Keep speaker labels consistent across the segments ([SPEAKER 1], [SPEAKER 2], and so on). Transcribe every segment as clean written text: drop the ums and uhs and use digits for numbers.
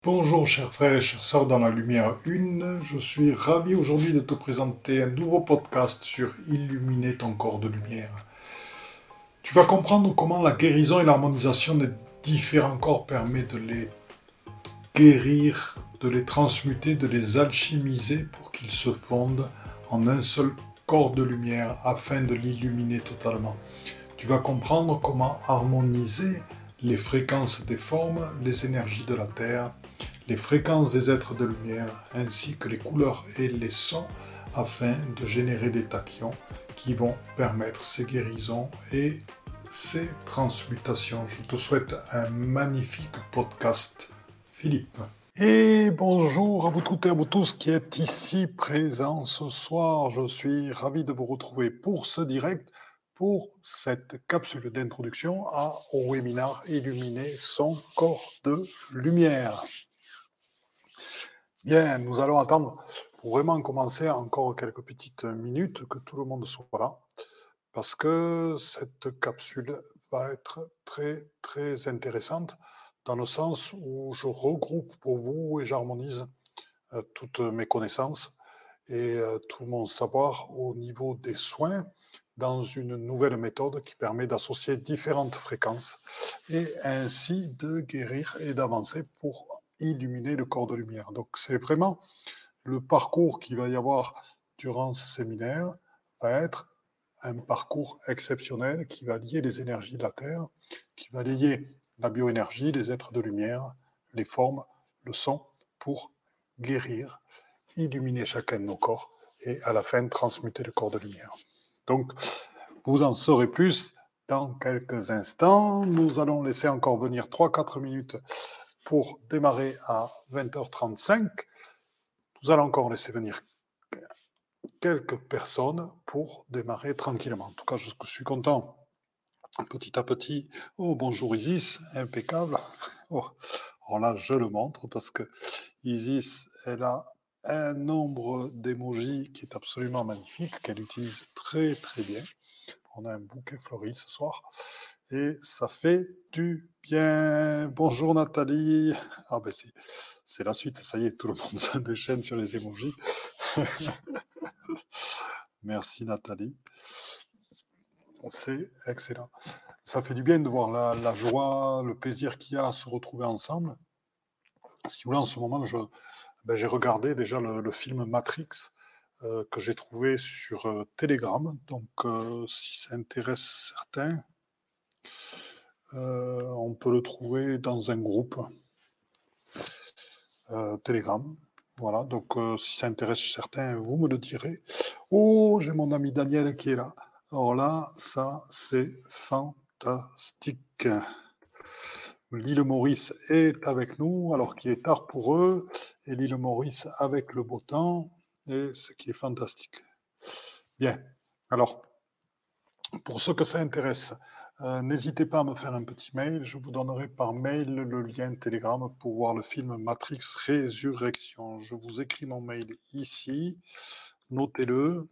[SPEAKER 1] Bonjour chers frères et chères sœurs dans la lumière une, je suis ravi aujourd'hui de te présenter un nouveau podcast sur illuminer ton corps de lumière. Tu vas comprendre comment la guérison et l'harmonisation des différents corps permet de les guérir, de les transmuter, de les alchimiser pour qu'ils se fondent en un seul corps de lumière afin de l'illuminer totalement. Tu vas comprendre comment harmoniser les fréquences des formes, les énergies de la Terre, les fréquences des êtres de lumière, ainsi que les couleurs et les sons, afin de générer des tachyons qui vont permettre ces guérisons et ces transmutations. Je te souhaite un magnifique podcast, Philippe. Et bonjour à vous toutes et à vous tous qui êtes ici présents ce soir. Je suis ravi de vous retrouver pour ce direct, pour cette capsule d'introduction au webinaire Illuminer son corps de lumière. Bien, nous allons attendre pour vraiment commencer encore quelques petites minutes que tout le monde soit là, parce que cette capsule va être très très intéressante dans le sens où je regroupe pour vous et j'harmonise toutes mes connaissances et tout mon savoir au niveau des soins dans une nouvelle méthode qui permet d'associer différentes fréquences et ainsi de guérir et d'avancer pour illuminer le corps de lumière. Donc c'est vraiment le parcours qu'il va y avoir durant ce séminaire va être un parcours exceptionnel qui va lier les énergies de la Terre, qui va lier la bioénergie, les êtres de lumière, les formes, le son, pour guérir, illuminer chacun de nos corps et à la fin transmuter le corps de lumière. Donc, vous en saurez plus dans quelques instants. Nous allons laisser encore venir 3-4 minutes pour démarrer à 20h35. Nous allons encore laisser venir quelques personnes pour démarrer tranquillement. En tout cas, je suis content. Petit à petit. Oh, bonjour Isis, impeccable. Oh, alors là, je le montre parce que Isis, elle a un nombre d'émojis qui est absolument magnifique, qu'elle utilise très très bien. On a un bouquet fleuri ce soir et ça fait du bien. Bonjour Nathalie. Ah ben c'est la suite, ça y est, tout le monde se déchaîne sur les émojis. Merci Nathalie. C'est excellent. Ça fait du bien de voir la joie, le plaisir qu'il y a à se retrouver ensemble. Si vous voulez, en ce moment, j'ai regardé déjà le film Matrix que j'ai trouvé sur Telegram. Donc, si ça intéresse certains, on peut le trouver dans un groupe Telegram. Voilà, donc si ça intéresse certains, vous me le direz. Oh, j'ai mon ami Daniel qui est là. Alors là, ça, c'est fantastique. L'île Maurice est avec nous, alors qu'il est tard pour eux, et l'île Maurice avec le beau temps, et ce qui est fantastique. Bien, alors, pour ceux que ça intéresse, n'hésitez pas à me faire un petit mail, je vous donnerai par mail le lien Telegram pour voir le film Matrix Résurrection. Je vous écris mon mail ici, notez-le,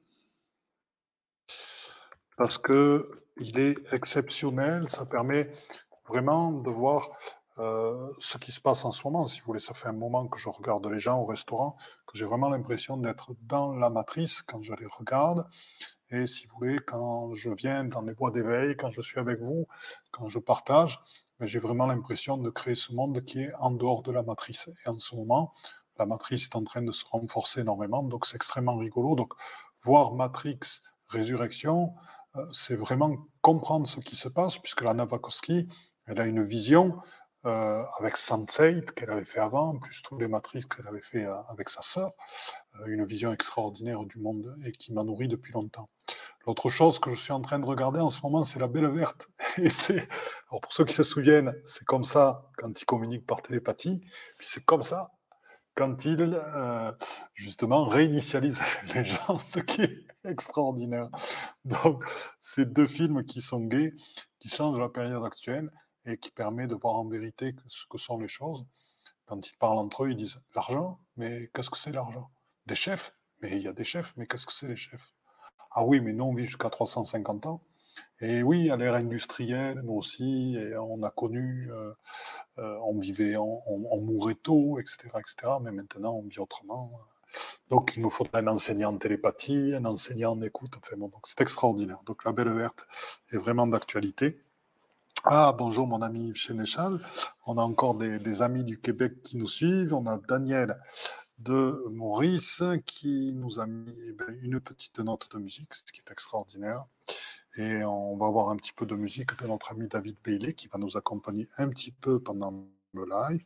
[SPEAKER 1] parce que il est exceptionnel, ça permet vraiment de voir ce qui se passe en ce moment. Si vous voulez, ça fait un moment que je regarde les gens au restaurant, que j'ai vraiment l'impression d'être dans la matrice quand je les regarde. Et si vous voulez, quand je viens dans les voies d'éveil, quand je suis avec vous, quand je partage, ben, j'ai vraiment l'impression de créer ce monde qui est en dehors de la matrice. Et en ce moment, la matrice est en train de se renforcer énormément, donc c'est extrêmement rigolo. Donc, voir Matrix Résurrection, c'est vraiment comprendre ce qui se passe, puisque la Wachowski, elle a une vision avec Sense8 qu'elle avait fait avant, plus tous les matrices qu'elle avait fait avec sa sœur, une vision extraordinaire du monde et qui m'a nourri depuis longtemps. L'autre chose que je suis en train de regarder en ce moment, c'est La Belle Verte. Et alors pour ceux qui se souviennent, c'est comme ça quand ils communiquent par télépathie, puis c'est comme ça quand ils, justement, réinitialisent les gens, ce qui est extraordinaire. Donc, c'est deux films qui sont gays, qui changent la période actuelle et qui permet de voir en vérité ce que sont les choses. Quand ils parlent entre eux, ils disent l'argent, mais qu'est-ce que c'est l'argent? Des chefs? Mais il y a des chefs, mais qu'est-ce que c'est les chefs? Ah oui, mais nous on vit jusqu'à 350 ans. Et oui, à l'ère industrielle, nous aussi, et on a connu, on vivait, on mourait tôt, etc., etc., mais maintenant on vit autrement. Donc il nous faudrait un enseignant en télépathie, un enseignant en écoute, enfin bon, donc c'est extraordinaire. Donc la Belle Verte est vraiment d'actualité. Ah, bonjour mon ami Yves Sénéchal. On a encore des amis du Québec qui nous suivent. On a Daniel de Maurice qui nous a mis une petite note de musique, ce qui est extraordinaire. Et on va avoir un petit peu de musique de notre ami David Bailey qui va nous accompagner un petit peu pendant le live.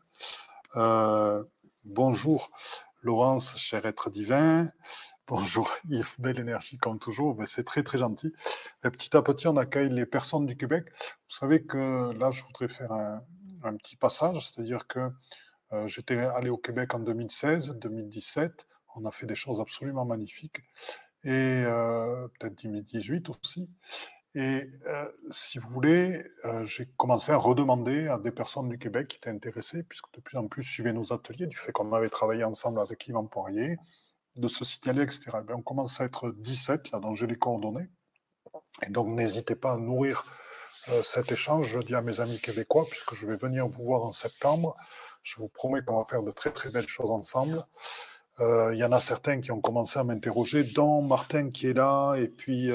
[SPEAKER 1] Bonjour Laurence, cher être divin. Bonjour Yves, belle énergie comme toujours, mais c'est très très gentil. Et petit à petit, on accueille les personnes du Québec. Vous savez que là, je voudrais faire un petit passage, c'est-à-dire que j'étais allé au Québec en 2016, 2017, on a fait des choses absolument magnifiques, et peut-être 2018 aussi. Et si vous voulez, j'ai commencé à redemander à des personnes du Québec qui étaient intéressées, puisque de plus en plus suivaient nos ateliers, du fait qu'on avait travaillé ensemble avec Yvan Poirier, de se signaler, etc. Et bien, on commence à être 17, là, dont j'ai les coordonnées. Et donc, n'hésitez pas à nourrir cet échange. Je dis à mes amis québécois, puisque je vais venir vous voir en septembre. Je vous promets qu'on va faire de très, très belles choses ensemble. Il y en a certains qui ont commencé à m'interroger, dont Martin qui est là, et puis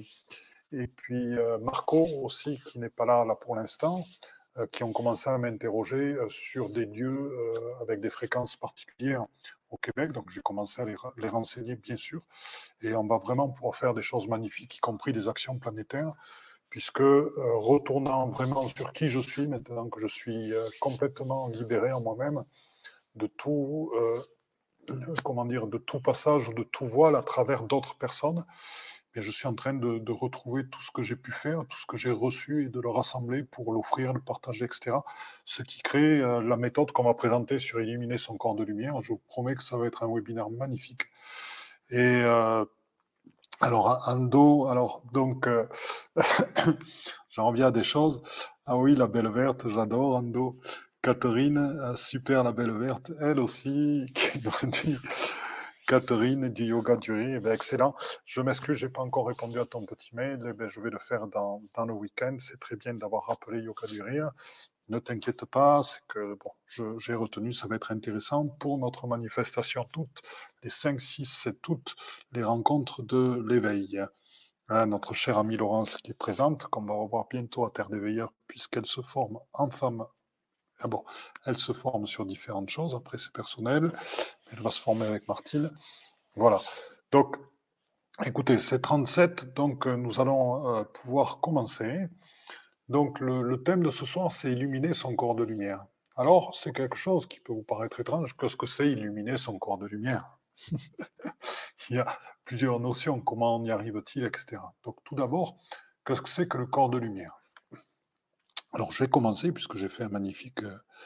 [SPEAKER 1] Marco aussi, qui n'est pas là pour l'instant, qui ont commencé à m'interroger sur des lieux avec des fréquences particulières au Québec. Donc j'ai commencé à les renseigner, bien sûr. Et on va vraiment pouvoir faire des choses magnifiques, y compris des actions planétaires, puisque retournant vraiment sur qui je suis, maintenant que je suis complètement libéré en moi-même de tout, comment dire, de tout passage, de tout voile à travers d'autres personnes, et je suis en train de retrouver tout ce que j'ai pu faire, tout ce que j'ai reçu et de le rassembler pour l'offrir, le partager, etc. Ce qui crée la méthode qu'on va présenter sur Illuminer son corps de lumière. Je vous promets que ça va être un webinaire magnifique. Et alors, Ando, alors donc, j'en reviens à des choses. Ah oui, la Belle Verte, j'adore Ando. Catherine, super la Belle Verte, elle aussi, qui nous dit Catherine du yoga du rire, eh bien, excellent. Je m'excuse, j'ai pas encore répondu à ton petit mail. Eh bien, je vais le faire dans le week-end. C'est très bien d'avoir rappelé yoga du rire. Ne t'inquiète pas, c'est que bon, j'ai retenu, ça va être intéressant pour notre manifestation toutes les 5, 6, 7 août, les rencontres de l'éveil. Hein, notre chère amie Laurence qui est présente, qu'on va revoir bientôt à Terre des Veilleurs, puisqu'elle se forme en femme. Ah bon, elle se forme sur différentes choses, après c'est personnel. Elle va se former avec Martine. Voilà. Donc, écoutez, c'est 37, donc nous allons pouvoir commencer. Donc, le thème de ce soir, c'est illuminer son corps de lumière. Alors, c'est quelque chose qui peut vous paraître étrange. Qu'est-ce que c'est illuminer son corps de lumière? Il y a plusieurs notions. Comment on y arrive-t-il, etc. Donc, tout d'abord, qu'est-ce que c'est que le corps de lumière? Alors, je vais commencer, puisque j'ai fait un magnifique...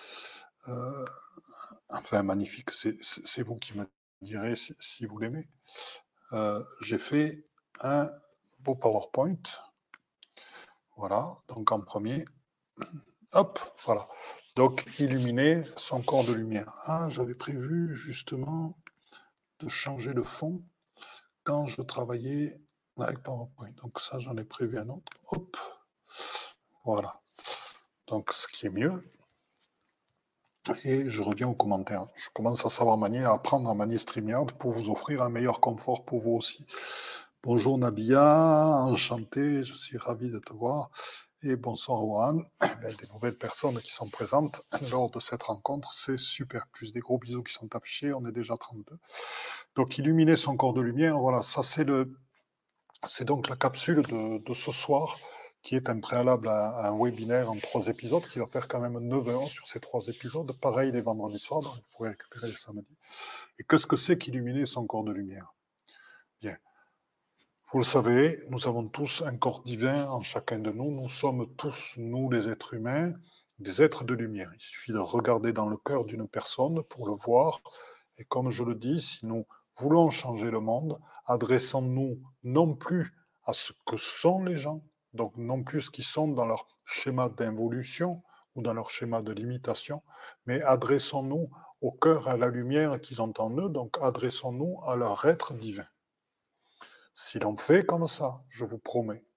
[SPEAKER 1] enfin, magnifique, c'est vous qui me direz si vous l'aimez. J'ai fait un beau PowerPoint. Voilà, donc en premier, hop, voilà. Donc, illuminer son corps de lumière. Ah, j'avais prévu justement de changer le fond quand je travaillais avec PowerPoint. Donc ça, j'en ai prévu un autre. Hop, voilà. Donc, ce qui est mieux. Et je reviens aux commentaires. Je commence à savoir manier, à apprendre à manier StreamYard pour vous offrir un meilleur confort pour vous aussi. Bonjour Nabia, enchanté, je suis ravi de te voir. Et bonsoir Juan, des nouvelles personnes qui sont présentes lors de cette rencontre, c'est super. Plus des gros bisous qui sont affichés, on est déjà 32. Donc illuminer son corps de lumière, voilà, ça c'est donc la capsule de ce soir, qui est un préalable à un webinaire en 3 épisodes, qui va faire quand même 9 heures sur ces 3 épisodes. Pareil les vendredis soirs, donc vous pourrez récupérer les samedis. Et qu'est-ce que c'est qu'illuminer son corps de lumière? Bien. Vous le savez, nous avons tous un corps divin en chacun de nous. Nous sommes tous, nous les êtres humains, des êtres de lumière. Il suffit de regarder dans le cœur d'une personne pour le voir. Et comme je le dis, si nous voulons changer le monde, adressons-nous non plus à ce que sont les gens, donc non plus ce qu'ils sont dans leur schéma d'involution ou dans leur schéma de limitation, mais adressons-nous au cœur, à la lumière qu'ils ont en eux, donc adressons-nous à leur être divin. Si l'on fait comme ça, je vous promets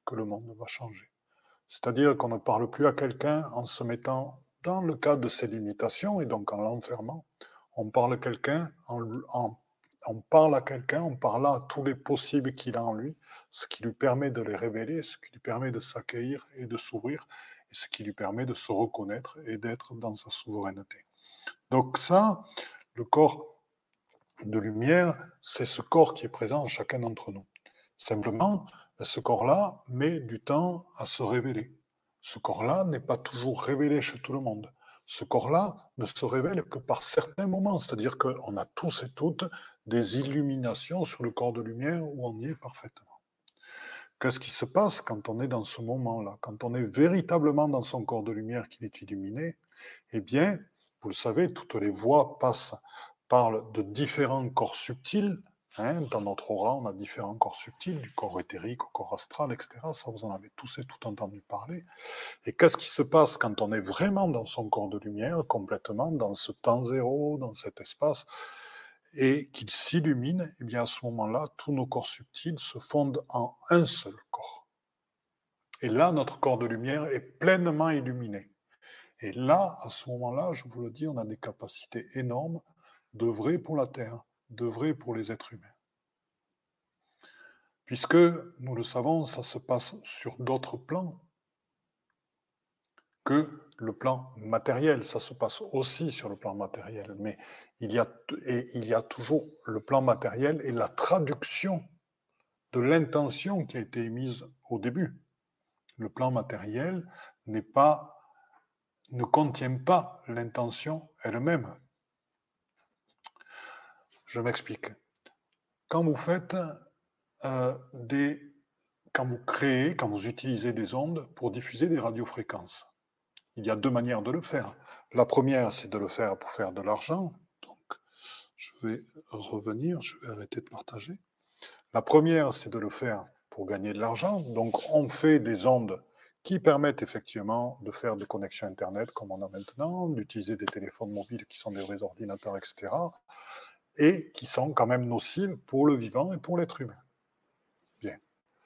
[SPEAKER 1] que le monde va changer. C'est-à-dire qu'on ne parle plus à quelqu'un en se mettant dans le cadre de ses limitations et donc en l'enfermant. On parle à quelqu'un on parle à quelqu'un en parlant à tous les possibles qu'il a en lui, ce qui lui permet de les révéler, ce qui lui permet de s'accueillir et de s'ouvrir, et ce qui lui permet de se reconnaître et d'être dans sa souveraineté. Donc ça, le corps de lumière, c'est ce corps qui est présent en chacun d'entre nous. Simplement, ce corps-là met du temps à se révéler. Ce corps-là n'est pas toujours révélé chez tout le monde. Ce corps-là ne se révèle que par certains moments, c'est-à-dire qu'on a tous et toutes des illuminations sur le corps de lumière où on y est parfaitement. Qu'est-ce qui se passe quand on est dans ce moment-là, quand on est véritablement dans son corps de lumière qu'il est illuminé? Eh bien, vous le savez, toutes les voies parlent de différents corps subtils. Dans notre aura, on a différents corps subtils, du corps éthérique au corps astral, etc. Ça, vous en avez tous et toutes entendu parler. Et qu'est-ce qui se passe quand on est vraiment dans son corps de lumière, complètement dans ce temps zéro, dans cet espace, et qu'il s'illumine? Eh bien, à ce moment-là, tous nos corps subtils se fondent en un seul corps. Et là, notre corps de lumière est pleinement illuminé. Et là, à ce moment-là, je vous le dis, on a des capacités énormes d'œuvrer pour la Terre, d'œuvrer pour les êtres humains. Puisque, nous le savons, ça se passe sur d'autres plans que le plan matériel. Ça se passe aussi sur le plan matériel, mais il y a toujours le plan matériel et la traduction de l'intention qui a été émise au début. Le plan matériel ne contient pas l'intention elle-même. Je m'explique. Quand vous faites quand vous créez, quand vous utilisez des ondes pour diffuser des radiofréquences, il y a deux manières de le faire. La première, c'est de le faire pour faire de l'argent. Donc, je vais revenir, je vais arrêter de partager. La première, c'est de le faire pour gagner de l'argent. Donc, on fait des ondes qui permettent effectivement de faire des connexions Internet comme on a maintenant, d'utiliser des téléphones mobiles qui sont des vrais ordinateurs, etc., et qui sont quand même nocives pour le vivant et pour l'être humain. Bien.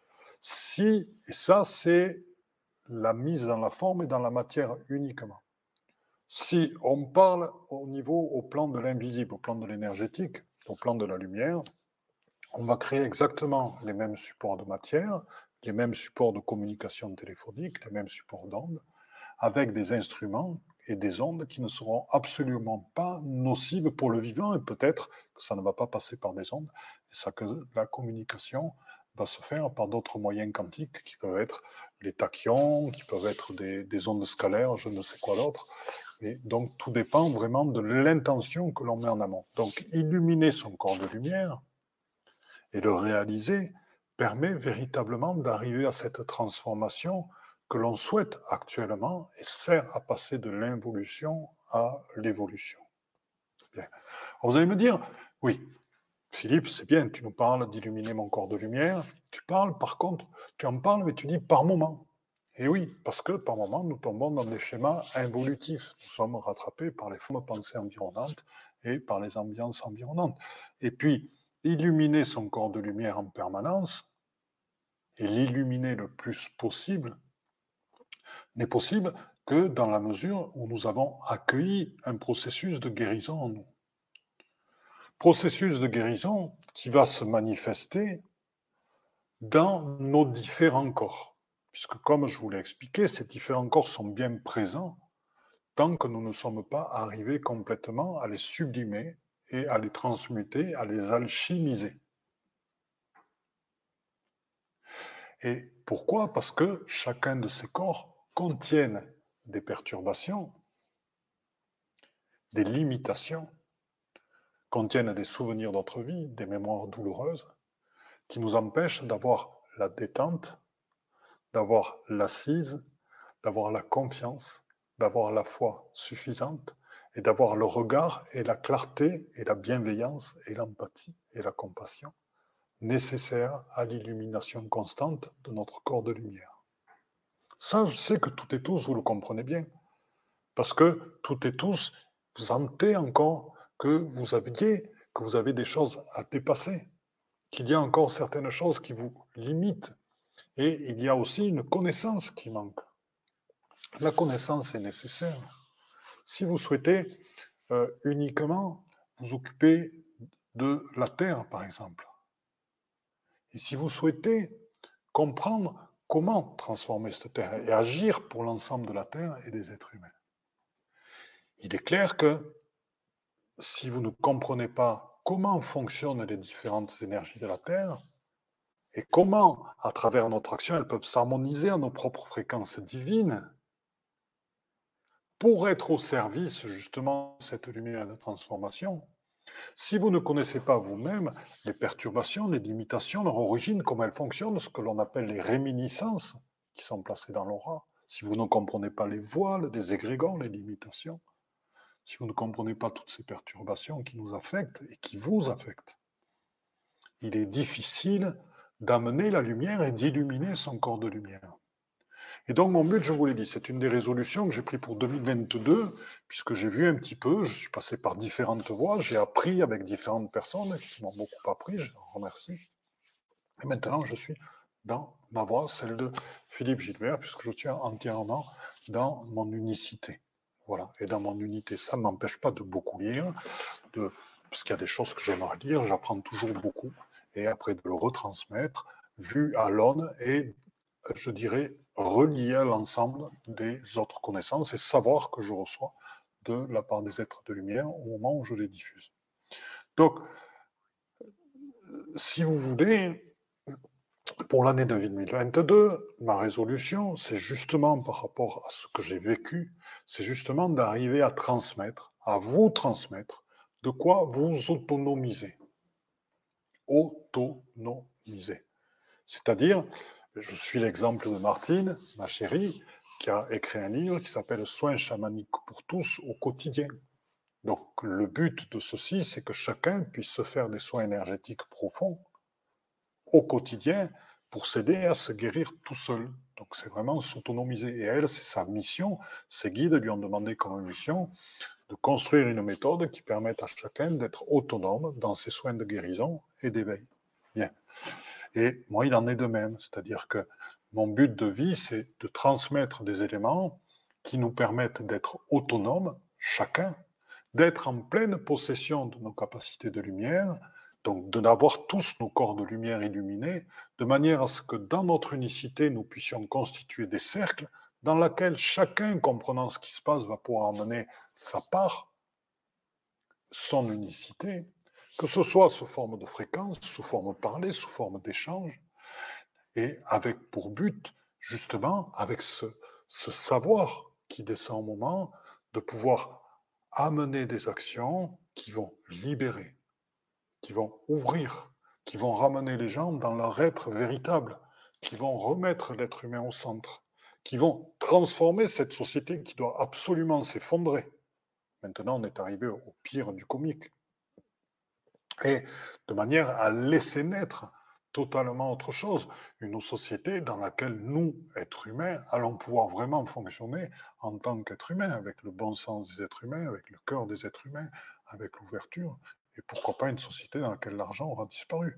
[SPEAKER 1] Et ça, c'est la mise dans la forme et dans la matière uniquement. Si on parle au plan de l'invisible, au plan de l'énergétique, au plan de la lumière, on va créer exactement les mêmes supports de matière, les mêmes supports de communication téléphonique, les mêmes supports d'ondes, avec des instruments et des ondes qui ne seront absolument pas nocives pour le vivant, et peut-être que ça ne va pas passer par des ondes, et ça que la communication va se faire par d'autres moyens quantiques qui peuvent être les tachyons, qui peuvent être des ondes scalaires, je ne sais quoi d'autre. Et donc tout dépend vraiment de l'intention que l'on met en amont. Donc illuminer son corps de lumière et le réaliser permet véritablement d'arriver à cette transformation que l'on souhaite actuellement et sert à passer de l'involution à l'évolution. Bien. Alors vous allez me dire, oui, Philippe, c'est bien, tu nous parles d'illuminer mon corps de lumière, tu parles par contre, tu en parles mais tu dis par moment. Et oui, parce que par moment, nous tombons dans des schémas involutifs. Nous sommes rattrapés par les formes de pensée environnantes et par les ambiances environnantes. Et puis, illuminer son corps de lumière en permanence et l'illuminer le plus possible n'est possible que dans la mesure où nous avons accueilli un processus de guérison en nous. Processus de guérison qui va se manifester dans nos différents corps. Puisque, comme je vous l'ai expliqué, ces différents corps sont bien présents tant que nous ne sommes pas arrivés complètement à les sublimer et à les transmuter, à les alchimiser. Et pourquoi? Parce que chacun de ces corps contiennent des perturbations, des limitations, contiennent des souvenirs d'autre vie, des mémoires douloureuses, qui nous empêchent d'avoir la détente, d'avoir l'assise, d'avoir la confiance, d'avoir la foi suffisante et d'avoir le regard et la clarté et la bienveillance et l'empathie et la compassion nécessaires à l'illumination constante de notre corps de lumière. Ça, je sais que toutes et tous, vous le comprenez bien, parce que toutes et tous, vous sentez encore que vous avez des choses à dépasser, qu'il y a encore certaines choses qui vous limitent, Et il y a aussi une connaissance qui manque. La connaissance est nécessaire. Si vous souhaitez uniquement vous occuper de la Terre, par exemple, et si vous souhaitez comprendre comment transformer cette Terre et agir pour l'ensemble de la Terre et des êtres humains, il est clair que si vous ne comprenez pas comment fonctionnent les différentes énergies de la Terre et comment, à travers notre action, elles peuvent s'harmoniser à nos propres fréquences divines pour être au service justement de cette lumière de transformation, si vous ne connaissez pas vous-même les perturbations, les limitations, leur origine, comment elles fonctionnent, ce que l'on appelle les réminiscences qui sont placées dans l'aura, si vous ne comprenez pas les voiles, les égrégores, les limitations, si vous ne comprenez pas toutes ces perturbations qui nous affectent et qui vous affectent, il est difficile d'amener la lumière et d'illuminer son corps de lumière. Et donc mon but, je vous l'ai dit, c'est une des résolutions que j'ai prises pour 2022, puisque j'ai vu un petit peu, je suis passé par différentes voies, j'ai appris avec différentes personnes qui m'ont beaucoup appris, je leur remercie. Et maintenant, je suis dans ma voie, celle de Philippe Gilbert, puisque je tiens entièrement dans mon unicité. Voilà, et dans mon unité, ça ne m'empêche pas de beaucoup lire, parce qu'il y a des choses que j'aimerais lire, j'apprends toujours beaucoup, et après de le retransmettre, vu à l'aune, et je dirais relié à l'ensemble des autres connaissances et savoirs que je reçois de la part des êtres de lumière au moment où je les diffuse. Donc, si vous voulez, pour l'année 2022, ma résolution, c'est justement par rapport à ce que j'ai vécu, c'est justement d'arriver à transmettre, à vous transmettre, de quoi vous autonomiser. Autonomiser. C'est-à-dire, je suis l'exemple de Martine, ma chérie, qui a écrit un livre qui s'appelle Soins chamaniques pour tous au quotidien. Donc, le but de ceci, c'est que chacun puisse se faire des soins énergétiques profonds au quotidien pour s'aider à se guérir tout seul. Donc, c'est vraiment s'autonomiser. Et elle, c'est sa mission. Ses guides lui ont demandé comme mission de construire une méthode qui permette à chacun d'être autonome dans ses soins de guérison et d'éveil. Bien. Et moi, il en est de même. C'est-à-dire que mon but de vie, c'est de transmettre des éléments qui nous permettent d'être autonomes, chacun, d'être en pleine possession de nos capacités de lumière, donc d'avoir tous nos corps de lumière illuminés, de manière à ce que dans notre unicité, nous puissions constituer des cercles dans lesquels chacun, comprenant ce qui se passe, va pouvoir emmener sa part, son unicité, que ce soit sous forme de fréquence, sous forme parlée, sous forme d'échange, et avec pour but, justement, avec ce savoir qui descend au moment, de pouvoir amener des actions qui vont libérer, qui vont ouvrir, qui vont ramener les gens dans leur être véritable, qui vont remettre l'être humain au centre, qui vont transformer cette société qui doit absolument s'effondrer. Maintenant, on est arrivé au pire du comique. Et de manière à laisser naître totalement autre chose, une société dans laquelle nous, êtres humains, allons pouvoir vraiment fonctionner en tant qu'êtres humains, avec le bon sens des êtres humains, avec le cœur des êtres humains, avec l'ouverture, et pourquoi pas une société dans laquelle l'argent aura disparu.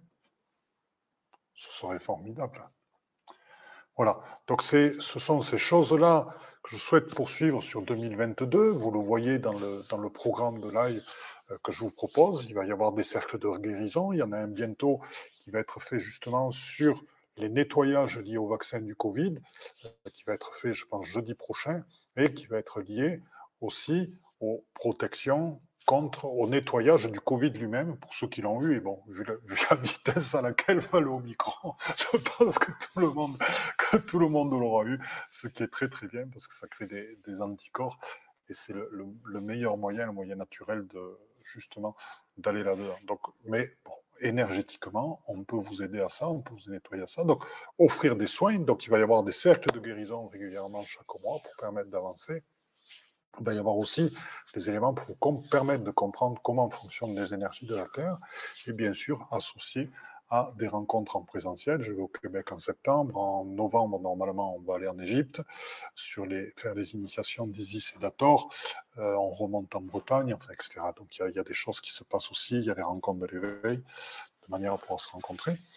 [SPEAKER 1] Ce serait formidable. Voilà, donc ce sont ces choses-là que je souhaite poursuivre sur 2022. Vous le voyez dans le programme de live que je vous propose. Il va y avoir des cercles de guérison. Il y en a un bientôt qui va être fait justement sur les nettoyages liés au vaccin du Covid, qui va être fait, je pense, jeudi prochain, et qui va être lié aussi aux protections au nettoyage du Covid lui-même, pour ceux qui l'ont eu, et bon, vu la vitesse à laquelle va le Omicron, je pense que tout le monde l'aura eu, ce qui est très très bien, parce que ça crée des anticorps, et c'est le meilleur moyen, le moyen naturel de, justement, d'aller là-dedans. Donc, mais bon, énergétiquement, on peut vous aider à ça, on peut vous nettoyer à ça, donc offrir des soins, donc il va y avoir des cercles de guérison régulièrement chaque mois pour permettre d'avancer. Il va y avoir aussi des éléments pour vous permettre de comprendre comment fonctionnent les énergies de la Terre, et bien sûr associés à des rencontres en présentiel. Je vais au Québec en septembre. En novembre, normalement, on va aller en Égypte faire les initiations d'Isis et d'Hathor. On remonte en Bretagne, enfin, etc. Donc il y a des choses qui se passent aussi. Il y a les rencontres de l'éveil, de manière à pouvoir se rencontrer.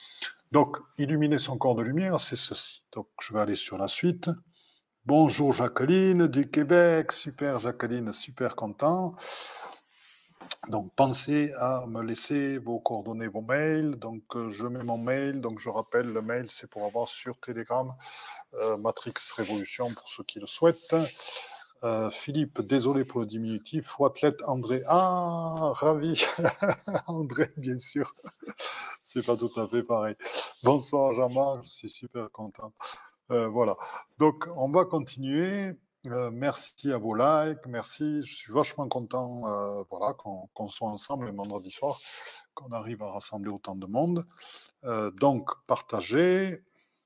[SPEAKER 1] Donc, illuminer son corps de lumière, c'est ceci. Donc, je vais aller sur la suite. Bonjour Jacqueline du Québec. Super Jacqueline, super content. Donc, pensez à me laisser vos coordonnées, vos mails. Donc, je mets mon mail. Donc, je rappelle, le mail, c'est pour avoir sur Telegram Matrix Révolution pour ceux qui le souhaitent. Philippe, désolé pour le diminutif. Athlète André. Ah, ravi. André, bien sûr. C'est pas tout à fait pareil. Bonsoir Jean-Marc, je suis super content. Voilà. Donc, on va continuer. Merci à vos likes, merci. Je suis vachement content voilà, qu'on soit ensemble le vendredi soir, qu'on arrive à rassembler autant de monde. Donc, partagez.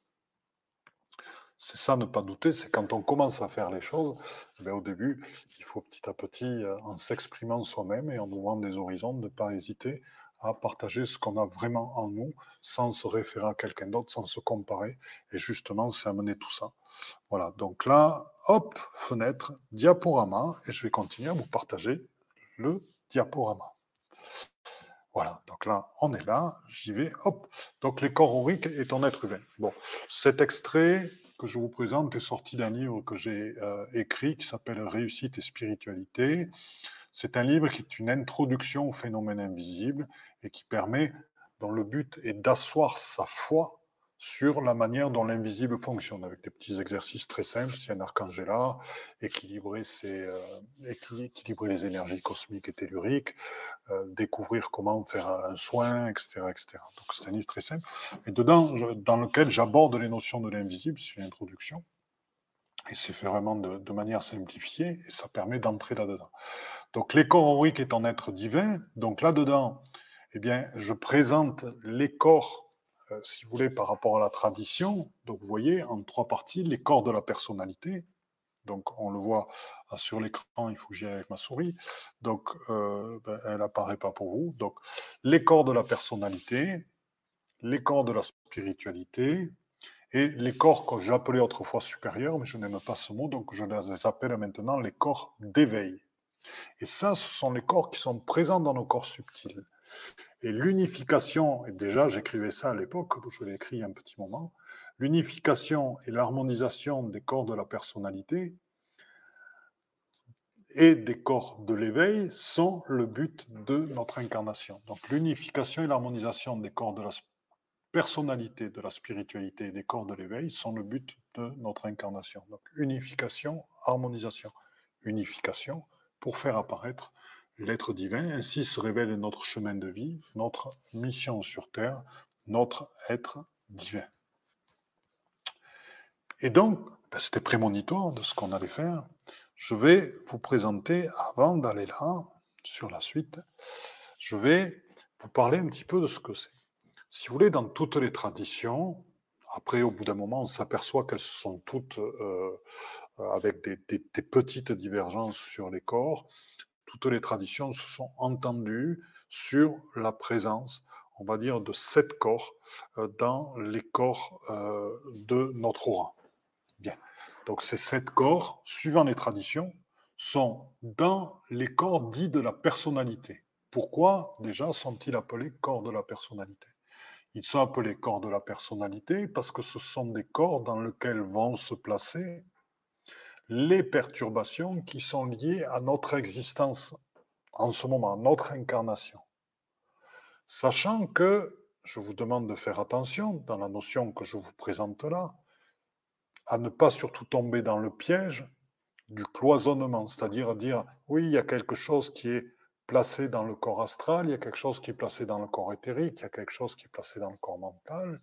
[SPEAKER 1] C'est ça, ne pas douter, c'est quand on commence à faire les choses, ben au début, il faut petit à petit, en s'exprimant soi-même et en ouvrant des horizons, ne pas hésiter à partager ce qu'on a vraiment en nous, sans se référer à quelqu'un d'autre, sans se comparer. Et justement, c'est amener tout ça. Voilà, donc là, hop, fenêtre, diaporama, et je vais continuer à vous partager le diaporama. Voilà, donc là, on est là, j'y vais, hop. Donc, les corps auriques et ton être humain. Bon, cet extrait que je vous présente est sorti d'un livre que j'ai écrit qui s'appelle Réussite et spiritualité. C'est un livre qui est une introduction au phénomène invisible et qui permet, dont le but est d'asseoir sa foi sur la manière dont l'invisible fonctionne, avec des petits exercices très simples. Si un archange est là, équilibrer les énergies cosmiques et telluriques, découvrir comment faire un soin, etc., etc. Donc c'est un livre très simple, et dedans, dans lequel j'aborde les notions de l'invisible, c'est une introduction, et c'est fait vraiment de manière simplifiée, et ça permet d'entrer là-dedans. Donc les corps auriques est un être divin, donc là-dedans, eh bien, je présente les corps, si vous voulez, par rapport à la tradition. Donc vous voyez, en 3 parties, les corps de la personnalité. Donc, on le voit sur l'écran, il faut que j'y aille avec ma souris. Donc, elle n'apparaît pas pour vous. Donc, les corps de la personnalité, les corps de la spiritualité et les corps que j'appelais autrefois supérieurs, mais je n'aime pas ce mot, donc je les appelle maintenant les corps d'éveil. Et ça, ce sont les corps qui sont présents dans nos corps subtils. Et l'unification, et déjà j'écrivais ça à l'époque, je l'ai écrit il y a un petit moment, l'unification et l'harmonisation des corps de la personnalité et des corps de l'éveil sont le but de notre incarnation. Donc l'unification et l'harmonisation des corps de la personnalité, de la spiritualité et des corps de l'éveil sont le but de notre incarnation. Donc unification, harmonisation. Unification pour faire apparaître l'être divin, ainsi se révèle notre chemin de vie, notre mission sur Terre, notre être divin. Et donc, c'était prémonitoire de ce qu'on allait faire. Je vais vous présenter, avant d'aller là, sur la suite, je vais vous parler un petit peu de ce que c'est. Si vous voulez, dans toutes les traditions, après, au bout d'un moment, on s'aperçoit qu'elles sont toutes avec des petites divergences sur les corps. Toutes les traditions se sont entendues sur la présence, on va dire, de 7 corps dans les corps de notre aura. Bien. Donc ces 7 corps, suivant les traditions, sont dans les corps dits de la personnalité. Pourquoi déjà sont-ils appelés corps de la personnalité? Ils sont appelés corps de la personnalité parce que ce sont des corps dans lesquels vont se placer les perturbations qui sont liées à notre existence en ce moment, notre incarnation. Sachant que, je vous demande de faire attention dans la notion que je vous présente là, à ne pas surtout tomber dans le piège du cloisonnement, c'est-à-dire dire, oui, il y a quelque chose qui est placé dans le corps astral, il y a quelque chose qui est placé dans le corps éthérique, il y a quelque chose qui est placé dans le corps mental.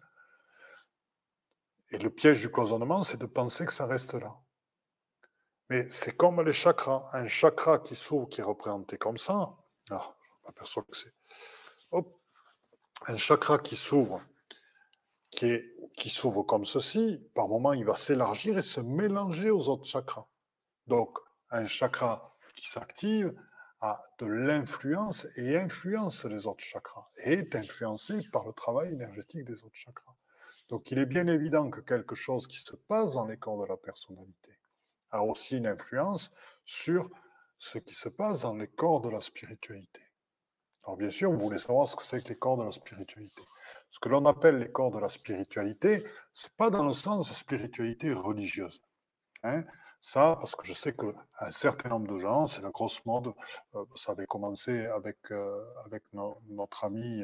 [SPEAKER 1] Et le piège du cloisonnement, c'est de penser que ça reste là. Mais c'est comme les chakras. Un chakra qui s'ouvre, qui est représenté comme ça, ah, je m'aperçois que c'est... Hop, un chakra qui s'ouvre, qui s'ouvre comme ceci, par moment, il va s'élargir et se mélanger aux autres chakras. Donc, un chakra qui s'active a de l'influence et influence les autres chakras et est influencé par le travail énergétique des autres chakras. Donc, il est bien évident que quelque chose qui se passe dans les corps de la personnalité a aussi une influence sur ce qui se passe dans les corps de la spiritualité. Alors, bien sûr, vous voulez savoir ce que c'est que les corps de la spiritualité. Ce que l'on appelle les corps de la spiritualité, c'est pas dans le sens de spiritualité religieuse. Hein. Ça, parce que je sais qu'un certain nombre de gens, c'est la grosse mode, ça avait commencé avec notre ami,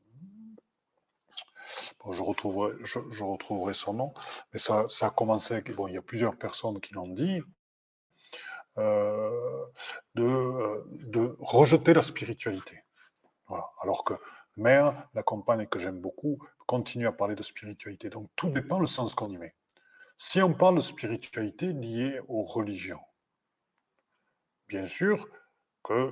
[SPEAKER 1] bon, je retrouverai son nom, mais ça a commencé avec, bon, il y a plusieurs personnes qui l'ont dit, euh, de rejeter la spiritualité. Voilà. Alors que Mère, la compagne que j'aime beaucoup, continue à parler de spiritualité. Donc tout dépend le sens qu'on y met. Si on parle de spiritualité liée aux religions, bien sûr que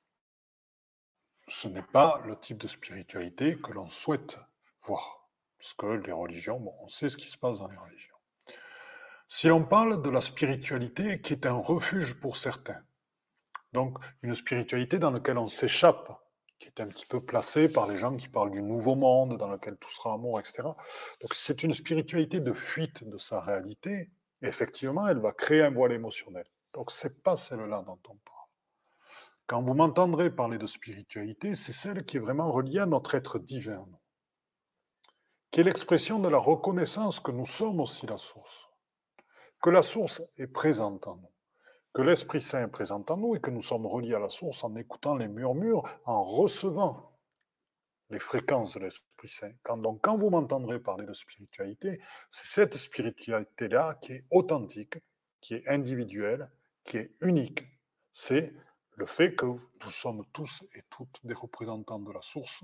[SPEAKER 1] ce n'est pas le type de spiritualité que l'on souhaite voir. Parce que les religions, bon, on sait ce qui se passe dans les religions. Si l'on parle de la spiritualité qui est un refuge pour certains, donc une spiritualité dans laquelle on s'échappe, qui est un petit peu placée par les gens qui parlent du nouveau monde, dans lequel tout sera amour, etc. Donc c'est une spiritualité de fuite de sa réalité. Et effectivement, elle va créer un voile émotionnel. Donc c'est pas celle-là dont on parle. Quand vous m'entendrez parler de spiritualité, c'est celle qui est vraiment reliée à notre être divin, qui est l'expression de la reconnaissance que nous sommes aussi la source, que la source est présente en nous, que l'Esprit Saint est présent en nous et que nous sommes reliés à la source en écoutant les murmures, en recevant les fréquences de l'Esprit Saint. Donc, quand vous m'entendrez parler de spiritualité, c'est cette spiritualité-là qui est authentique, qui est individuelle, qui est unique. C'est le fait que nous sommes tous et toutes des représentants de la source.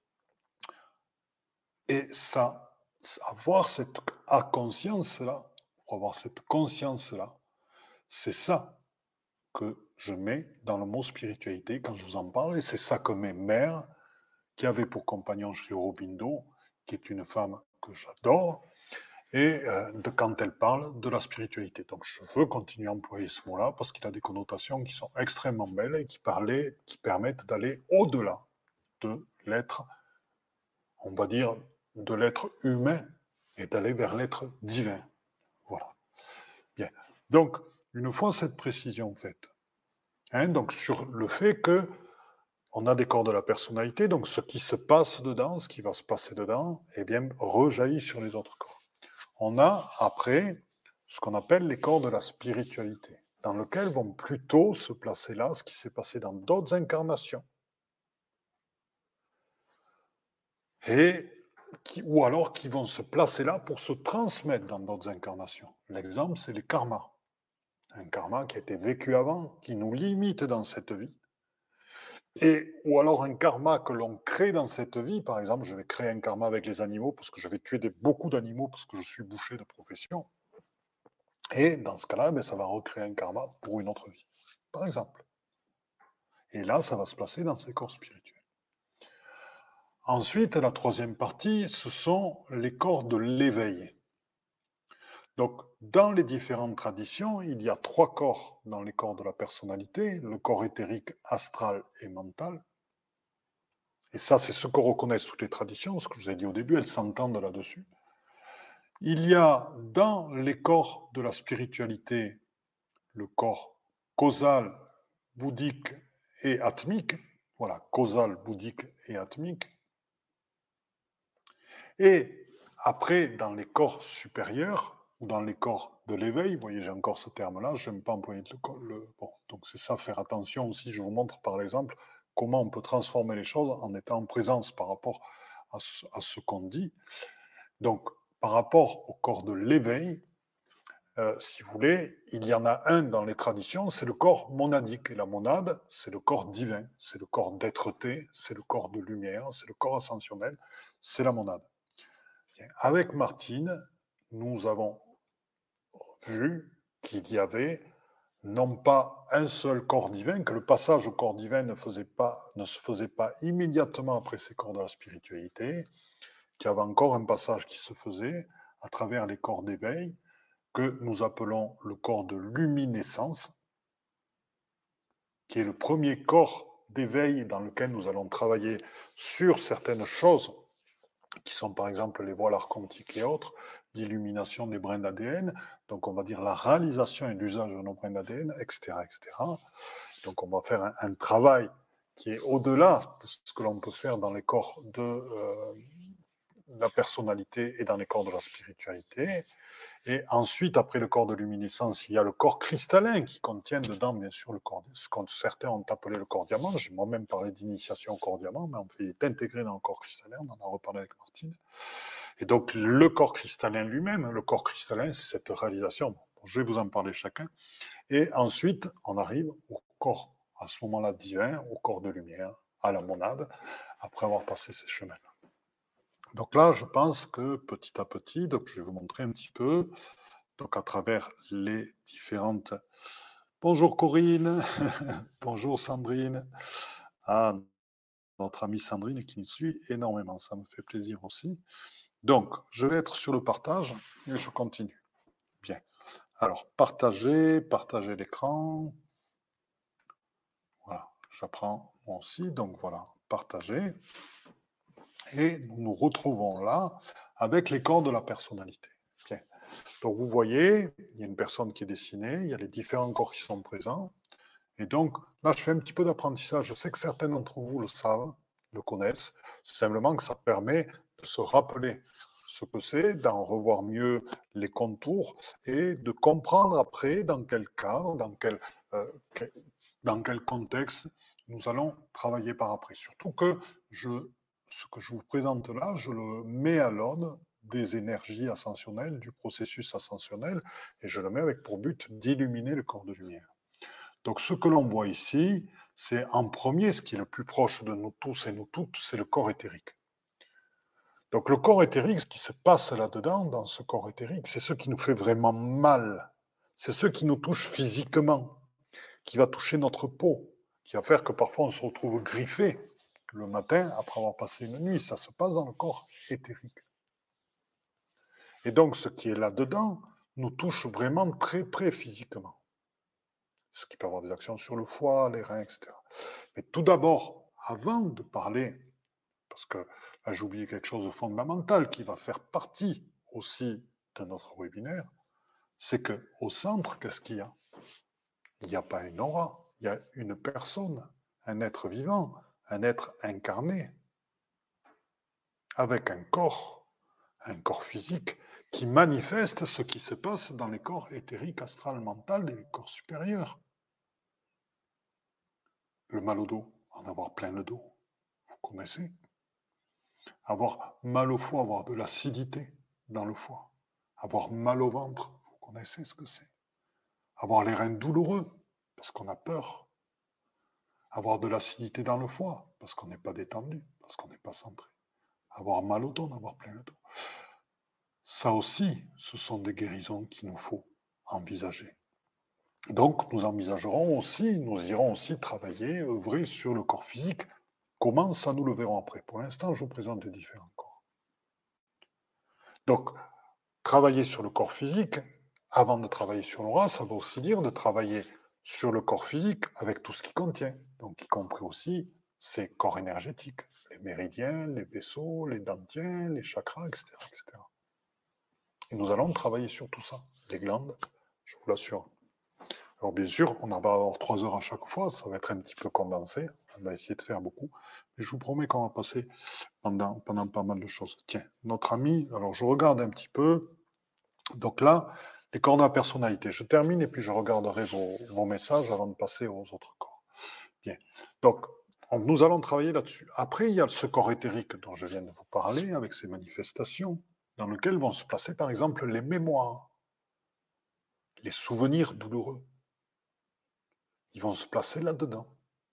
[SPEAKER 1] Et ça, avoir cette conscience-là, avoir cette conscience-là, c'est ça que je mets dans le mot spiritualité quand je vous en parle, et c'est ça que mes mères, qui avait pour compagnon Sri Aurobindo, qui est une femme que j'adore, et quand elle parle de la spiritualité. Donc je veux continuer à employer ce mot-là parce qu'il a des connotations qui sont extrêmement belles et qui permettent d'aller au-delà de l'être, on va dire, de l'être humain et d'aller vers l'être divin. Voilà. Bien. Donc, une fois cette précision faite, donc sur le fait que on a des corps de la personnalité, donc ce qui se passe dedans, ce qui va se passer dedans, eh bien, rejaillit sur les autres corps. On a après ce qu'on appelle les corps de la spiritualité, dans lesquels vont plutôt se placer là ce qui s'est passé dans d'autres incarnations. Ou alors qui vont se placer là pour se transmettre dans d'autres incarnations. L'exemple, c'est les karmas. Un karma qui a été vécu avant, qui nous limite dans cette vie, ou alors un karma que l'on crée dans cette vie. Par exemple, je vais créer un karma avec les animaux parce que je vais tuer beaucoup d'animaux parce que je suis boucher de profession. Et dans ce cas-là, ça va recréer un karma pour une autre vie, par exemple. Et là, ça va se placer dans ces corps spirituels. Ensuite, la troisième partie, ce sont les corps de l'éveil. Donc, dans les différentes traditions, il y a 3 corps dans les corps de la personnalité, le corps éthérique, astral et mental. Et ça, c'est ce que reconnaissent toutes les traditions, ce que je vous ai dit au début, elles s'entendent là-dessus. Il y a dans les corps de la spiritualité le corps causal, bouddhique et atmique. Voilà, causal, bouddhique et atmique. Et après, dans les corps supérieurs, ou dans les corps de l'éveil, vous voyez, j'ai encore ce terme-là, je n'aime pas employer bon, donc c'est ça, faire attention aussi. Je vous montre par exemple comment on peut transformer les choses en étant en présence par rapport à ce qu'on dit. Donc, par rapport au corps de l'éveil, si vous voulez, il y en a un dans les traditions, c'est le corps monadique. Et la monade, c'est le corps divin, c'est le corps d'être-té, c'est le corps de lumière, c'est le corps ascensionnel, c'est la monade. Avec Martine, nous avons vu qu'il y avait non pas un seul corps divin, que le passage au corps divin ne se faisait pas immédiatement après ces corps de la spiritualité, qu'il y avait encore un passage qui se faisait à travers les corps d'éveil, que nous appelons le corps de luminescence, qui est le premier corps d'éveil dans lequel nous allons travailler sur certaines choses qui sont par exemple les voiles archontiques et autres, l'illumination des brins d'ADN, donc on va dire la réalisation et l'usage de nos brins d'ADN, etc., etc. Donc on va faire un travail qui est au-delà de ce que l'on peut faire dans les corps la personnalité et dans les corps de la spiritualité. Et ensuite, après le corps de luminescence, il y a le corps cristallin qui contient dedans, bien sûr, le corps, ce que certains ont appelé le corps diamant. J'ai moi-même parlé d'initiation au corps diamant, mais en fait, il est intégré dans le corps cristallin. On en a reparlé avec Martine. Et donc, le corps cristallin lui-même, le corps cristallin, c'est cette réalisation. Bon, je vais vous en parler chacun. Et ensuite, on arrive au corps, à ce moment-là, divin, au corps de lumière, à la monade, après avoir passé ces chemins. Donc là, je pense que petit à petit, donc je vais vous montrer un petit peu, donc à travers les différentes... Bonjour Corinne, bonjour Sandrine. Ah, notre amie Sandrine qui nous suit énormément, ça me fait plaisir aussi. Donc, je vais être sur le partage et je continue. Bien. Alors, partager l'écran. Voilà, j'apprends moi aussi, donc voilà, partager. Et nous nous retrouvons là avec les corps de la personnalité. Bien. Donc vous voyez, il y a une personne qui est dessinée, il y a les différents corps qui sont présents. Et donc là, je fais un petit peu d'apprentissage. Je sais que certains d'entre vous le savent, le connaissent. C'est simplement que ça permet de se rappeler ce que c'est, d'en revoir mieux les contours et de comprendre après dans quel cadre, dans quel contexte nous allons travailler par après. Surtout que ce que je vous présente là, je le mets à l'aune des énergies ascensionnelles, du processus ascensionnel, et je le mets avec pour but d'illuminer le corps de lumière. Donc ce que l'on voit ici, c'est en premier, ce qui est le plus proche de nous tous et nous toutes, c'est le corps éthérique. Donc le corps éthérique, ce qui se passe là-dedans, dans ce corps éthérique, c'est ce qui nous fait vraiment mal. C'est ce qui nous touche physiquement, qui va toucher notre peau, qui va faire que parfois on se retrouve griffé le matin après avoir passé une nuit. Ça se passe dans le corps éthérique. Et donc ce qui est là-dedans nous touche vraiment très près physiquement. Ce qui peut avoir des actions sur le foie, les reins, etc. Mais tout d'abord, avant de parler, parce que là j'ai oublié quelque chose de fondamental qui va faire partie aussi de notre webinaire, c'est qu'au centre, qu'est-ce qu'il y a? Il n'y a pas une aura, il y a une personne, un être vivant, un être incarné, avec un corps physique, qui manifeste ce qui se passe dans les corps éthériques, astral, mental et les corps supérieurs. Le mal au dos, en avoir plein le dos, vous connaissez. Avoir mal au foie, avoir de l'acidité dans le foie. Avoir mal au ventre, vous connaissez ce que c'est. Avoir les reins douloureux, parce qu'on a peur. Avoir de l'acidité dans le foie, parce qu'on n'est pas détendu, parce qu'on n'est pas centré. Avoir mal au dos, en avoir plein le dos. Ça aussi, ce sont des guérisons qu'il nous faut envisager. Donc, nous envisagerons aussi, nous irons aussi travailler, œuvrer sur le corps physique. Comment ça, nous le verrons après. Pour l'instant, je vous présente les différents corps. Donc, travailler sur le corps physique, avant de travailler sur l'aura, ça veut aussi dire de travailler sur le corps physique avec tout ce qu'il contient. Donc, y compris aussi ces corps énergétiques, les méridiens, les vaisseaux, les dantiens, les chakras, etc., etc. Et nous allons travailler sur tout ça, les glandes, je vous l'assure. Alors bien sûr, on va avoir 3 heures à chaque fois, ça va être un petit peu condensé, on va essayer de faire beaucoup, mais je vous promets qu'on va passer pendant pas mal de choses. Tiens, notre ami, alors je regarde un petit peu, donc là, les corps de la personnalité, je termine et puis je regarderai vos messages avant de passer aux autres corps. Bien, donc nous allons travailler là-dessus. Après, il y a ce corps éthérique dont je viens de vous parler, avec ses manifestations, dans lequel vont se placer par exemple les mémoires, les souvenirs douloureux. Ils vont se placer là-dedans.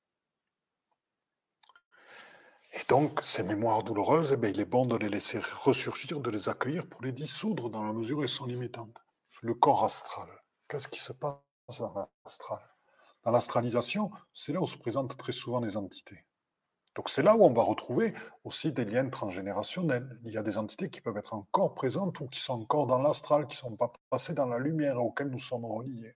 [SPEAKER 1] Et donc, ces mémoires douloureuses, eh bien, il est bon de les laisser ressurgir, de les accueillir pour les dissoudre dans la mesure où elles sont limitantes. Le corps astral. Qu'est-ce qui se passe dans l'astral? Dans l'astralisation, c'est là où se présentent très souvent les entités. Donc c'est là où on va retrouver aussi des liens transgénérationnels. Il y a des entités qui peuvent être encore présentes ou qui sont encore dans l'astral, qui ne sont pas passées dans la lumière auquel nous sommes reliés.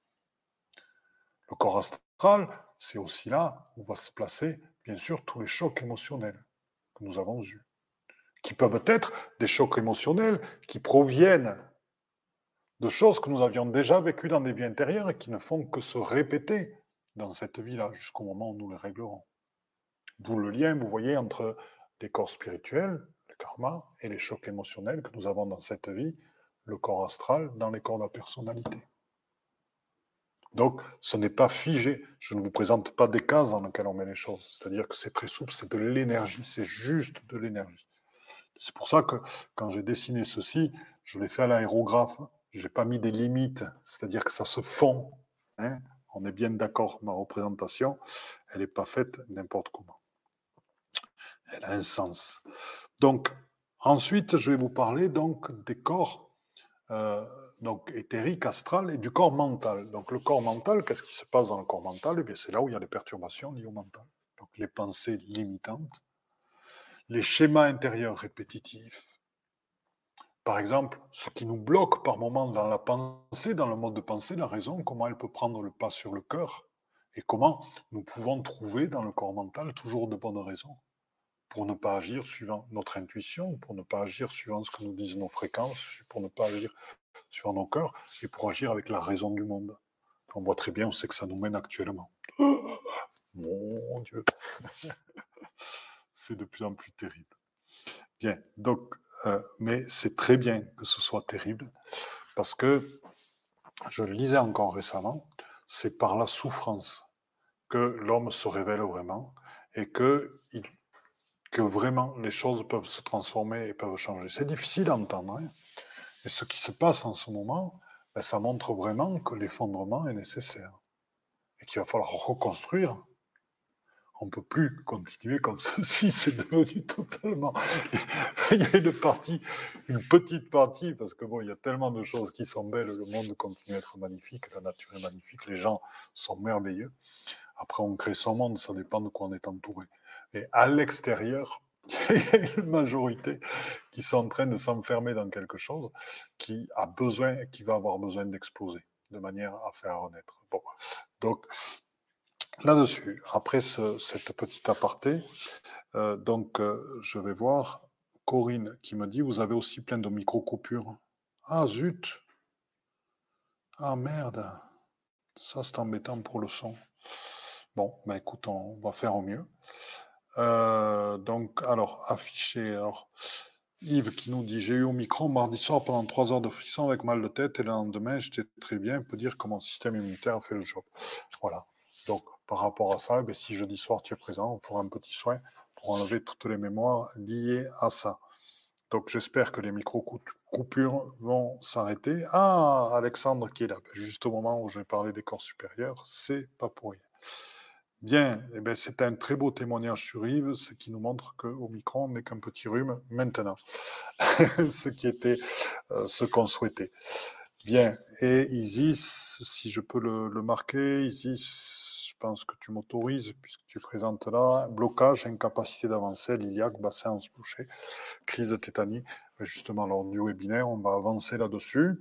[SPEAKER 1] Le corps astral, c'est aussi là où va se placer, bien sûr, tous les chocs émotionnels que nous avons eus, qui peuvent être des chocs émotionnels qui proviennent de choses que nous avions déjà vécues dans des vies intérieures et qui ne font que se répéter dans cette vie-là jusqu'au moment où nous les réglerons. D'où le lien, vous voyez, entre les corps spirituels, les karma et les chocs émotionnels que nous avons dans cette vie, le corps astral, dans les corps de la personnalité. Donc, ce n'est pas figé. Je ne vous présente pas des cases dans lesquelles on met les choses. C'est-à-dire que c'est très souple, c'est de l'énergie, c'est juste de l'énergie. C'est pour ça que quand j'ai dessiné ceci, je l'ai fait à l'aérographe. Je n'ai pas mis des limites, c'est-à-dire que ça se fond. Hein. On est bien d'accord, ma représentation, elle n'est pas faite n'importe comment. Elle a un sens. Donc, ensuite, je vais vous parler donc des corps donc éthérique, astral et du corps mental. Donc le corps mental, qu'est-ce qui se passe dans le corps mental? Eh bien, c'est là où il y a les perturbations liées au mental. Donc les pensées limitantes, les schémas intérieurs répétitifs. Par exemple, ce qui nous bloque par moment dans la pensée, dans le mode de pensée, la raison, comment elle peut prendre le pas sur le cœur et comment nous pouvons trouver dans le corps mental toujours de bonnes raisons pour ne pas agir suivant notre intuition, pour ne pas agir suivant ce que nous disent nos fréquences, pour ne pas agir sur nos cœurs et pour agir avec la raison du monde. On voit très bien, on sait que ça nous mène actuellement. Mon Dieu, c'est de plus en plus terrible. Bien, donc, mais c'est très bien que ce soit terrible parce que, je le lisais encore récemment, c'est par la souffrance que l'homme se révèle vraiment et que vraiment les choses peuvent se transformer et peuvent changer. C'est difficile à entendre, hein. Et ce qui se passe en ce moment, ben, ça montre vraiment que l'effondrement est nécessaire et qu'il va falloir reconstruire. On ne peut plus continuer comme ceci, c'est devenu totalement... Il y a une petite partie, parce que bon, il y a tellement de choses qui sont belles, le monde continue à être magnifique, la nature est magnifique, les gens sont merveilleux. Après, on crée son monde, ça dépend de quoi on est entouré. Et à l'extérieur, il y a une majorité qui sont en train de s'enfermer dans quelque chose qui va avoir besoin d'exploser de manière à faire renaître. Bon, donc là-dessus, après cette petite aparté, je vais voir Corinne qui me dit vous avez aussi plein de micro-coupures. Ah zut! Ah merde! Ça c'est embêtant pour le son. Bon, bah écoute, on va faire au mieux. Alors, affiché. Alors, Yves qui nous dit j'ai eu au micro mardi soir pendant 3 heures de frisson avec mal de tête et le lendemain j'étais très bien. On peut dire que mon système immunitaire a fait le job. Voilà. Donc, par rapport à ça, si jeudi soir tu es présent, on fera un petit soin pour enlever toutes les mémoires liées à ça. Donc, j'espère que les micro-coupures vont s'arrêter. Ah, Alexandre qui est là, juste au moment où je vais parler des corps supérieurs, c'est pas pour rien. Bien, c'est un très beau témoignage sur Yves, ce qui nous montre qu'au micro, on n'est qu'un petit rhume maintenant, ce qui était ce qu'on souhaitait. Bien, et Isis, si je peux le marquer, Isis, je pense que tu m'autorises, puisque tu présentes là, blocage, incapacité d'avancer, l'iliaque, bassin en bouché, crise de tétanie. Justement, lors du webinaire, on va avancer là-dessus.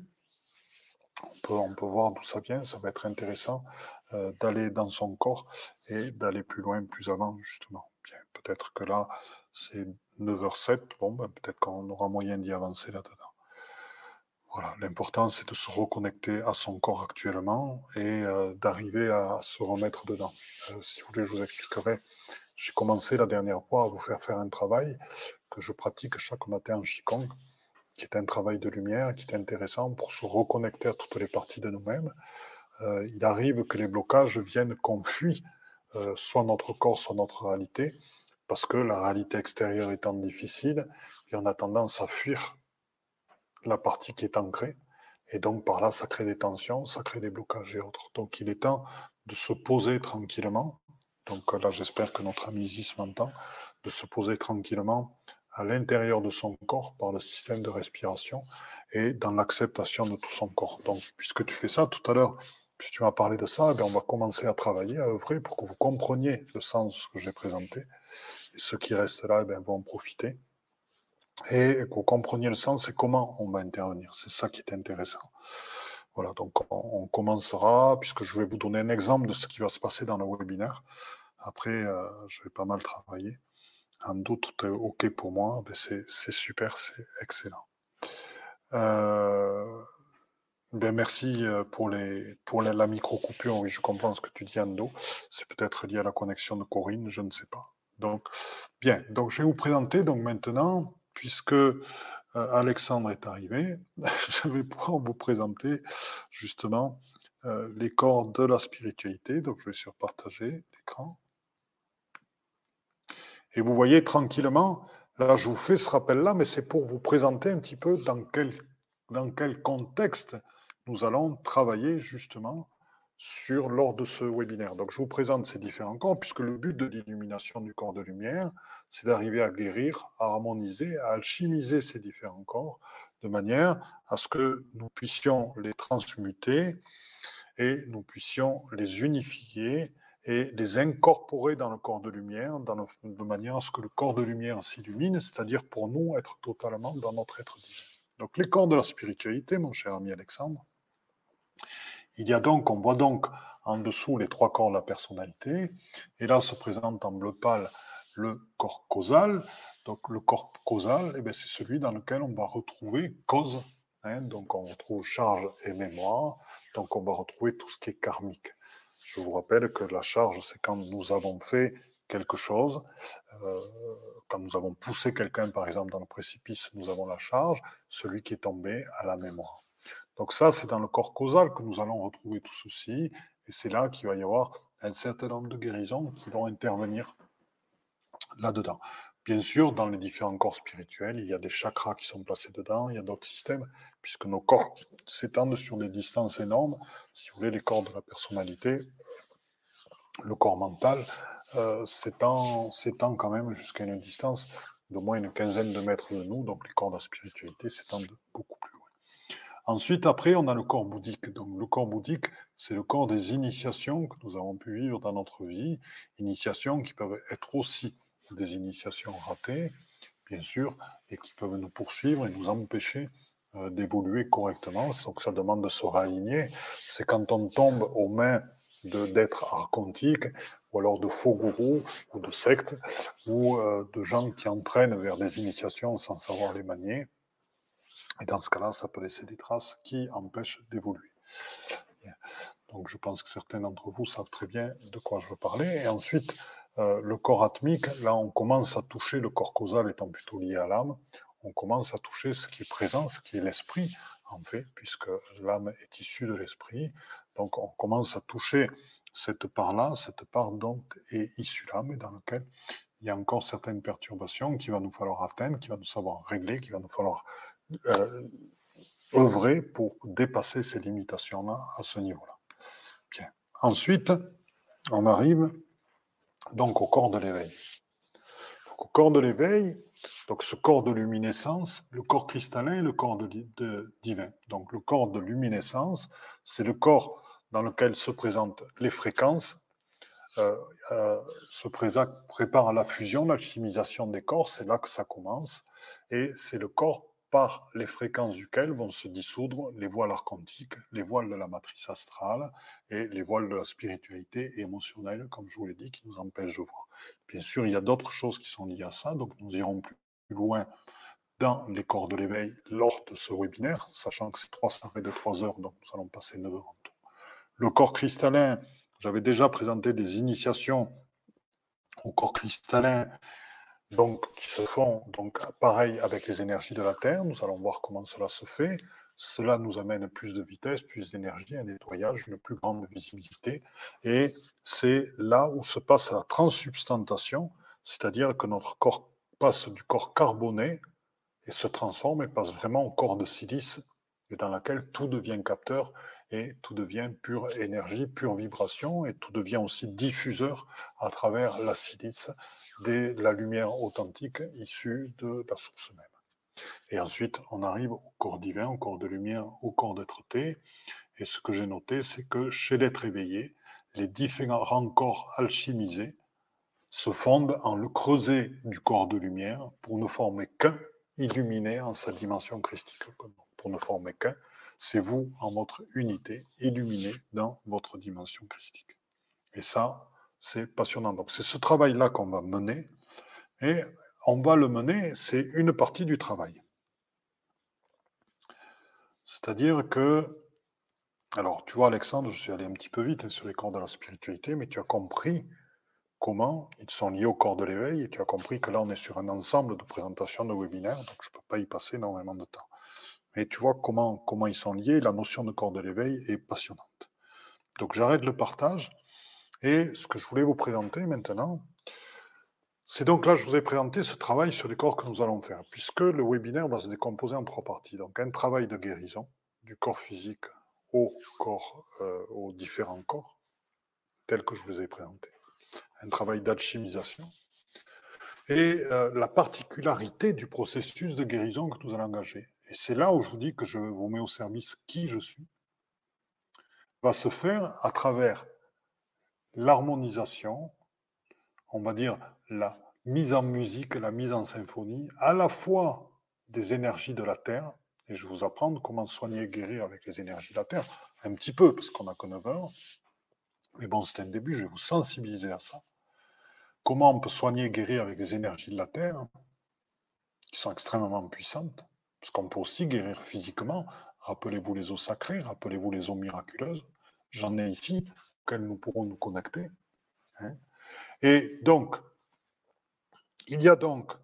[SPEAKER 1] On peut voir d'où ça vient, ça va être intéressant d'aller dans son corps et d'aller plus loin, plus avant, justement. Bien, peut-être que là, c'est 9h07, peut-être qu'on aura moyen d'y avancer là-dedans. Voilà, l'important, c'est de se reconnecter à son corps actuellement et d'arriver à se remettre dedans. Si vous voulez, je vous expliquerai. J'ai commencé la dernière fois à vous faire un travail que je pratique chaque matin en Qigong, qui est un travail de lumière, qui est intéressant pour se reconnecter à toutes les parties de nous-mêmes. Il arrive que les blocages viennent qu'on fuit soit notre corps, soit notre réalité, parce que la réalité extérieure étant difficile, et on a tendance à fuir la partie qui est ancrée, et donc par là, ça crée des tensions, ça crée des blocages et autres. Donc il est temps de se poser tranquillement, donc là j'espère que notre ami Isis m'entend, de se poser tranquillement à l'intérieur de son corps par le système de respiration et dans l'acceptation de tout son corps. Donc puisque tu fais ça tout à l'heure, puisque tu m'as parlé de ça, on va commencer à travailler, à œuvrer pour que vous compreniez le sens que j'ai présenté, et ceux qui restent là vont en profiter et que vous compreniez le sens et comment on va intervenir. C'est ça qui est intéressant. Voilà, donc on commencera, puisque je vais vous donner un exemple de ce qui va se passer dans le webinaire. Après, je vais pas mal travailler. En doute, tout est OK pour moi. C'est super, c'est excellent. Merci pour la micro-coupure. Oui, je comprends ce que tu dis, Ando. C'est peut-être lié à la connexion de Corinne, je ne sais pas. Donc, bien. Donc, je vais vous présenter donc maintenant puisque Alexandre est arrivé, je vais pouvoir vous présenter justement les corps de la spiritualité. Donc, je vais sur partager l'écran. Et vous voyez tranquillement, là, je vous fais ce rappel-là, mais c'est pour vous présenter un petit peu dans quel contexte nous allons travailler justement lors de ce webinaire. Donc, je vous présente ces différents corps, puisque le but de l'illumination du corps de lumière, c'est d'arriver à guérir, à harmoniser, à alchimiser ces différents corps, de manière à ce que nous puissions les transmuter et nous puissions les unifier et les incorporer dans le corps de lumière, de manière à ce que le corps de lumière s'illumine, c'est-à-dire pour nous être totalement dans notre être divin. Donc les corps de la spiritualité, mon cher ami Alexandre, on voit donc en dessous les 3 corps de la personnalité, et là se présente en bleu pâle le corps causal. Donc le corps causal, c'est celui dans lequel on va retrouver cause, donc on retrouve charge et mémoire, donc on va retrouver tout ce qui est karmique. Je vous rappelle que la charge, c'est quand nous avons fait quelque chose, quand nous avons poussé quelqu'un, par exemple, dans le précipice, nous avons la charge, celui qui est tombé a la mémoire. Donc ça, c'est dans le corps causal que nous allons retrouver tout ceci, et c'est là qu'il va y avoir un certain nombre de guérisons qui vont intervenir là-dedans. Bien sûr, dans les différents corps spirituels, il y a des chakras qui sont placés dedans, il y a d'autres systèmes, puisque nos corps s'étendent sur des distances énormes. Si vous voulez, les corps de la personnalité, le corps mental, s'étend quand même jusqu'à une distance d'au moins une quinzaine de mètres de nous, donc les corps de la spiritualité s'étendent beaucoup plus loin. Ensuite, après, on a le corps bouddhique. Donc, le corps bouddhique, c'est le corps des initiations que nous avons pu vivre dans notre vie, initiations qui peuvent être aussi des initiations ratées, bien sûr, et qui peuvent nous poursuivre et nous empêcher d'évoluer correctement. Donc, ça demande de se réaligner. C'est quand on tombe aux mains d'êtres archontiques, ou alors de faux gourous, ou de sectes, ou de gens qui entraînent vers des initiations sans savoir les manier. Et dans ce cas-là, ça peut laisser des traces qui empêchent d'évoluer. Donc je pense que certains d'entre vous savent très bien de quoi je veux parler. Et ensuite, le corps atmique, là on commence à toucher, le corps causal étant plutôt lié à l'âme, on commence à toucher ce qui est présent, ce qui est l'esprit, en fait, puisque l'âme est issue de l'esprit. Donc on commence à toucher cette part-là, cette part dont est issue l'âme, et dans laquelle il y a encore certaines perturbations qu'il va nous falloir atteindre, qu'il va nous savoir régler, qu'il va nous falloir œuvrer pour dépasser ces limitations-là à ce niveau-là. Bien. Ensuite, on arrive donc au corps de l'éveil. Au corps de l'éveil, donc ce corps de luminescence, le corps cristallin et le corps de divin. Donc le corps de luminescence, c'est le corps dans lequel se présentent les fréquences, prépare à la fusion, l'alchimisation des corps, c'est là que ça commence, et c'est le corps par les fréquences duquel vont se dissoudre les voiles archontiques, les voiles de la matrice astrale et les voiles de la spiritualité émotionnelle, comme je vous l'ai dit, qui nous empêchent de voir. Bien sûr, il y a d'autres choses qui sont liées à ça, donc nous irons plus loin dans les corps de l'éveil lors de ce webinaire, sachant que c'est 3 soirées de 3 heures, donc nous allons passer 9 heures en tout. Le corps cristallin, j'avais déjà présenté des initiations au corps cristallin, donc qui se font donc pareil avec les énergies de la Terre. Nous allons voir comment cela se fait. Cela nous amène plus de vitesse, plus d'énergie, un nettoyage, une plus grande visibilité. Et c'est là où se passe la transsubstantation, c'est-à-dire que notre corps passe du corps carboné et se transforme et passe vraiment au corps de silice, et dans laquelle tout devient capteur et tout devient pure énergie, pure vibration, et tout devient aussi diffuseur à travers la silice de la lumière authentique issue de la source même. Et ensuite, on arrive au corps divin, au corps de lumière, au corps d'être-té. Et ce que j'ai noté, c'est que chez l'être éveillé, les différents corps alchimisés se fondent en le creuset du corps de lumière pour ne former qu'un illuminé en sa dimension christique. Pour ne former qu'un, c'est vous en votre unité, illuminé dans votre dimension christique. Et ça, c'est passionnant. Donc c'est ce travail-là qu'on va mener, et on va le mener, c'est une partie du travail. C'est-à-dire que, alors tu vois Alexandre, je suis allé un petit peu vite sur les corps de la spiritualité, mais tu as compris comment ils sont liés au corps de l'éveil. Et tu as compris que là, on est sur un ensemble de présentations de webinaires, donc je ne peux pas y passer énormément de temps. Mais tu vois comment ils sont liés. La notion de corps de l'éveil est passionnante. Donc j'arrête le partage. Et ce que je voulais vous présenter maintenant, c'est donc là, je vous ai présenté ce travail sur les corps que nous allons faire, puisque le webinaire va se décomposer en 3 parties. Donc un travail de guérison du corps physique aux différents corps, tels que je vous ai présentés. Un travail d'alchimisation. Et la particularité du processus de guérison que nous allons engager. Et c'est là où je vous dis que je vous mets au service qui je suis, va se faire à travers l'harmonisation, on va dire la mise en musique, la mise en symphonie, à la fois des énergies de la Terre, et je vais vous apprendre comment soigner et guérir avec les énergies de la Terre, un petit peu, parce qu'on n'a que 9 heures, mais bon, c'est un début, je vais vous sensibiliser à ça. Comment on peut soigner et guérir avec les énergies de la Terre, qui sont extrêmement puissantes, parce qu'on peut aussi guérir physiquement. Rappelez-vous les eaux sacrées, rappelez-vous les eaux miraculeuses, j'en ai ici, auxquelles nous pourrons nous connecter. Hein. Et donc, il y a donc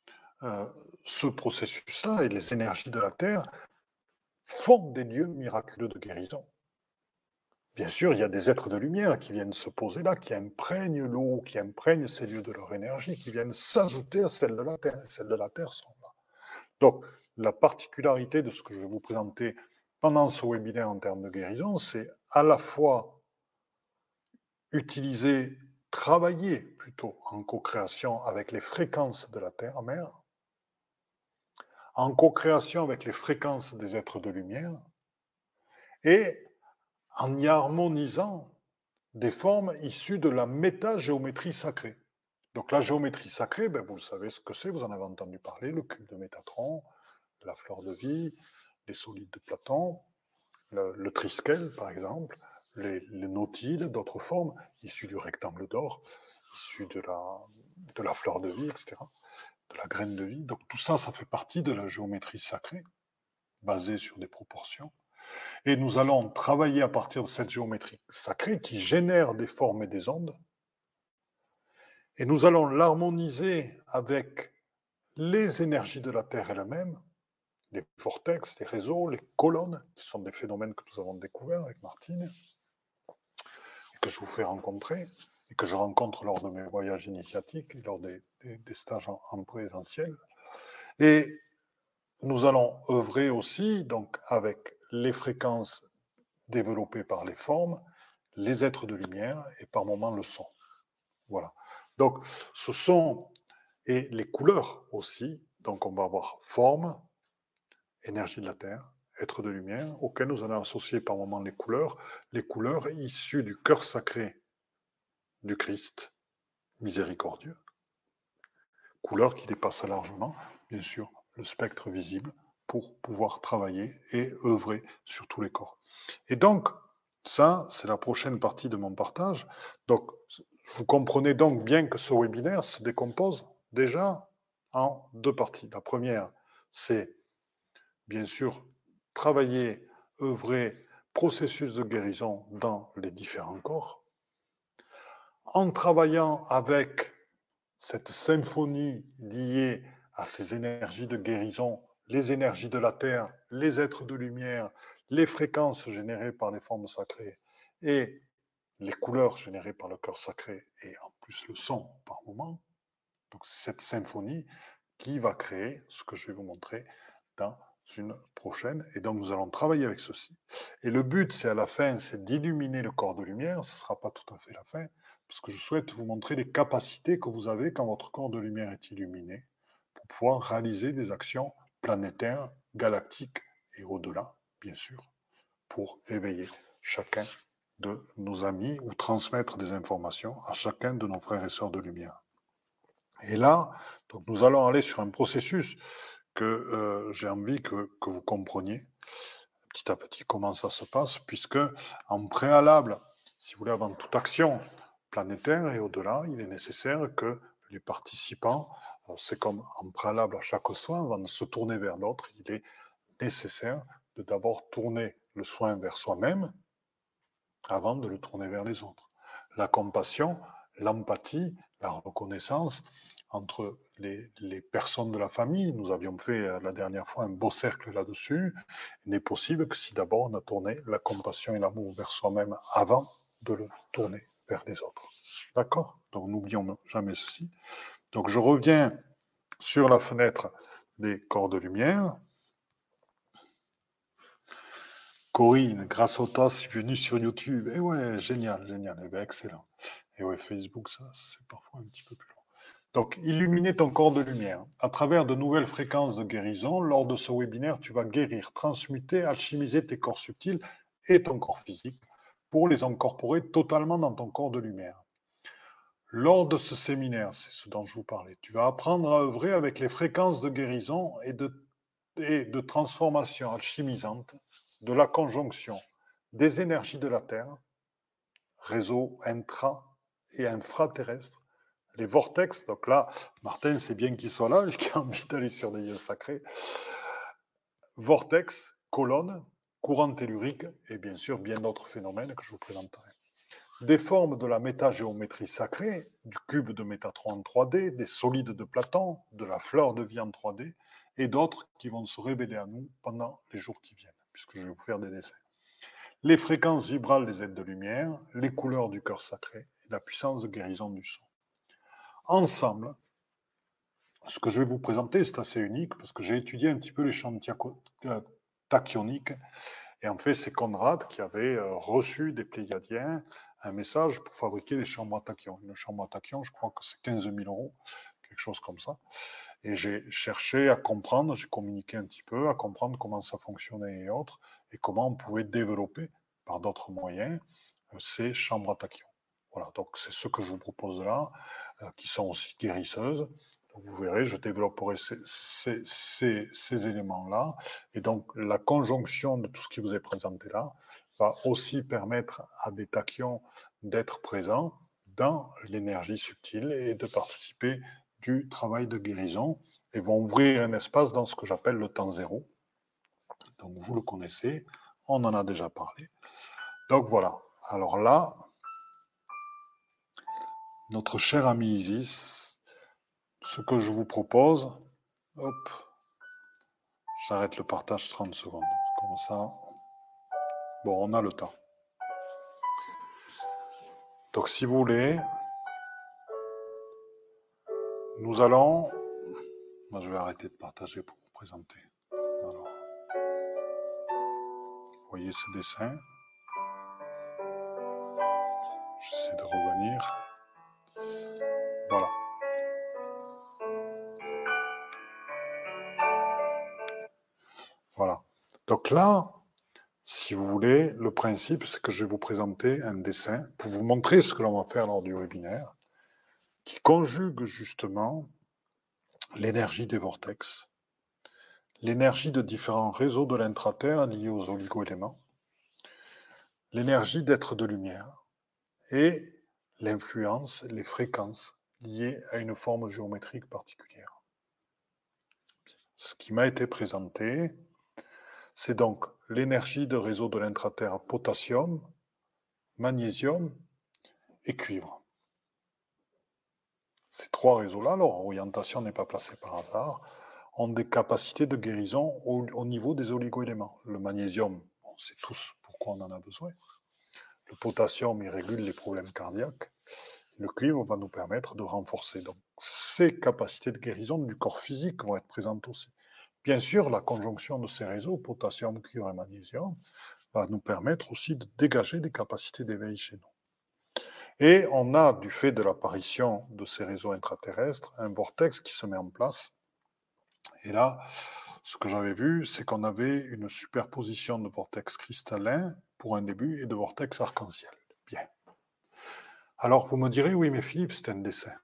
[SPEAKER 1] ce processus-là et les énergies de la Terre font des lieux miraculeux de guérison. Bien sûr, il y a des êtres de lumière qui viennent se poser là, qui imprègnent l'eau, qui imprègnent ces lieux de leur énergie, qui viennent s'ajouter à celles de la Terre. Et celles de la Terre sont là. Donc, la particularité de ce que je vais vous présenter pendant ce webinaire en termes de guérison, c'est à la fois utiliser, travailler plutôt en co-création avec les fréquences de la Terre-Mère, en co-création avec les fréquences des êtres de lumière, et en y harmonisant des formes issues de la métagéométrie sacrée. Donc la géométrie sacrée, vous savez ce que c'est, vous en avez entendu parler, le cube de Métatron, la fleur de vie, les solides de Platon, le triskel par exemple, les nautiles, d'autres formes issues du rectangle d'or, issues de la fleur de vie, etc., de la graine de vie. Donc tout ça, ça fait partie de la géométrie sacrée, basée sur des proportions. Et nous allons travailler à partir de cette géométrie sacrée qui génère des formes et des ondes. Et nous allons l'harmoniser avec les énergies de la Terre elle-même, les vortex, les réseaux, les colonnes, qui sont des phénomènes que nous avons découverts avec Martine, et que je vous fais rencontrer, et que je rencontre lors de mes voyages initiatiques, et lors des stages en présentiel. Et nous allons œuvrer aussi donc, avec les fréquences développées par les formes, les êtres de lumière, et par moments le son. Voilà. Donc, ce sont, et les couleurs aussi, donc on va avoir forme, énergie de la Terre, être de lumière, auxquels nous allons associer par moments les couleurs issues du cœur sacré du Christ, miséricordieux, couleurs qui dépassent largement, bien sûr, le spectre visible, pour pouvoir travailler et œuvrer sur tous les corps. Et donc, ça, c'est la prochaine partie de mon partage. Donc, vous comprenez donc bien que ce webinaire se décompose déjà en 2 parties. La première, c'est bien sûr travailler, œuvrer, processus de guérison dans les différents corps, en travaillant avec cette symphonie liée à ces énergies de guérison, les énergies de la Terre, les êtres de lumière, les fréquences générées par les formes sacrées et les couleurs générées par le cœur sacré et en plus le son par moment. Donc c'est cette symphonie qui va créer ce que je vais vous montrer dans une prochaine. Et donc nous allons travailler avec ceci. Et le but, c'est à la fin, c'est d'illuminer le corps de lumière. Ce ne sera pas tout à fait la fin, parce que je souhaite vous montrer les capacités que vous avez quand votre corps de lumière est illuminé, pour pouvoir réaliser des actions planétaires, galactiques et au-delà, bien sûr, pour éveiller chacun de nos amis ou transmettre des informations à chacun de nos frères et sœurs de lumière. Et là, donc nous allons aller sur un processus que j'ai envie que vous compreniez petit à petit comment ça se passe, puisque en préalable, si vous voulez, avant toute action planétaire et au-delà, il est nécessaire que les participants, c'est comme en préalable à chaque soin, avant de se tourner vers l'autre, il est nécessaire de d'abord tourner le soin vers soi-même avant de le tourner vers les autres. La compassion, l'empathie, la reconnaissance entre les personnes de la famille. Nous avions fait la dernière fois un beau cercle là-dessus. Il n'est possible que si d'abord on a tourné la compassion et l'amour vers soi-même avant de le tourner vers les autres. D'accord? Donc n'oublions jamais ceci. Donc je reviens sur la fenêtre des corps de lumière. Corinne, grâce au tas, je suis venu sur YouTube. Et ouais, génial, génial. Eh bien, excellent. Et ouais, Facebook, ça, c'est parfois un petit peu plus long. Donc, illuminer ton corps de lumière. À travers de nouvelles fréquences de guérison, lors de ce webinaire, tu vas guérir, transmuter, alchimiser tes corps subtils et ton corps physique pour les incorporer totalement dans ton corps de lumière. Lors de ce séminaire, c'est ce dont je vous parlais, tu vas apprendre à œuvrer avec les fréquences de guérison et de transformation alchimisante de la conjonction des énergies de la Terre, réseau intra- et infraterrestre, les vortex. Donc là, Martin, c'est bien qu'il soit là, qui a envie d'aller sur des lieux sacrés. Vortex, colonne, courant tellurique et bien sûr bien d'autres phénomènes que je vous présenterai. Des formes de la métagéométrie sacrée, du cube de Métatron en 3D, des solides de Platon, de la fleur de vie en 3D, et d'autres qui vont se révéler à nous pendant les jours qui viennent, puisque je vais vous faire des dessins. Les fréquences vibrales des aides de lumière, les couleurs du cœur sacré, et la puissance de guérison du son. Ensemble, ce que je vais vous présenter, c'est assez unique, parce que j'ai étudié un petit peu les champs tachyoniques. Et en fait, c'est Conrad qui avait reçu des Pléiadiens un message pour fabriquer des chambres à tachyons. Une chambre à tachyons, je crois que c'est 15 000 €, quelque chose comme ça. Et j'ai cherché à comprendre, j'ai communiqué un petit peu, à comprendre comment ça fonctionnait et autres, et comment on pouvait développer par d'autres moyens ces chambres à tachyons. Voilà, donc c'est ce que je vous propose là, qui sont aussi guérisseuses. Donc vous verrez, je développerai ces éléments-là. Et donc, la conjonction de tout ce qui vous est présenté là va aussi permettre à des tachyons d'être présents dans l'énergie subtile et de participer du travail de guérison et vont ouvrir un espace dans ce que j'appelle le temps zéro. Donc, vous le connaissez, on en a déjà parlé. Donc, voilà. Alors là, notre cher ami Isis, ce que je vous propose, hop, j'arrête le partage 30 secondes. Comme ça, bon, on a le temps. Donc, si vous voulez, nous allons... Moi, je vais arrêter de partager pour vous présenter. Alors, vous voyez ce dessin. J'essaie de revenir. Voilà. Voilà. Donc là, si vous voulez, le principe, c'est que je vais vous présenter un dessin pour vous montrer ce que l'on va faire lors du webinaire, qui conjugue justement l'énergie des vortex, l'énergie de différents réseaux de l'intraterre liés aux oligo-éléments, l'énergie d'être de lumière et l'influence, les fréquences liées à une forme géométrique particulière. Ce qui m'a été présenté, c'est donc l'énergie de réseau de l'intraterre potassium, magnésium et cuivre. Ces trois réseaux-là, leur orientation n'est pas placée par hasard, ont des capacités de guérison au niveau des oligo-éléments. Le magnésium, on sait tous pourquoi on en a besoin. Le potassium, il régule les problèmes cardiaques. Le cuivre va nous permettre de renforcer. Donc, ces capacités de guérison du corps physique vont être présentes aussi. Bien sûr, la conjonction de ces réseaux, potassium, cuivre et magnésium, va nous permettre aussi de dégager des capacités d'éveil chez nous. Et on a, du fait de l'apparition de ces réseaux intraterrestres, un vortex qui se met en place. Et là, ce que j'avais vu, c'est qu'on avait une superposition de vortex cristallins pour un début et de vortex arc-en-ciel. Bien. Alors, vous me direz, oui, mais Philippe, c'est un dessin.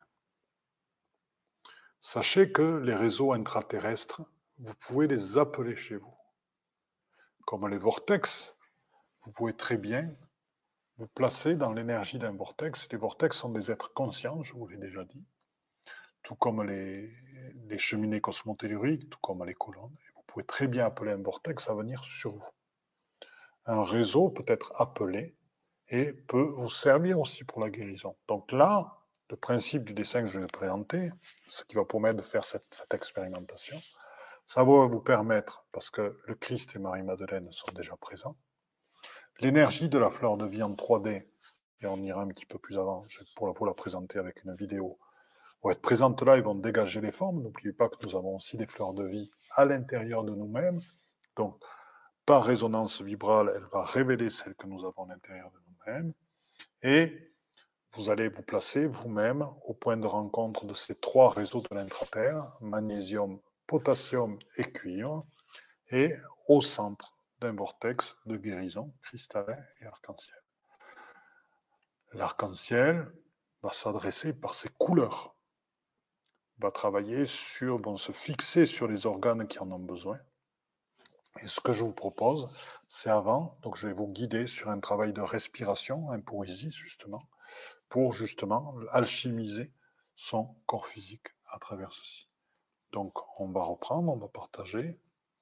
[SPEAKER 1] Sachez que les réseaux intraterrestres, vous pouvez les appeler chez vous. Comme les vortex, vous pouvez très bien vous placer dans l'énergie d'un vortex. Les vortex sont des êtres conscients, je vous l'ai déjà dit, tout comme les cheminées cosmotelluriques, tout comme les colonnes. Et vous pouvez très bien appeler un vortex à venir sur vous. Un réseau peut être appelé et peut vous servir aussi pour la guérison. Donc là, le principe du dessin que je vais présenter, ce qui va permettre de faire cette expérimentation, ça va vous permettre, parce que le Christ et Marie-Madeleine sont déjà présents, l'énergie de la fleur de vie en 3D, et on ira un petit peu plus avant, pour vous la présenter avec une vidéo, vont être présentes là, ils vont dégager les formes. N'oubliez pas que nous avons aussi des fleurs de vie à l'intérieur de nous-mêmes. Donc, par résonance vibrale, elle va révéler celle que nous avons à l'intérieur de nous-mêmes. Et vous allez vous placer vous-même au point de rencontre de ces 3 réseaux de l'intraterre, magnésium, potassium et cuivre, et au centre d'un vortex de guérison cristallin et arc-en-ciel. L'arc-en-ciel va s'adresser par ses couleurs, va travailler vont se fixer sur les organes qui en ont besoin. Et ce que je vous propose, c'est donc je vais vous guider sur un travail de respiration, pour Isis justement, pour justement alchimiser son corps physique à travers ceci. Donc on va reprendre, on va partager.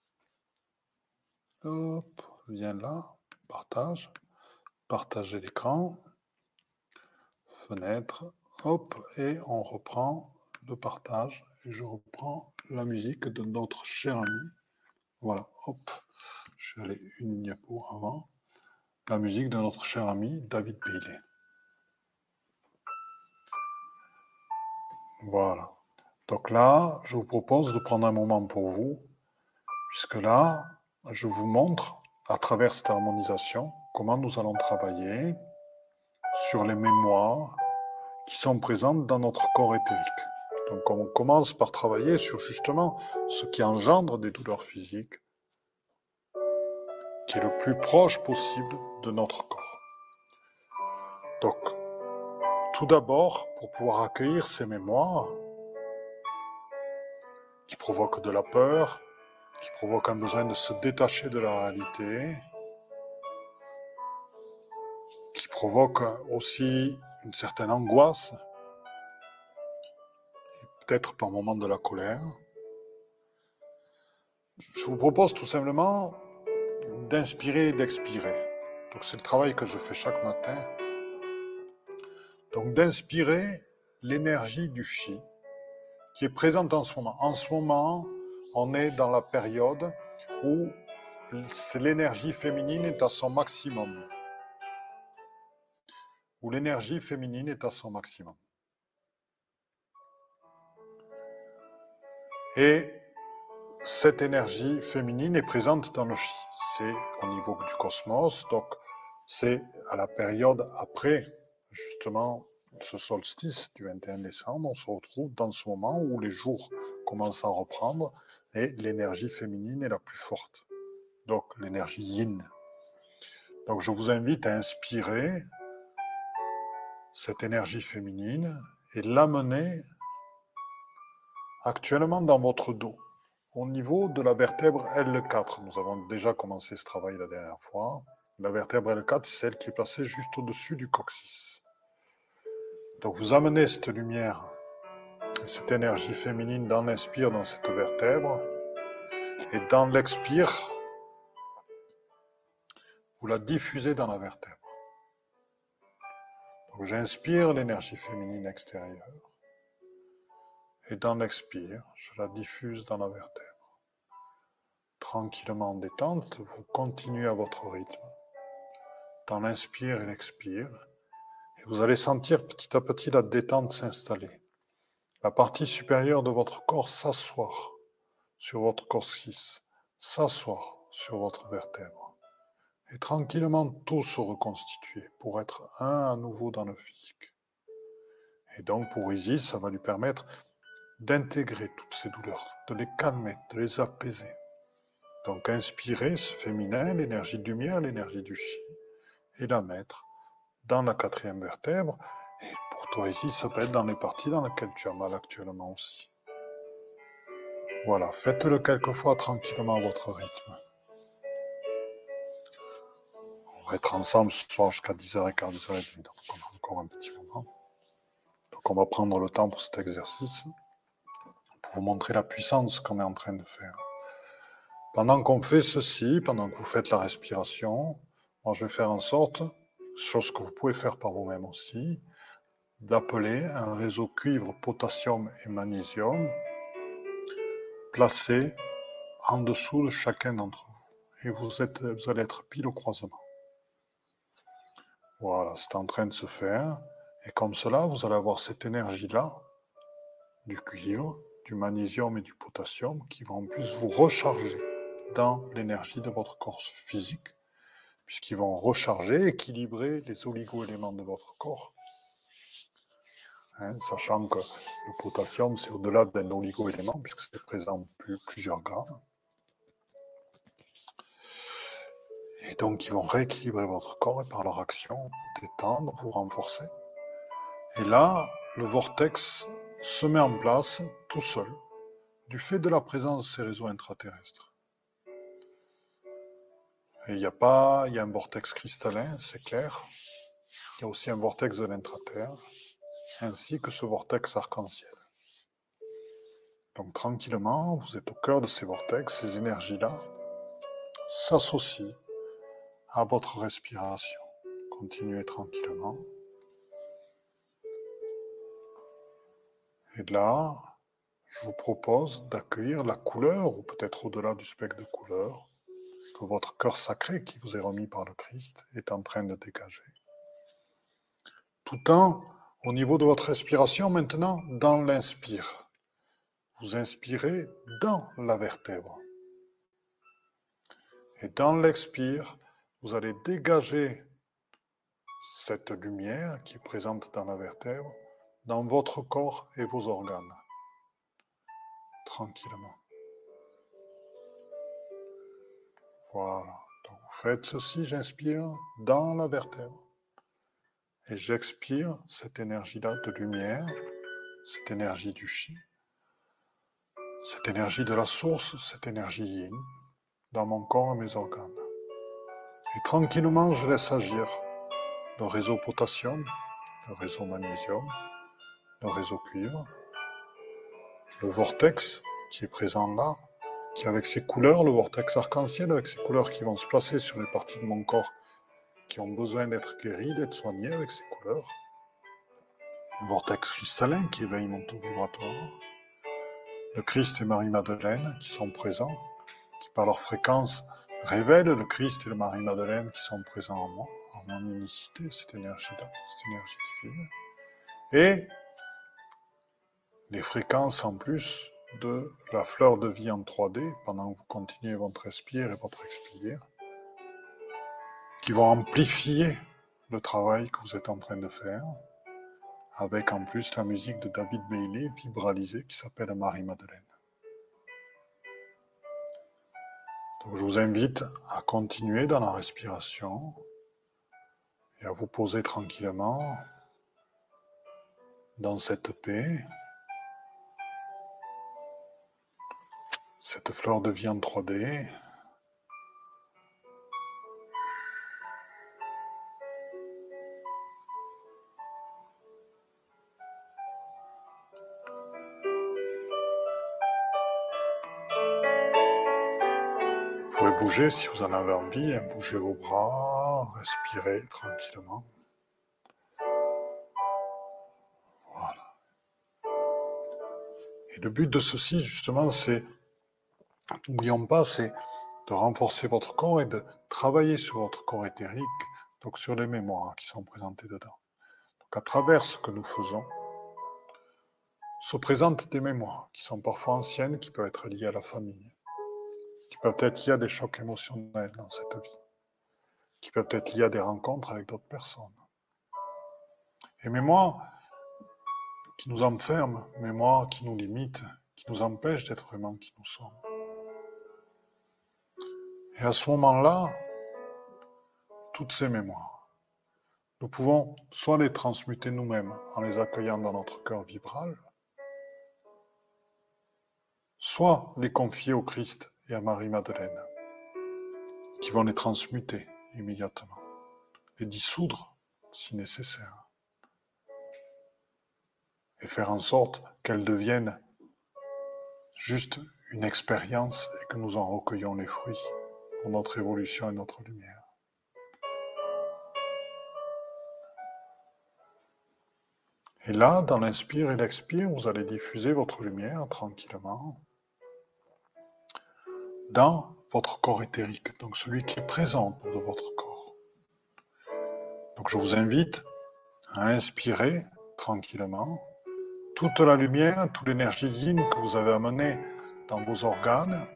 [SPEAKER 1] Hop, viens là, partager l'écran, fenêtre, hop, et on reprend le partage, et je reprends la musique de notre cher ami. Voilà, hop, je suis allé une diapo avant. La musique de notre cher ami David Bailey. Voilà. Donc là, je vous propose de prendre un moment pour vous, puisque là, je vous montre, à travers cette harmonisation, comment nous allons travailler sur les mémoires qui sont présentes dans notre corps éthérique. Donc on commence par travailler sur justement ce qui engendre des douleurs physiques, qui est le plus proche possible de notre corps. Donc, tout d'abord, pour pouvoir accueillir ces mémoires qui provoquent de la peur, qui provoquent un besoin de se détacher de la réalité, qui provoquent aussi une certaine angoisse, et peut-être par moments de la colère, je vous propose tout simplement d'inspirer et d'expirer. Donc c'est le travail que je fais chaque matin. Donc d'inspirer l'énergie du chi qui est présente en ce moment. En ce moment, on est dans la période où l'énergie féminine est à son maximum. Où l'énergie féminine est à son maximum. Et cette énergie féminine est présente dans le chi. C'est au niveau du cosmos, donc c'est à la période après, justement, ce solstice du 21 décembre, on se retrouve dans ce moment où les jours commencent à reprendre et l'énergie féminine est la plus forte. Donc l'énergie yin. Donc je vous invite à inspirer cette énergie féminine et l'amener actuellement dans votre dos, au niveau de la vertèbre L4. Nous avons déjà commencé ce travail la dernière fois. La vertèbre L4, c'est celle qui est placée juste au-dessus du coccyx. Donc vous amenez cette lumière, cette énergie féminine dans l'inspire dans cette vertèbre, et dans l'expire, vous la diffusez dans la vertèbre. Donc j'inspire l'énergie féminine extérieure, et dans l'expire, je la diffuse dans la vertèbre. Tranquillement en détente, vous continuez à votre rythme, dans l'inspire et l'expire, et vous allez sentir petit à petit la détente s'installer. La partie supérieure de votre corps s'asseoir sur votre coccyx, s'asseoir sur votre vertèbre, et tranquillement tout se reconstituer pour être un à nouveau dans le physique. Et donc pour Isis, ça va lui permettre d'intégrer toutes ces douleurs, de les calmer, de les apaiser. Donc inspirer ce féminin, l'énergie de lumière, l'énergie du chi, et la mettre dans la 4e vertèbre. Et pour toi ici, ça peut être dans les parties dans lesquelles tu as mal actuellement aussi. Voilà, faites-le quelquefois tranquillement à votre rythme. On va être ensemble ce soir jusqu'à 10h15, 10h30, donc on a encore un petit moment. Donc on va prendre le temps pour cet exercice, pour vous montrer la puissance qu'on est en train de faire. Pendant qu'on fait ceci, pendant que vous faites la respiration, moi je vais faire en sorte, chose que vous pouvez faire par vous-même aussi, d'appeler un réseau cuivre, potassium et magnésium placé en dessous de chacun d'entre vous. Et vous allez être pile au croisement. Voilà, c'est en train de se faire. Et comme cela, vous allez avoir cette énergie-là, du cuivre, du magnésium et du potassium, qui vont en plus vous recharger dans l'énergie de votre corps physique, puisqu'ils vont recharger, équilibrer les oligo-éléments de votre corps. Sachant que le potassium, c'est au-delà d'un oligo-élément, puisque c'est présent plusieurs grammes. Et donc, ils vont rééquilibrer votre corps et par leur action, vous détendre, vous renforcer. Et là, le vortex se met en place tout seul, du fait de la présence de ces réseaux intraterrestres. Et il y a un vortex cristallin, c'est clair. Il y a aussi un vortex de l'intraterre, ainsi que ce vortex arc-en-ciel. Donc tranquillement, vous êtes au cœur de ces vortex, ces énergies-là s'associent à votre respiration. Continuez tranquillement. Et là, je vous propose d'accueillir la couleur, ou peut-être au-delà du spectre de couleurs, que votre cœur sacré qui vous est remis par le Christ est en train de dégager. Tout en, au niveau de votre respiration, maintenant, dans l'inspire. Vous inspirez dans la vertèbre. Et dans l'expire, vous allez dégager cette lumière qui est présente dans la vertèbre, dans votre corps et vos organes. Tranquillement. Voilà. Donc vous faites ceci, j'inspire dans la vertèbre. Et j'expire cette énergie-là de lumière, cette énergie du chi, cette énergie de la source, cette énergie yin, dans mon corps et mes organes. Et tranquillement, je laisse agir le réseau potassium, le réseau magnésium, le réseau cuivre, le vortex qui est présent là, qui avec ses couleurs, le vortex arc-en-ciel, avec ses couleurs qui vont se placer sur les parties de mon corps qui ont besoin d'être guéries, d'être soignées avec ces couleurs. Le vortex cristallin qui éveille mon taux vibratoire. Le Christ et Marie-Madeleine qui sont présents, qui par leur fréquence révèlent le Christ et le Marie-Madeleine qui sont présents en moi, en mon unicité, cette énergie-là, cette énergie divine. Et les fréquences en plus de la fleur de vie en 3D, pendant que vous continuez votre expire et votre expire, qui vont amplifier le travail que vous êtes en train de faire, avec en plus la musique de David Bailey, vibralisée, qui s'appelle Marie-Madeleine. Donc je vous invite à continuer dans la respiration et à vous poser tranquillement dans cette paix, cette fleur de vie en 3D. Vous pouvez bouger si vous en avez envie, bougez vos bras, respirez tranquillement. Voilà. Et le but de ceci, justement, c'est, n'oublions pas, c'est de renforcer votre corps et de travailler sur votre corps éthérique, donc sur les mémoires qui sont présentées dedans. Donc à travers ce que nous faisons, se présentent des mémoires qui sont parfois anciennes, qui peuvent être liées à la famille, qui peuvent être liées à des chocs émotionnels dans cette vie, qui peuvent être liées à des rencontres avec d'autres personnes. Et mémoires qui nous enferment, mémoires qui nous limitent, qui nous empêchent d'être vraiment qui nous sommes. Et à ce moment-là, toutes ces mémoires, nous pouvons soit les transmuter nous-mêmes en les accueillant dans notre cœur vibral, soit les confier au Christ et à Marie-Madeleine, qui vont les transmuter immédiatement, les dissoudre si nécessaire, et faire en sorte qu'elles deviennent juste une expérience et que nous en recueillons les fruits pour notre évolution et notre lumière. Et là, dans l'inspire et l'expire, vous allez diffuser votre lumière tranquillement dans votre corps éthérique, donc celui qui est présent autour de votre corps. Donc je vous invite à inspirer tranquillement toute la lumière, toute l'énergie yin que vous avez amenée dans vos organes,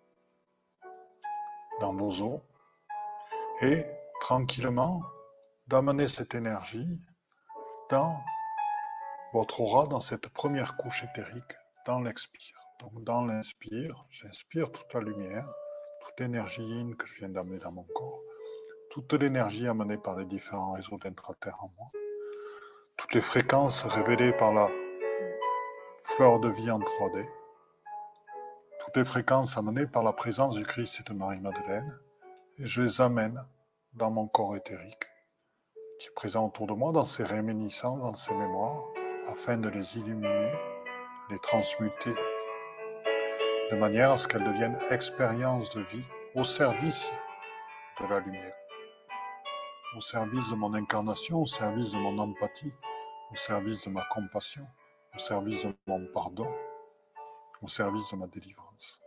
[SPEAKER 1] dans vos os, et tranquillement d'amener cette énergie dans votre aura, dans cette première couche éthérique, dans l'expire. Donc dans l'inspire, j'inspire toute la lumière, toute l'énergie yin que je viens d'amener dans mon corps, toute l'énergie amenée par les différents réseaux d'intraterre en moi, toutes les fréquences révélées par la fleur de vie en 3D, toutes les fréquences amenées par la présence du Christ et de Marie-Madeleine, et je les amène dans mon corps éthérique, qui est présent autour de moi, dans ses réminiscences, dans ses mémoires, afin de les illuminer, les transmuter, de manière à ce qu'elles deviennent expériences de vie au service de la lumière, au service de mon incarnation, au service de mon empathie, au service de ma compassion, au service de mon pardon, au service de ma délivrance.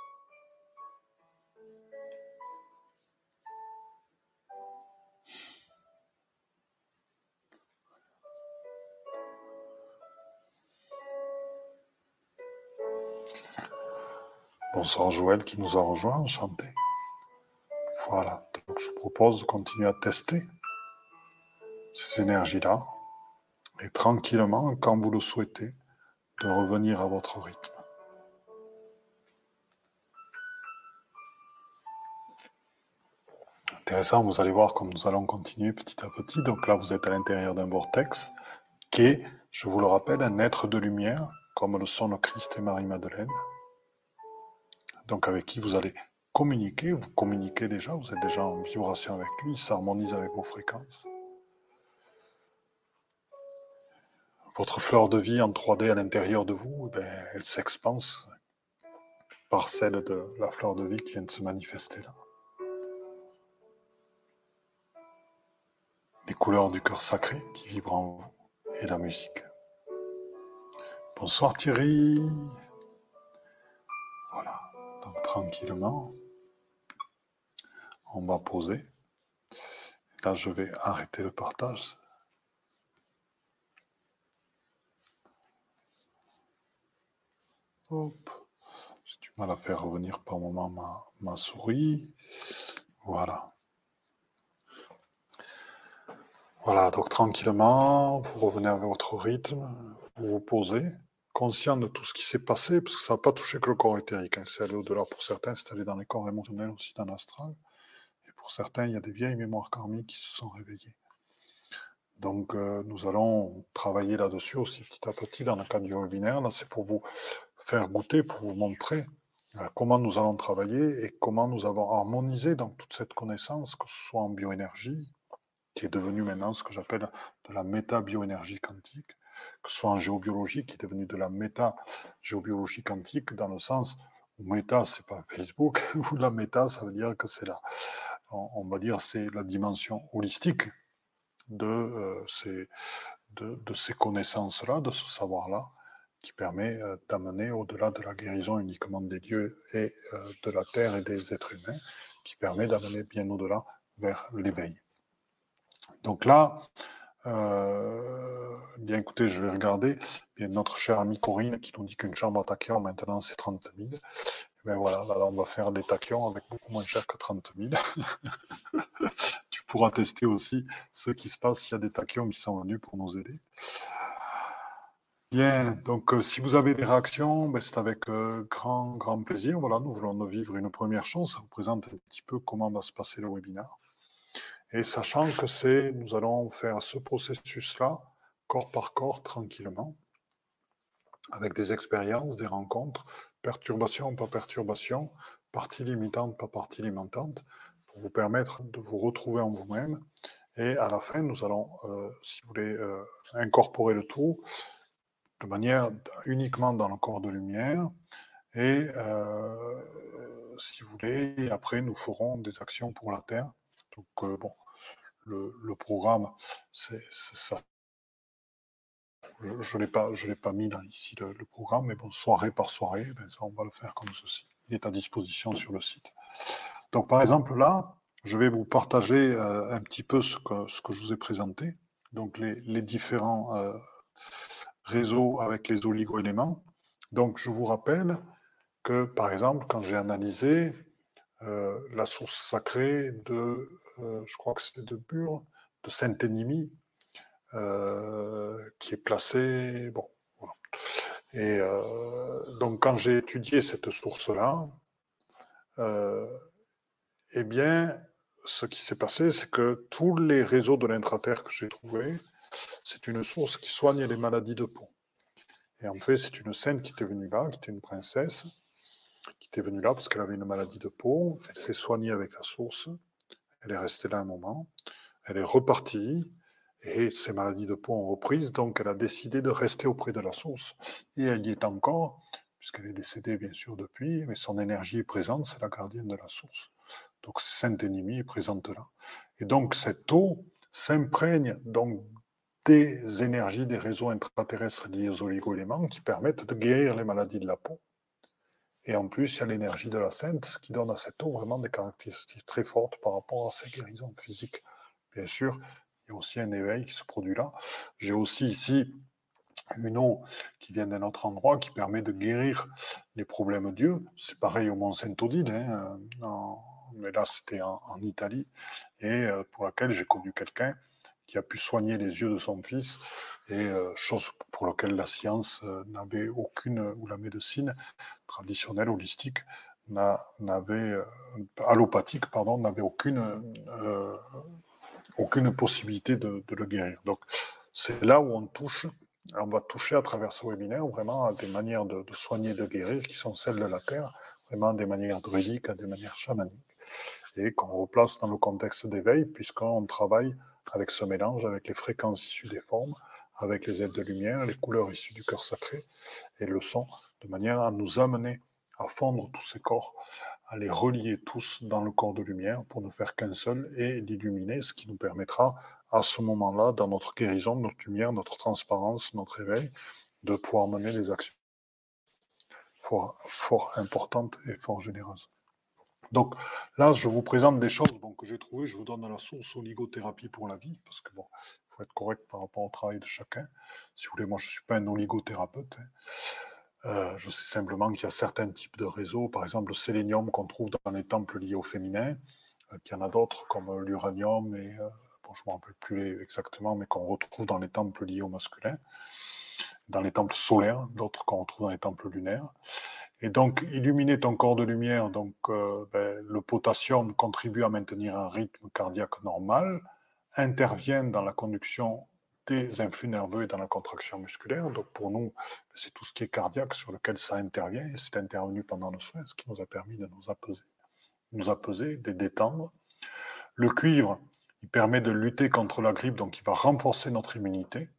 [SPEAKER 1] Bonsoir Joël qui nous a rejoint, enchanté. Voilà, donc je vous propose de continuer à tester ces énergies-là et tranquillement, quand vous le souhaitez, de revenir à votre rythme. Intéressant, vous allez voir comme nous allons continuer petit à petit. Donc là, vous êtes à l'intérieur d'un vortex qui est, je vous le rappelle, un être de lumière, comme le sont le Christ et Marie-Madeleine. Donc avec qui vous allez communiquer, vous communiquez déjà, vous êtes déjà en vibration avec lui, il s'harmonise avec vos fréquences. Votre fleur de vie en 3D à l'intérieur de vous, elle s'expanse par celle de la fleur de vie qui vient de se manifester là. Les couleurs du cœur sacré qui vibrent en vous et la musique. Bonsoir Thierry. Voilà, donc tranquillement, on va poser. Là, je vais arrêter le partage. Hop. J'ai du mal à faire revenir par moment ma souris. Voilà. Voilà, donc tranquillement, vous revenez à votre rythme, vous vous posez, conscient de tout ce qui s'est passé, parce que ça n'a pas touché que le corps éthérique, hein, c'est allé au-delà pour certains, c'est allé dans les corps émotionnels aussi, dans l'astral. Et pour certains, il y a des vieilles mémoires karmiques qui se sont réveillées. Donc nous allons travailler là-dessus aussi petit à petit dans le cadre du webinaire. Là, c'est pour vous faire goûter, pour vous montrer comment nous allons travailler et comment nous avons harmonisé donc toute cette connaissance, que ce soit en bioénergie, qui est devenue maintenant ce que j'appelle de la méta-bioénergie quantique, que ce soit en géobiologie, qui est devenue de la méta-géobiologie quantique, dans le sens où méta, c'est pas Facebook, ou la méta, ça veut dire que c'est on va dire, c'est la dimension holistique de ces connaissances-là, de ce savoir-là, qui permet d'amener au-delà de la guérison uniquement des dieux et de la terre et des êtres humains, qui permet d'amener bien au-delà vers l'éveil. Donc là, bien écoutez, je vais regarder. Il y a notre chère amie Corinne qui nous dit qu'une chambre à tachyon, maintenant, c'est 30 000. Ben voilà, là, on va faire des tachyons avec beaucoup moins cher que 30 000. Tu pourras tester aussi ce qui se passe s'il y a des tachyons qui sont venus pour nous aider. Bien, donc si vous avez des réactions, c'est avec grand plaisir. Voilà, nous voulons vivre une première chance. Ça vous présente un petit peu comment va se passer le webinaire. Et sachant que nous allons faire ce processus-là, corps par corps, tranquillement, avec des expériences, des rencontres, perturbations, pas perturbations, parties limitantes, pas parties limitantes, pour vous permettre de vous retrouver en vous-même. Et à la fin, nous allons, si vous voulez, incorporer le tout de manière uniquement dans le corps de lumière. Et si vous voulez, après, nous ferons des actions pour la Terre. Donc, bon, le programme, c'est ça. je l'ai pas mis là, ici, le programme, mais bon, soirée par soirée, ben ça, on va le faire comme ceci. Il est à disposition sur le site. Donc, par exemple, là, je vais vous partager un petit peu ce que je vous ai présenté. Donc, les différents réseaux avec les oligoéléments. Donc, je vous rappelle que, par exemple, quand j'ai analysé la source sacrée de, je crois que c'est de Bure, de Saint-Énimie, qui est placée, bon, voilà. Et donc, quand j'ai étudié cette source-là, eh bien, ce qui s'est passé, c'est que tous les réseaux de l'intraterre que j'ai trouvés, c'est une source qui soigne les maladies de peau. Et en fait, c'est une sainte qui était venue là, qui était une princesse, qui était venue là parce qu'elle avait une maladie de peau. Elle s'est soignée avec la source. Elle est restée là un moment. Elle est repartie. Et ses maladies de peau ont repris. Donc, elle a décidé de rester auprès de la source. Et elle y est encore, puisqu'elle est décédée, bien sûr, depuis. Mais son énergie est présente. C'est la gardienne de la source. Donc, Sainte-Énimie est présente là. Et donc, cette eau s'imprègne donc des énergies des réseaux intraterrestres liés aux oligoéléments qui permettent de guérir les maladies de la peau. Et en plus, il y a l'énergie de la sainte, ce qui donne à cette eau vraiment des caractéristiques très fortes par rapport à ses guérisons physiques. Bien sûr, il y a aussi un éveil qui se produit là. J'ai aussi ici une eau qui vient d'un autre endroit qui permet de guérir les problèmes d'yeux. C'est pareil au Mont Saint-Odile, hein, mais là c'était en Italie, et pour laquelle j'ai connu quelqu'un qui a pu soigner les yeux de son fils, et chose pour laquelle la science n'avait aucune, ou la médecine traditionnelle, holistique, n'avait, allopathique, pardon, n'avait aucune possibilité de le guérir. Donc c'est là où on va toucher à travers ce webinaire vraiment à des manières de soigner, de guérir qui sont celles de la Terre, vraiment des manières druidiques, des manières chamaniques, et qu'on replace dans le contexte d'éveil, puisqu'on travaille avec ce mélange, avec les fréquences issues des formes, avec les aides de lumière, les couleurs issues du cœur sacré, et le son, de manière à nous amener à fondre tous ces corps, à les relier tous dans le corps de lumière pour ne faire qu'un seul et l'illuminer, ce qui nous permettra à ce moment-là, dans notre guérison, notre lumière, notre transparence, notre éveil, de pouvoir mener des actions fort importantes et fort généreuses. Donc là, je vous présente des choses que j'ai trouvées. Je vous donne la source oligothérapie pour la vie, parce que bon, il faut être correct par rapport au travail de chacun. Si vous voulez, moi, je ne suis pas un oligothérapeute. Je sais simplement qu'il y a certains types de réseaux, par exemple le sélénium qu'on trouve dans les temples liés au féminin, qu'il y en a d'autres comme l'uranium et bon, je ne me rappelle plus exactement, mais qu'on retrouve dans les temples liés au masculin, dans les temples solaires, d'autres qu'on retrouve dans les temples lunaires. Et donc, illuminer ton corps de lumière, donc le potassium contribue à maintenir un rythme cardiaque normal, intervient dans la conduction des influx nerveux et dans la contraction musculaire. Donc pour nous, c'est tout ce qui est cardiaque sur lequel ça intervient, et c'est intervenu pendant le soin, ce qui nous a permis de nous apaiser, de détendre. Le cuivre, il permet de lutter contre la grippe, donc il va renforcer notre immunité.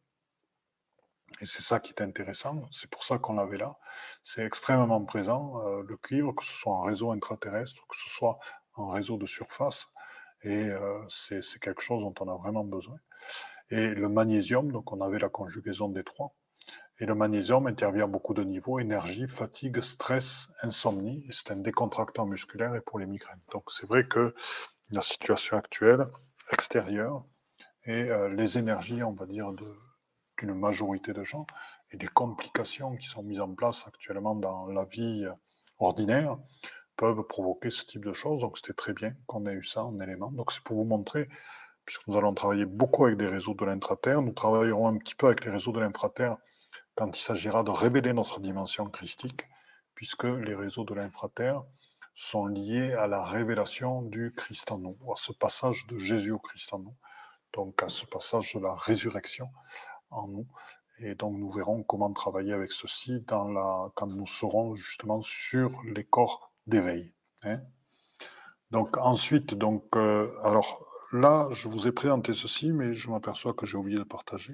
[SPEAKER 1] Et c'est ça qui est intéressant, c'est pour ça qu'on l'avait là. C'est extrêmement présent, le cuivre, que ce soit en réseau intraterrestre, que ce soit en réseau de surface, et c'est quelque chose dont on a vraiment besoin. Et le magnésium, donc on avait la conjugaison des trois, et le magnésium intervient à beaucoup de niveaux, énergie, fatigue, stress, insomnie, et c'est un décontractant musculaire et pour les migraines. Donc c'est vrai que la situation actuelle, extérieure, et les énergies, on va dire, d'une majorité de gens, et des complications qui sont mises en place actuellement dans la vie ordinaire, peuvent provoquer ce type de choses. Donc c'était très bien qu'on ait eu ça en élément. Donc c'est pour vous montrer, puisque nous allons travailler beaucoup avec des réseaux de l'intraterre, nous travaillerons un petit peu avec les réseaux de l'infraterre quand il s'agira de révéler notre dimension christique, puisque les réseaux de l'infraterre sont liés à la révélation du Christ en nous, à ce passage de Jésus au Christ en nous, donc à ce passage de la résurrection en nous. Et donc nous verrons comment travailler avec ceci quand nous serons justement sur les corps d'éveil. Hein. Donc ensuite, alors là, je vous ai présenté ceci, mais je m'aperçois que j'ai oublié de partager.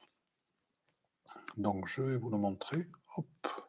[SPEAKER 1] Donc je vais vous le montrer. Hop.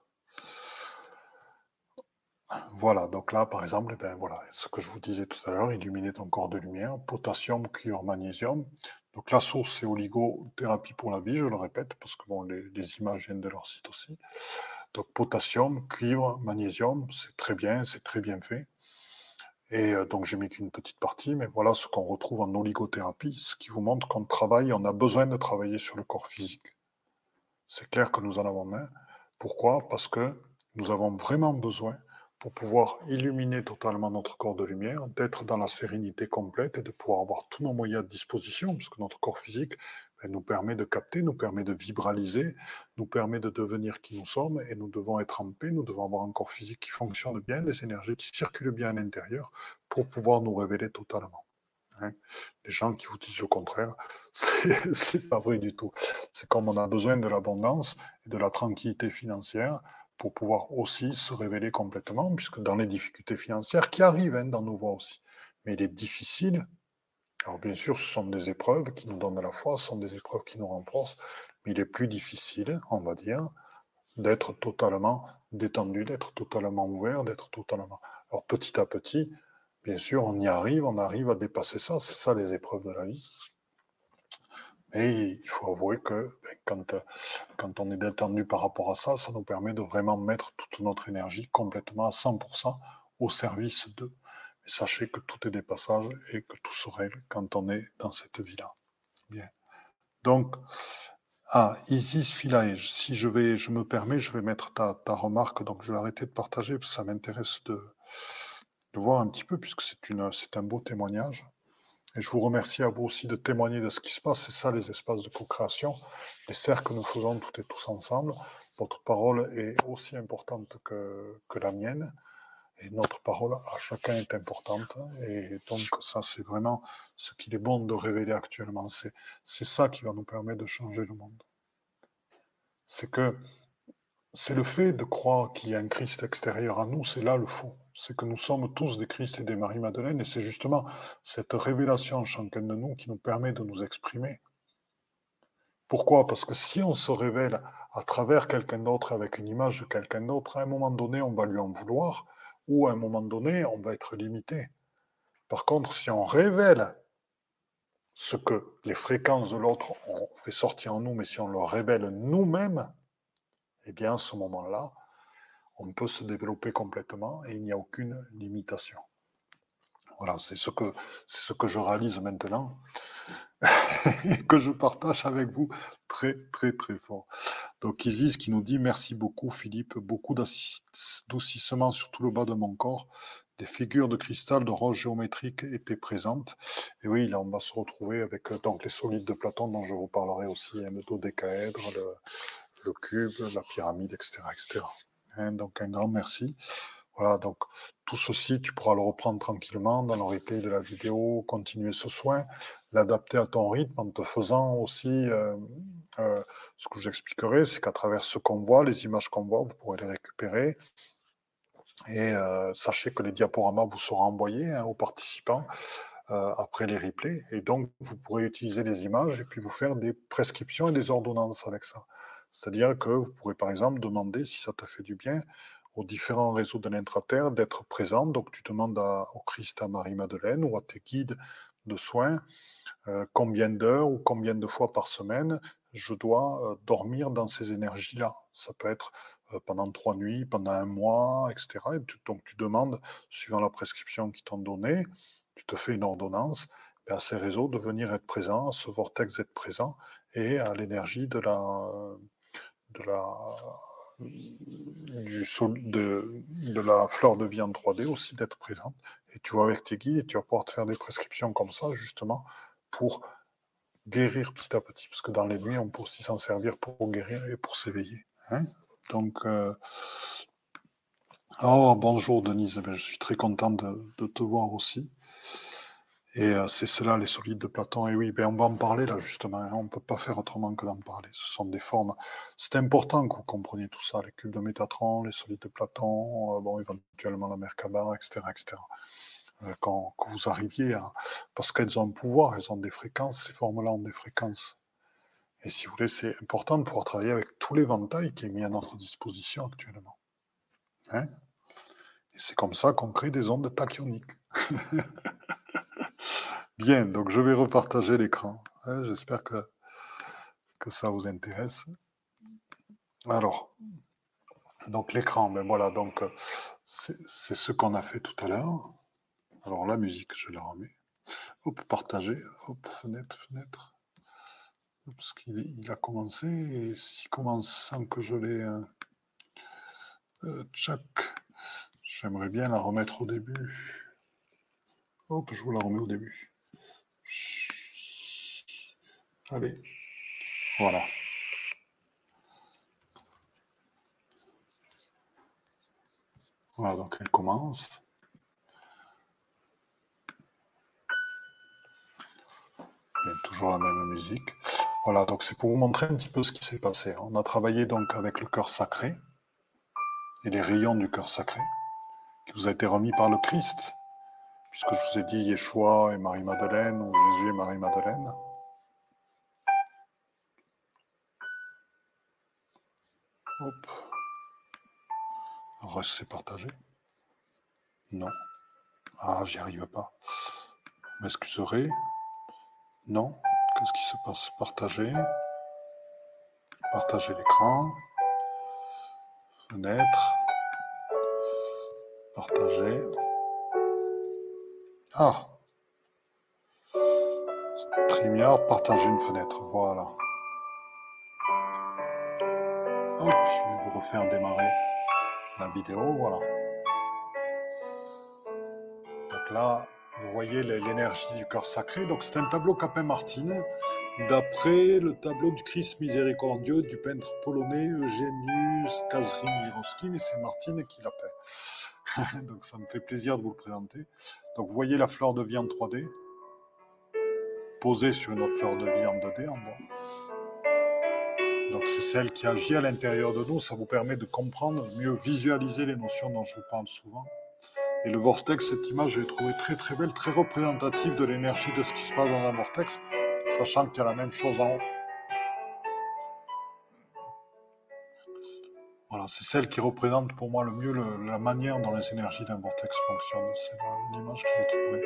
[SPEAKER 1] Voilà, donc là, par exemple, voilà, ce que je vous disais tout à l'heure, illuminer ton corps de lumière, potassium, cuivre, magnésium. Donc la source, c'est Oligothérapie pour la vie, je le répète, parce que bon, les images viennent de leur site aussi. Donc potassium, cuivre, magnésium, c'est très bien fait. Et donc j'ai mis qu'une petite partie, mais voilà ce qu'on retrouve en oligothérapie, ce qui vous montre qu'on travaille, on a besoin de travailler sur le corps physique. C'est clair que nous en avons main. Pourquoi? Parce que nous avons vraiment besoin, pour pouvoir illuminer totalement notre corps de lumière, d'être dans la sérénité complète et de pouvoir avoir tous nos moyens à disposition, parce que notre corps physique nous permet de capter, nous permet de vibraliser, nous permet de devenir qui nous sommes, et nous devons être en paix, nous devons avoir un corps physique qui fonctionne bien, des énergies qui circulent bien à l'intérieur, pour pouvoir nous révéler totalement. Hein. Les gens qui vous disent le contraire, c'est pas vrai du tout. C'est comme on a besoin de l'abondance et de la tranquillité financière pour pouvoir aussi se révéler complètement, puisque dans les difficultés financières qui arrivent dans nos voies aussi, mais il est difficile. Alors bien sûr, ce sont des épreuves qui nous donnent la foi, ce sont des épreuves qui nous renforcent, mais il est plus difficile, on va dire, d'être totalement détendu, d'être totalement ouvert, d'être totalement... Alors petit à petit, bien sûr, on arrive à dépasser ça, c'est ça les épreuves de la vie. Mais il faut avouer que quand on est détendu par rapport à ça, ça nous permet de vraiment mettre toute notre énergie complètement à 100% au service d'eux. Mais sachez que tout est des passages et que tout se règle quand on est dans cette vie-là. Bien. Donc, Isis Philae, si je me permets, je vais mettre ta remarque, donc je vais arrêter de partager, parce que ça m'intéresse de voir un petit peu, puisque c'est un beau témoignage. Et je vous remercie à vous aussi de témoigner de ce qui se passe. C'est ça les espaces de co-création, les cercles que nous faisons toutes et tous ensemble. Votre parole est aussi importante que la mienne. Et notre parole à chacun est importante. Et donc ça, c'est vraiment ce qu'il est bon de révéler actuellement. C'est ça qui va nous permettre de changer le monde. C'est le fait de croire qu'il y a un Christ extérieur à nous, c'est là le faux. C'est que nous sommes tous des Christ et des Marie-Madeleine, et c'est justement cette révélation en chacun de nous qui nous permet de nous exprimer. Pourquoi? Parce que si on se révèle à travers quelqu'un d'autre, avec une image de quelqu'un d'autre, à un moment donné, on va lui en vouloir, ou à un moment donné, on va être limité. Par contre, si on révèle ce que les fréquences de l'autre ont fait sortir en nous, mais si on le révèle nous-mêmes, eh bien, à ce moment-là, on peut se développer complètement et il n'y a aucune limitation. Voilà, c'est ce que je réalise maintenant et que je partage avec vous très, très, très fort. Donc Isis qui nous dit « Merci beaucoup Philippe, beaucoup d'adoucissement sur tout le bas de mon corps. Des figures de cristal, de roches géométriques étaient présentes. » Et oui, là on va se retrouver avec donc les solides de Platon dont je vous parlerai aussi, le dodécaèdre, le cube, la pyramide, etc. etc. Hein, donc un grand merci. Voilà, donc tout ceci, tu pourras le reprendre tranquillement dans le replay de la vidéo, continuer ce soin, l'adapter à ton rythme en te faisant aussi, ce que j'expliquerai, c'est qu'à travers ce qu'on voit, les images qu'on voit, vous pourrez les récupérer. Et sachez que les diaporamas vous seront envoyés aux participants après les replays. Et donc, vous pourrez utiliser les images et puis vous faire des prescriptions et des ordonnances avec ça. C'est-à-dire que vous pourrez, par exemple, demander, si ça t'a fait du bien, aux différents réseaux de l'intraterre d'être présents. Donc, tu demandes au Christ, à Marie-Madeleine ou à tes guides de soins combien d'heures ou combien de fois par semaine je dois dormir dans ces énergies-là. Ça peut être pendant 3 nuits, pendant 1 mois, etc. Et donc, tu demandes, suivant la prescription qu'ils t'ont donnée, tu te fais une ordonnance, et à ces réseaux de venir être présent, à ce vortex d'être présent, et à l'énergie de la fleur de vie en 3D aussi d'être présente. Et tu vas avec tes guides et tu vas pouvoir te faire des prescriptions comme ça, justement, pour guérir petit à petit. Parce que dans les nuits, on peut aussi s'en servir pour guérir et pour s'éveiller. Hein. Donc, oh, bonjour Denise, je suis très content de te voir aussi. Et c'est cela, les solides de Platon. Et oui, ben on va en parler là, justement. Hein. On ne peut pas faire autrement que d'en parler. Ce sont des formes. C'est important que vous compreniez tout ça. Les cubes de Métatron, les solides de Platon, bon, éventuellement la Merkaba, etc. etc. Que vous arriviez à... Parce qu'elles ont un pouvoir, elles ont des fréquences. Ces formes-là ont des fréquences. Et si vous voulez, c'est important de pouvoir travailler avec tout l'éventail qui est mis à notre disposition actuellement. Hein. Et c'est comme ça qu'on crée des ondes tachyoniques. Bien, donc je vais repartager l'écran. Ouais, j'espère que ça vous intéresse. Alors, donc l'écran, ben voilà, donc c'est ce qu'on a fait tout à l'heure. Alors la musique, je la remets. Hop, partager, hop, fenêtre. Parce qu'il a commencé, et s'il commence sans que je l'ai... tchac, j'aimerais bien la remettre au début. Hop, je vous la remets au début. Allez, voilà. Voilà, donc elle commence. Il y a toujours la même musique. Voilà, donc c'est pour vous montrer un petit peu ce qui s'est passé. On a travaillé donc avec le cœur sacré et les rayons du cœur sacré qui vous a été remis par le Christ, puisque je vous ai dit Yeshua et Marie-Madeleine, ou Jésus et Marie-Madeleine. Hop. Rush, c'est partagé. Non. Ah, j'y arrive pas. Vous m'excuserez. Non. Qu'est-ce qui se passe? Partager. Partager l'écran. Fenêtre. Partager. Ah. StreamYard, partager une fenêtre. Voilà. Hop, je vais vous refaire démarrer la vidéo. Voilà. Donc là, vous voyez l'énergie du cœur sacré. Donc c'est un tableau qu'a peint Martine, d'après le tableau du Christ miséricordieux du peintre polonais Eugeniusz Kazimierowski, mais c'est Martine qui l'a peint. Donc ça me fait plaisir de vous le présenter. Donc vous voyez la fleur de vie en 3D, posée sur une autre fleur de vie en 2D en bois. Donc c'est celle qui agit à l'intérieur de nous. Ça vous permet de comprendre, mieux visualiser les notions dont je vous parle souvent. Et le vortex, cette image, je l'ai trouvée très très belle, très représentative de l'énergie de ce qui se passe dans un vortex, sachant qu'il y a la même chose en haut. Voilà, c'est celle qui représente pour moi le mieux la manière dont les énergies d'un vortex fonctionnent. C'est l'image que j'ai trouvée.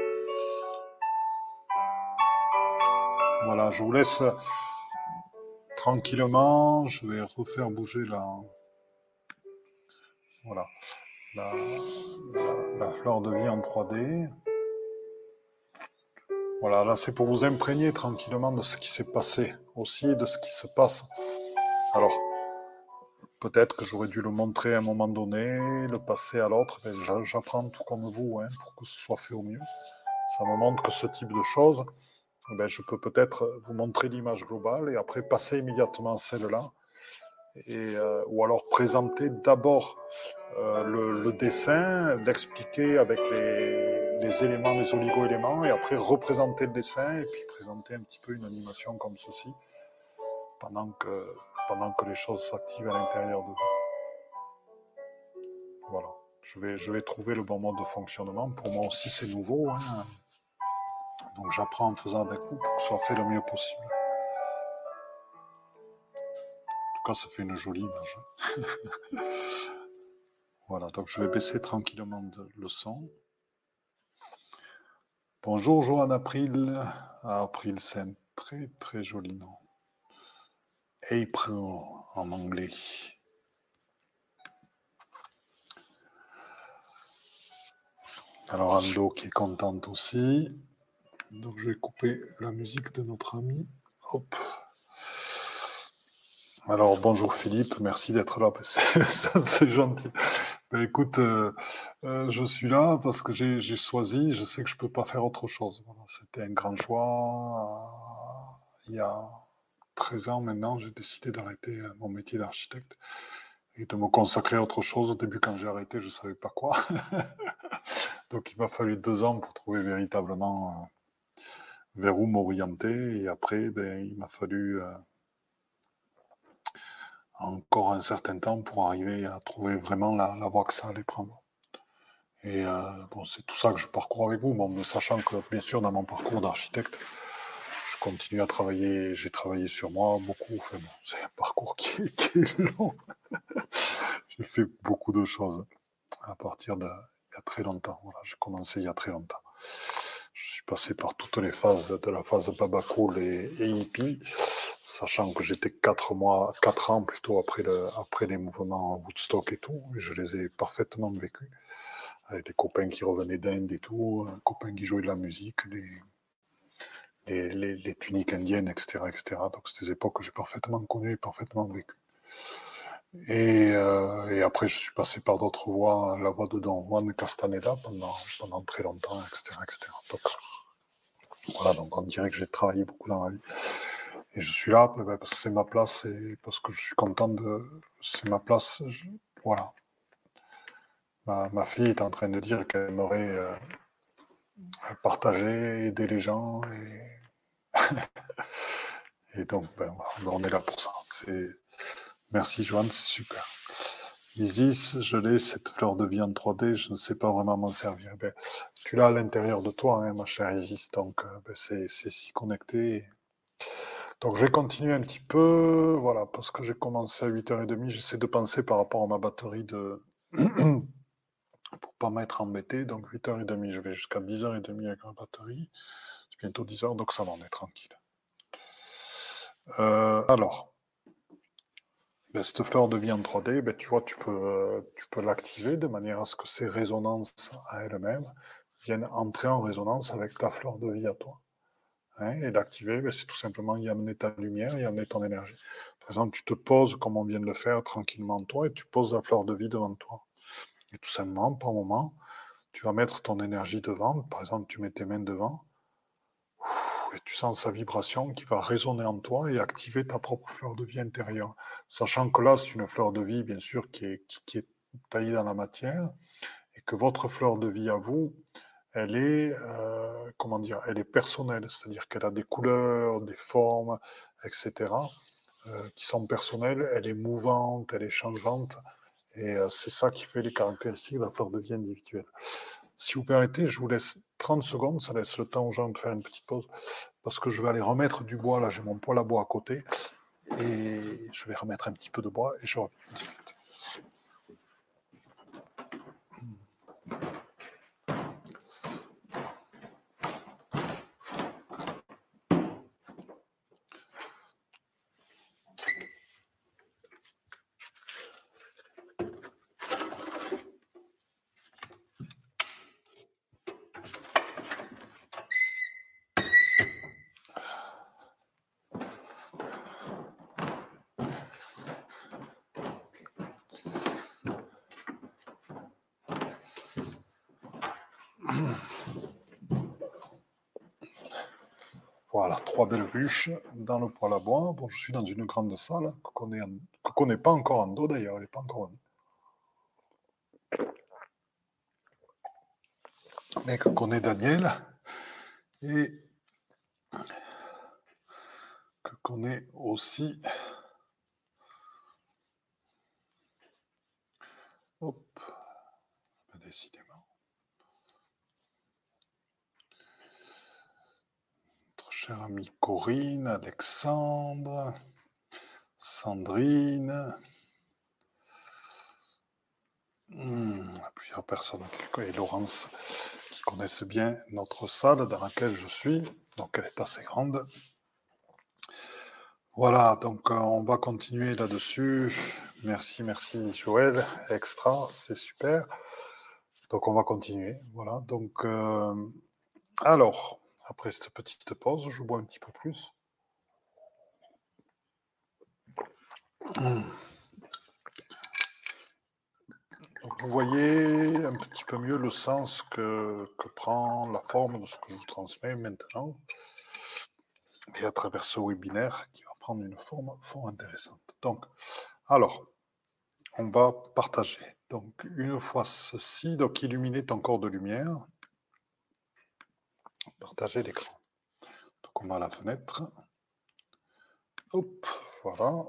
[SPEAKER 1] Voilà, je vous laisse tranquillement. Je vais refaire bouger voilà, la fleur de vie en 3D. Voilà, là c'est pour vous imprégner tranquillement de ce qui s'est passé aussi, de ce qui se passe. Alors, peut-être que j'aurais dû le montrer à un moment donné, le passer à l'autre, mais j'apprends tout comme vous, hein, pour que ce soit fait au mieux. Ça me montre que ce type de choses, je peux peut-être vous montrer l'image globale et après passer immédiatement à celle-là, ou alors présenter d'abord le dessin, l'expliquer avec les éléments, les oligo-éléments, et après représenter le dessin, et puis présenter un petit peu une animation comme ceci, pendant que les choses s'activent à l'intérieur de vous. Voilà. Je vais trouver le bon mode de fonctionnement. Pour moi aussi, c'est nouveau, hein. Donc j'apprends en faisant avec vous pour que ce soit fait le mieux possible. En tout cas, ça fait une jolie image. Voilà, donc je vais baisser tranquillement le son. Bonjour Joanne April. Ah, April, c'est un très très joli nom. April en anglais. Alors Ando qui est contente aussi. Donc je vais couper la musique de notre ami. Hop. Alors bonjour Philippe, merci d'être là. Ça c'est gentil. Ben, écoute, je suis là parce que j'ai choisi, je sais que je peux pas faire autre chose. Voilà, c'était un grand choix. Il y a 13 ans maintenant, j'ai décidé d'arrêter mon métier d'architecte et de me consacrer à autre chose. Au début, quand j'ai arrêté, je ne savais pas quoi. Donc il m'a fallu 2 ans pour trouver véritablement vers où m'orienter. Et après, il m'a fallu encore un certain temps pour arriver à trouver vraiment la voie que ça allait prendre. Et c'est tout ça que je parcours avec vous, mais sachant que, bien sûr, dans mon parcours d'architecte, je continue à travailler, j'ai travaillé sur moi beaucoup. Enfin, c'est un parcours qui est long. J'ai fait beaucoup de choses à partir il y a très longtemps. Voilà, j'ai commencé il y a très longtemps. Je suis passé par toutes les phases, de la phase Baba Cool et hippie, sachant que j'étais 4 ans plutôt après les mouvements Woodstock et tout, et je les ai parfaitement vécus, avec des copains qui revenaient d'Inde et tout, copains qui jouaient de la musique, les tuniques indiennes, etc., etc. Donc, c'est des époques que j'ai parfaitement connues et parfaitement vécues. Et après, je suis passé par d'autres voies, la voie de Don Juan Castaneda pendant très longtemps, etc., etc. Donc, voilà, donc on dirait que j'ai travaillé beaucoup dans ma vie. Et je suis là parce que c'est ma place et parce que je suis content de... C'est ma place, voilà. Ma fille est en train de dire qu'elle aimerait partager, aider les gens. Et donc, voilà, on est là pour ça. Merci Joanne, c'est super. Isis, je l'ai, cette fleur de vie en 3D, je ne sais pas vraiment m'en servir. Tu l'as à l'intérieur de toi, hein, ma chère Isis, donc c'est si connecté. Donc je vais continuer un petit peu, voilà, parce que j'ai commencé à 8h30, j'essaie de penser par rapport à ma batterie pour pas m'être embêté, donc 8h30, je vais jusqu'à 10h30 avec ma batterie, c'est bientôt 10h, donc ça va, on est tranquille. Alors, cette fleur de vie en 3D, tu vois, tu peux l'activer de manière à ce que ces résonances à elles-mêmes viennent entrer en résonance avec ta fleur de vie à toi. Hein, et l'activer, c'est tout simplement y amener ta lumière, y amener ton énergie. Par exemple, tu te poses, comme on vient de le faire, tranquillement toi, et tu poses la fleur de vie devant toi. Et tout simplement, par moment, tu vas mettre ton énergie devant. Par exemple, tu mets tes mains devant, et tu sens sa vibration qui va résonner en toi et activer ta propre fleur de vie intérieure. Sachant que là, c'est une fleur de vie, bien sûr, qui est taillée dans la matière, et que votre fleur de vie à vous, elle est, comment dire, elle est personnelle, c'est-à-dire qu'elle a des couleurs, des formes, etc., qui sont personnelles, elle est mouvante, elle est changeante, et c'est ça qui fait les caractéristiques de la fleur de vie individuelle. Si vous permettez, je vous laisse 30 secondes, ça laisse le temps aux gens de faire une petite pause, parce que je vais aller remettre du bois, là j'ai mon poêle à bois à côté, et je vais remettre un petit peu de bois, et je reviens tout de suite. Voilà, 3 belles bûches dans le poêle à bois. Bon, je suis dans une grande salle qu'on n'est pas encore en dos d'ailleurs, elle n'est pas encore en dos. Mais que connaît Daniel et que connaît aussi... Hop, décidément. Notre chère amie Corinne, Alexandre, Sandrine... plusieurs personnes, et Laurence, qui connaissent bien notre salle dans laquelle je suis, donc elle est assez grande. Voilà, donc on va continuer là-dessus. Merci Joël, extra, c'est super. Donc on va continuer, voilà. Donc, alors, après cette petite pause, je bois un petit peu plus. Donc, vous voyez un petit peu mieux le sens que prend la forme de ce que je vous transmets maintenant, et à travers ce webinaire qui va prendre une forme fort intéressante. Donc, alors, on va partager. Donc, une fois ceci, donc illuminer ton corps de lumière, partager l'écran. Donc, on va à la fenêtre. Hop, voilà.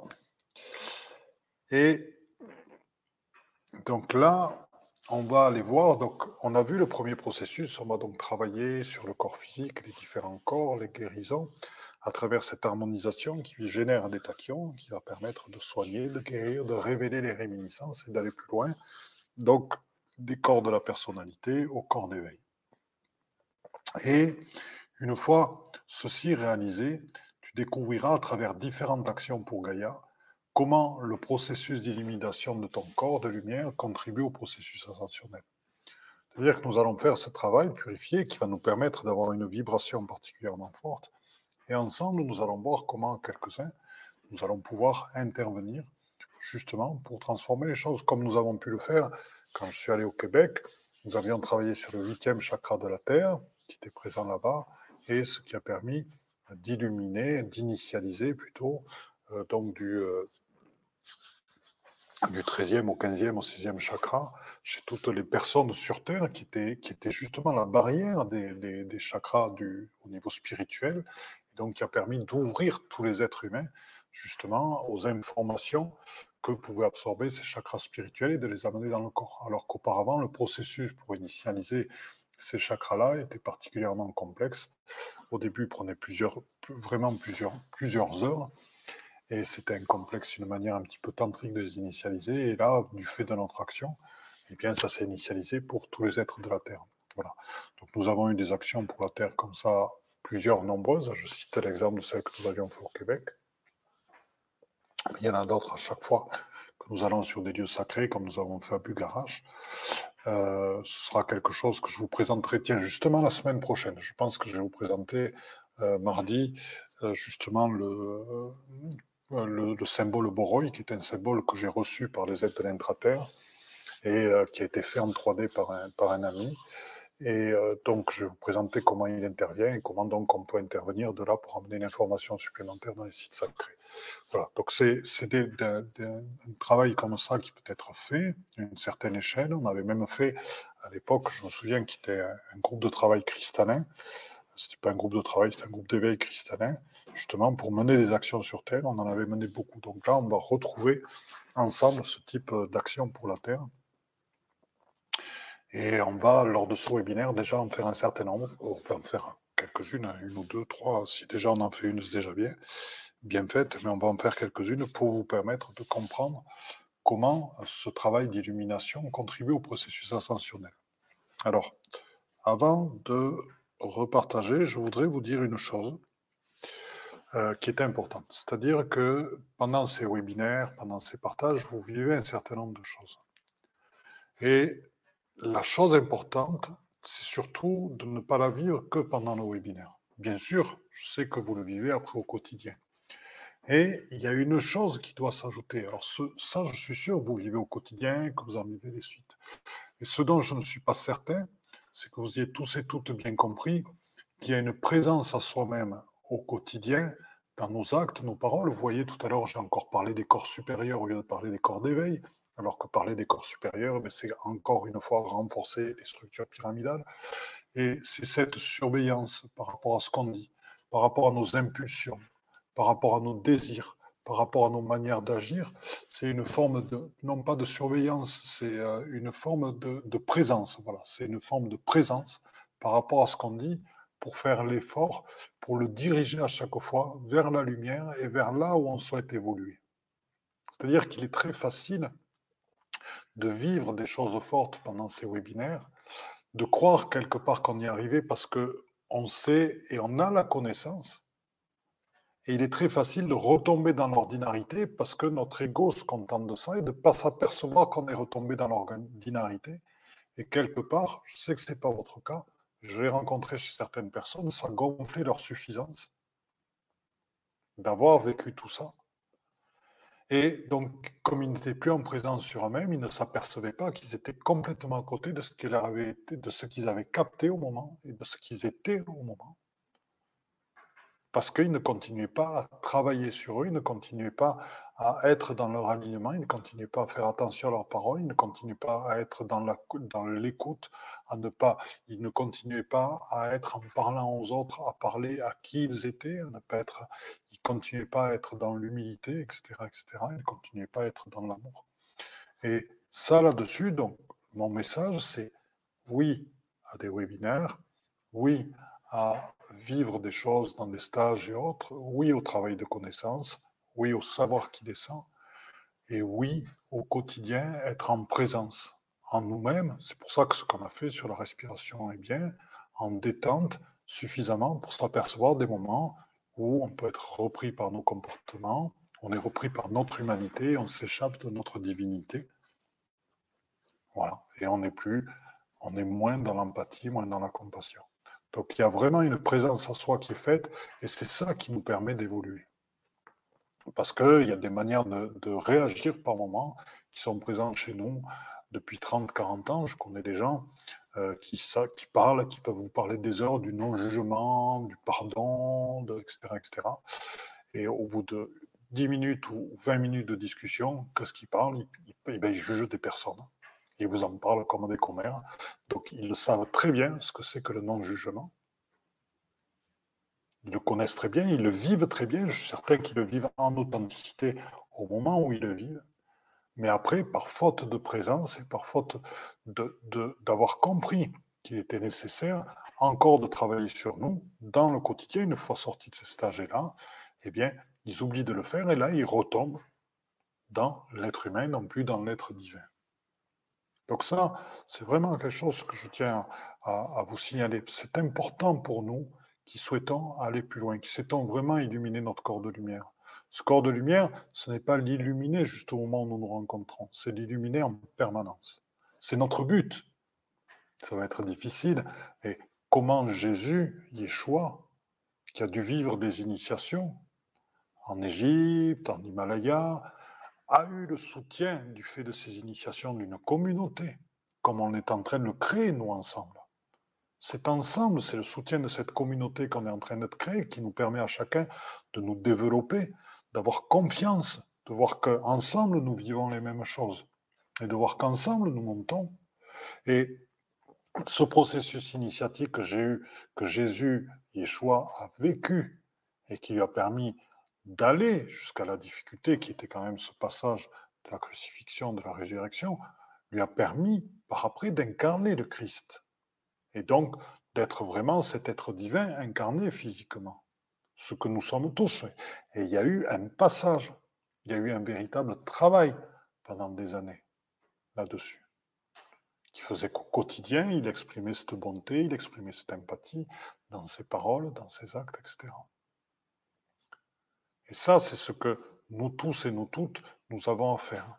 [SPEAKER 1] Et donc là, on va aller voir, donc on a vu le premier processus, on va donc travailler sur le corps physique, les différents corps, les guérisons, à travers cette harmonisation qui génère des tachyons, qui va permettre de soigner, de guérir, de révéler les réminiscences et d'aller plus loin. Donc, des corps de la personnalité au corps d'éveil. Et une fois ceci réalisé, tu découvriras à travers différentes actions pour Gaïa comment le processus d'illumination de ton corps de lumière contribue au processus ascensionnel. C'est-à-dire que nous allons faire ce travail purifié qui va nous permettre d'avoir une vibration particulièrement forte. Et ensemble, nous allons voir comment, quelques-uns, nous allons pouvoir intervenir justement pour transformer les choses comme nous avons pu le faire quand je suis allé au Québec. Nous avions travaillé sur le 8e chakra de la Terre, qui était présent là-bas, et ce qui a permis d'illuminer, d'initialiser plutôt, donc du 13e au 15e au 6e chakra, chez toutes les personnes sur Terre qui étaient justement la barrière des chakras au niveau spirituel, et donc qui a permis d'ouvrir tous les êtres humains justement aux informations que pouvaient absorber ces chakras spirituels et de les amener dans le corps. Alors qu'auparavant, le processus pour initialiser ces chakras-là était particulièrement complexe. Au début, il prenait vraiment plusieurs heures. Et c'était un complexe, une manière un petit peu tantrique de les initialiser. Et là, du fait de notre action, eh bien, ça s'est initialisé pour tous les êtres de la Terre. Voilà. Donc, nous avons eu des actions pour la Terre comme ça, plusieurs, nombreuses. Je cite l'exemple de celle que nous avions fait au Québec. Mais il y en a d'autres à chaque fois que nous allons sur des lieux sacrés, comme nous avons fait à Bugarache. Ce sera quelque chose que je vous présenterai, tiens, justement la semaine prochaine. Je pense que je vais vous présenter mardi, justement, le symbole Boroi, qui est un symbole que j'ai reçu par les aides de l'Intraterre et qui a été fait en 3D par un ami. Et donc, je vais vous présenter comment il intervient et comment donc on peut intervenir de là pour amener une information supplémentaire dans les sites sacrés. Voilà, donc c'est un travail comme ça qui peut être fait à une certaine échelle. On avait même fait, à l'époque, je me souviens, qu'il était un groupe de travail cristallin. C'était pas un groupe de travail, c'était un groupe d'éveil cristallin, justement pour mener des actions sur Terre. On en avait mené beaucoup. Donc là, on va retrouver ensemble ce type d'action pour la Terre. Et on va, lors de ce webinaire, déjà en faire un certain nombre. On va en faire quelques-unes, une ou deux, trois. Si déjà on en fait une, c'est déjà bien faite, mais on va en faire quelques-unes pour vous permettre de comprendre comment ce travail d'illumination contribue au processus ascensionnel. Alors, avant de repartager, je voudrais vous dire une chose qui est importante. C'est-à-dire que pendant ces webinaires, pendant ces partages, vous vivez un certain nombre de choses. Et la chose importante, c'est surtout de ne pas la vivre que pendant le webinaire. Bien sûr, je sais que vous le vivez après au quotidien. Et il y a une chose qui doit s'ajouter. Alors ça, je suis sûr, vous vivez au quotidien, que vous en vivez les suites. Et ce dont je ne suis pas certain, c'est que vous ayez tous et toutes bien compris qu'il y a une présence à soi-même au quotidien, dans nos actes, nos paroles. Vous voyez, tout à l'heure, j'ai encore parlé des corps supérieurs au lieu de parler des corps d'éveil, alors que parler des corps supérieurs, c'est encore une fois renforcer les structures pyramidales. Et c'est cette surveillance par rapport à ce qu'on dit, par rapport à nos impulsions, par rapport à nos désirs, par rapport à nos manières d'agir, c'est une forme de, non pas de surveillance, c'est une forme de présence. Voilà, c'est une forme de présence par rapport à ce qu'on dit pour faire l'effort, pour le diriger à chaque fois vers la lumière et vers là où on souhaite évoluer. C'est-à-dire qu'il est très facile de vivre des choses fortes pendant ces webinaires, de croire quelque part qu'on y est arrivé parce que on sait et on a la connaissance. Et il est très facile de retomber dans l'ordinarité parce que notre ego se contente de ça et de ne pas s'apercevoir qu'on est retombé dans l'ordinarité. Et quelque part, je sais que ce n'est pas votre cas, je l'ai rencontré chez certaines personnes, ça gonflait leur suffisance d'avoir vécu tout ça. Et donc, comme ils n'étaient plus en présence sur eux-mêmes, ils ne s'apercevaient pas qu'ils étaient complètement à côté de ce qu'ils avaient, de ce qu'ils avaient capté au moment et de ce qu'ils étaient au moment. Parce qu'ils ne continuaient pas à travailler sur eux, ils ne continuaient pas à être dans leur alignement, ils ne continuaient pas à faire attention à leurs paroles, ils ne continuaient pas à être dans l'écoute, ils ne continuaient pas à être en parlant aux autres, à parler à qui ils étaient, ils ne continuaient pas à être dans l'humilité, etc., etc., ils ne continuaient pas à être dans l'amour. Et ça là-dessus, donc, mon message, c'est oui à des webinaires, oui à vivre des choses dans des stages et autres, oui au travail de connaissance, oui au savoir qui descend, et oui au quotidien être en présence en nous-mêmes. C'est pour ça que ce qu'on a fait sur la respiration est bien, en détente suffisamment pour s'apercevoir des moments où on peut être repris par nos comportements, on est repris par notre humanité, on s'échappe de notre divinité. Voilà. Et on est moins dans l'empathie, moins dans la compassion. Donc il y a vraiment une présence à soi qui est faite, et c'est ça qui nous permet d'évoluer. Parce qu'il y a des manières de réagir par moment qui sont présentes chez nous depuis 30, 40 ans. Je connais des gens qui parlent, qui peuvent vous parler des heures du non-jugement, du pardon, etc., etc. Et au bout de 10 minutes ou 20 minutes de discussion, qu'est-ce qu'ils parlent? Ils jugent des personnes. Ils vous en parlent comme des commères. Donc ils le savent très bien ce que c'est que le non-jugement. Ils le connaissent très bien, ils le vivent très bien. Je suis certain qu'ils le vivent en authenticité au moment où ils le vivent. Mais après, par faute de présence et par faute d'avoir compris qu'il était nécessaire encore de travailler sur nous dans le quotidien, une fois sortis de ces stages-là, eh bien, ils oublient de le faire et là, ils retombent dans l'être humain, non plus dans l'être divin. Donc ça, c'est vraiment quelque chose que je tiens à vous signaler. C'est important pour nous qui souhaitons aller plus loin, qui souhaitons vraiment illuminer notre corps de lumière. Ce corps de lumière, ce n'est pas l'illuminer juste au moment où nous nous rencontrons, c'est l'illuminer en permanence. C'est notre but. Ça va être difficile. Et comment Jésus, Yeshua, qui a dû vivre des initiations en Égypte, en Himalaya, a eu le soutien du fait de ces initiations d'une communauté, comme on est en train de le créer, nous, ensemble. C'est ensemble, c'est le soutien de cette communauté qu'on est en train de créer qui nous permet à chacun de nous développer, d'avoir confiance, de voir qu'ensemble, nous vivons les mêmes choses et de voir qu'ensemble, nous montons. Et ce processus initiatique que Jésus, Yeshua, a vécu et qui lui a permis d'aller jusqu'à la difficulté qui était quand même ce passage de la crucifixion, de la résurrection, lui a permis par après d'incarner le Christ et donc d'être vraiment cet être divin incarné physiquement, ce que nous sommes tous. Et il y a eu un passage, il y a eu un véritable travail pendant des années là-dessus, qui faisait qu'au quotidien, il exprimait cette bonté, il exprimait cette empathie dans ses paroles, dans ses actes, etc. Et ça, c'est ce que nous tous et nous toutes, nous avons à faire.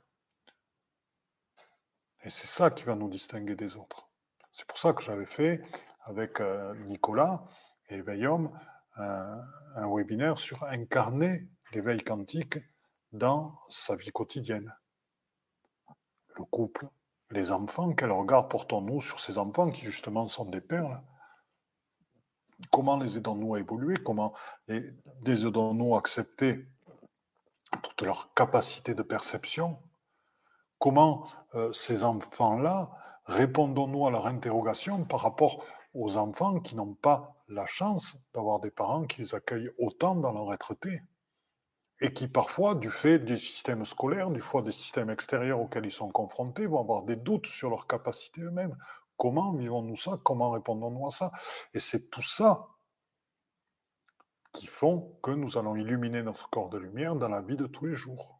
[SPEAKER 1] Et c'est ça qui va nous distinguer des autres. C'est pour ça que j'avais fait, avec Nicolas et Éveillhomme, un webinaire sur incarner l'éveil quantique dans sa vie quotidienne. Le couple, les enfants, quel regard portons-nous sur ces enfants qui justement sont des perles? Comment les aidons-nous à évoluer? Comment les aidons-nous à accepter toute leur capacité de perception? Comment ces enfants-là répondons-nous à leur interrogation par rapport aux enfants qui n'ont pas la chance d'avoir des parents qui les accueillent autant dans leur être-té et qui parfois, du fait du système scolaire, du fait des systèmes extérieurs auxquels ils sont confrontés, vont avoir des doutes sur leur capacité eux-mêmes. Comment vivons-nous ça? Comment répondons-nous à ça? Et c'est tout ça qui font que nous allons illuminer notre corps de lumière dans la vie de tous les jours.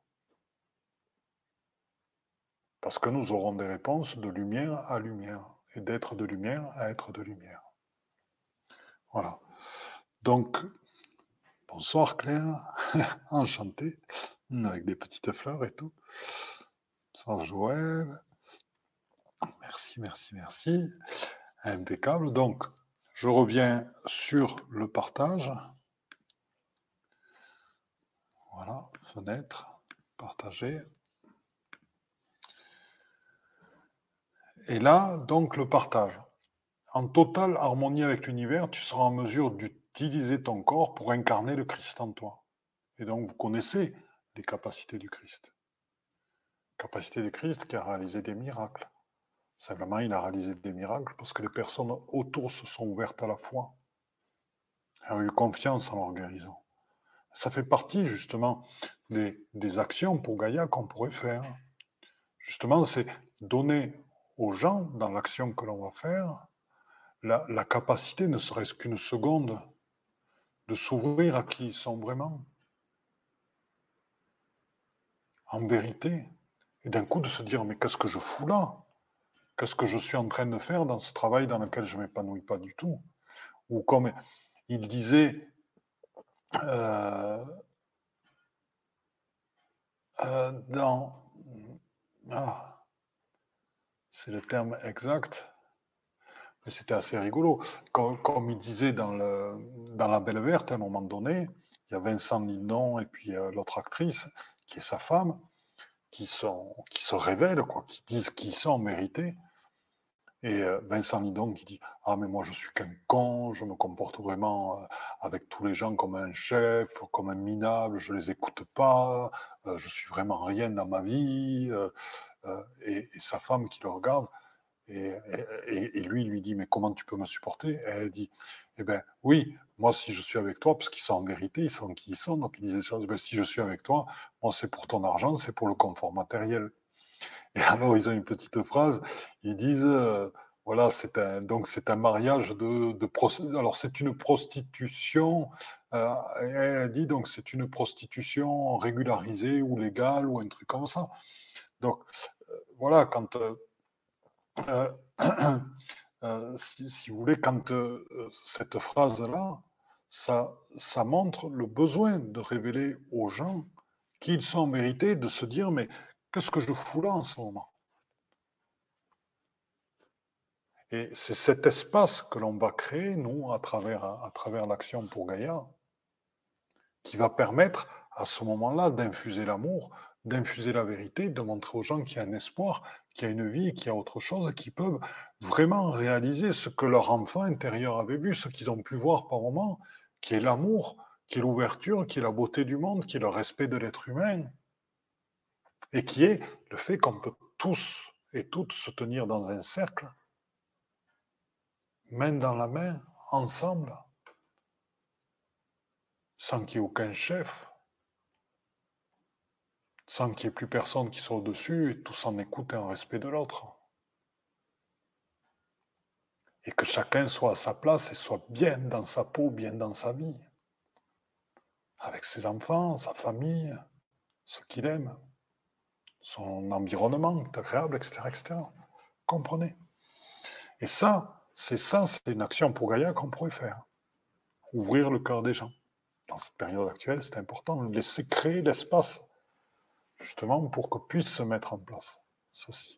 [SPEAKER 1] Parce que nous aurons des réponses de lumière à lumière, et d'être de lumière à être de lumière. Voilà. Donc, bonsoir Claire, enchanté, avec des petites fleurs et tout. Bonsoir Joël. Merci, merci, merci. Impeccable. Donc, je reviens sur le partage. Voilà, fenêtre, partager. Et là, donc, le partage. En totale harmonie avec l'univers, tu seras en mesure d'utiliser ton corps pour incarner le Christ en toi. Et donc, vous connaissez les capacités du Christ. Capacité du Christ qui a réalisé des miracles. Simplement, il a réalisé des miracles parce que les personnes autour se sont ouvertes à la foi. Elles ont eu confiance en leur guérison. Ça fait partie, justement, des actions pour Gaïa qu'on pourrait faire. Justement, c'est donner aux gens, dans l'action que l'on va faire, la capacité, ne serait-ce qu'une seconde, de s'ouvrir à qui ils sont vraiment, en vérité, et d'un coup de se dire, mais qu'est-ce que je fous là? Qu'est-ce que je suis en train de faire dans ce travail dans lequel je ne m'épanouis pas du tout? Ou comme il disait, euh, dans... Ah, c'est le terme exact, mais c'était assez rigolo. Comme il disait dans La Belle Verte, à un moment donné, il y a Vincent Lindon et puis l'autre actrice, qui est sa femme, qui se révèlent, quoi, qui disent qu'ils sont en vérité. Et Vincent Lindon qui dit ah, mais moi je suis qu'un con, je me comporte vraiment avec tous les gens comme un chef, comme un minable, je les écoute pas, je suis vraiment rien dans ma vie. Et sa femme qui le regarde, et lui, il lui dit mais comment tu peux me supporter? Et elle dit eh ben oui, moi si je suis avec toi, parce qu'ils sont en vérité, ils sont qui ils sont, donc ils disent des choses, ben, si je suis avec toi, moi c'est pour ton argent, c'est pour le confort matériel. Et alors, ils ont une petite phrase, ils disent, voilà, c'est un mariage alors c'est une prostitution, et elle a dit, donc c'est une prostitution régularisée ou légale ou un truc comme ça. Donc, voilà, quand, euh, si vous voulez, quand cette phrase-là, ça montre le besoin de révéler aux gens qu'ils sont en vérité, de se dire, mais qu'est-ce que je fous là en ce moment? Et c'est cet espace que l'on va créer, nous, à travers l'Action pour Gaïa, qui va permettre à ce moment-là d'infuser l'amour, d'infuser la vérité, de montrer aux gens qu'il y a un espoir, qu'il y a une vie, qu'il y a autre chose, qu'ils peuvent vraiment réaliser ce que leur enfant intérieur avait vu, ce qu'ils ont pu voir par moment, qui est l'amour, qui est l'ouverture, qui est la beauté du monde, qui est le respect de l'être humain, et qui est le fait qu'on peut tous et toutes se tenir dans un cercle, main dans la main, ensemble, sans qu'il y ait aucun chef, sans qu'il n'y ait plus personne qui soit au-dessus, et tous en écoute et en respect de l'autre. Et que chacun soit à sa place et soit bien dans sa peau, bien dans sa vie, avec ses enfants, sa famille, ce qu'il aime, son environnement est agréable, etc., etc. Comprenez? Et c'est une action pour Gaïa qu'on pourrait faire. Ouvrir le cœur des gens. Dans cette période actuelle, c'est important de laisser créer l'espace, justement, pour que puisse se mettre en place ceci.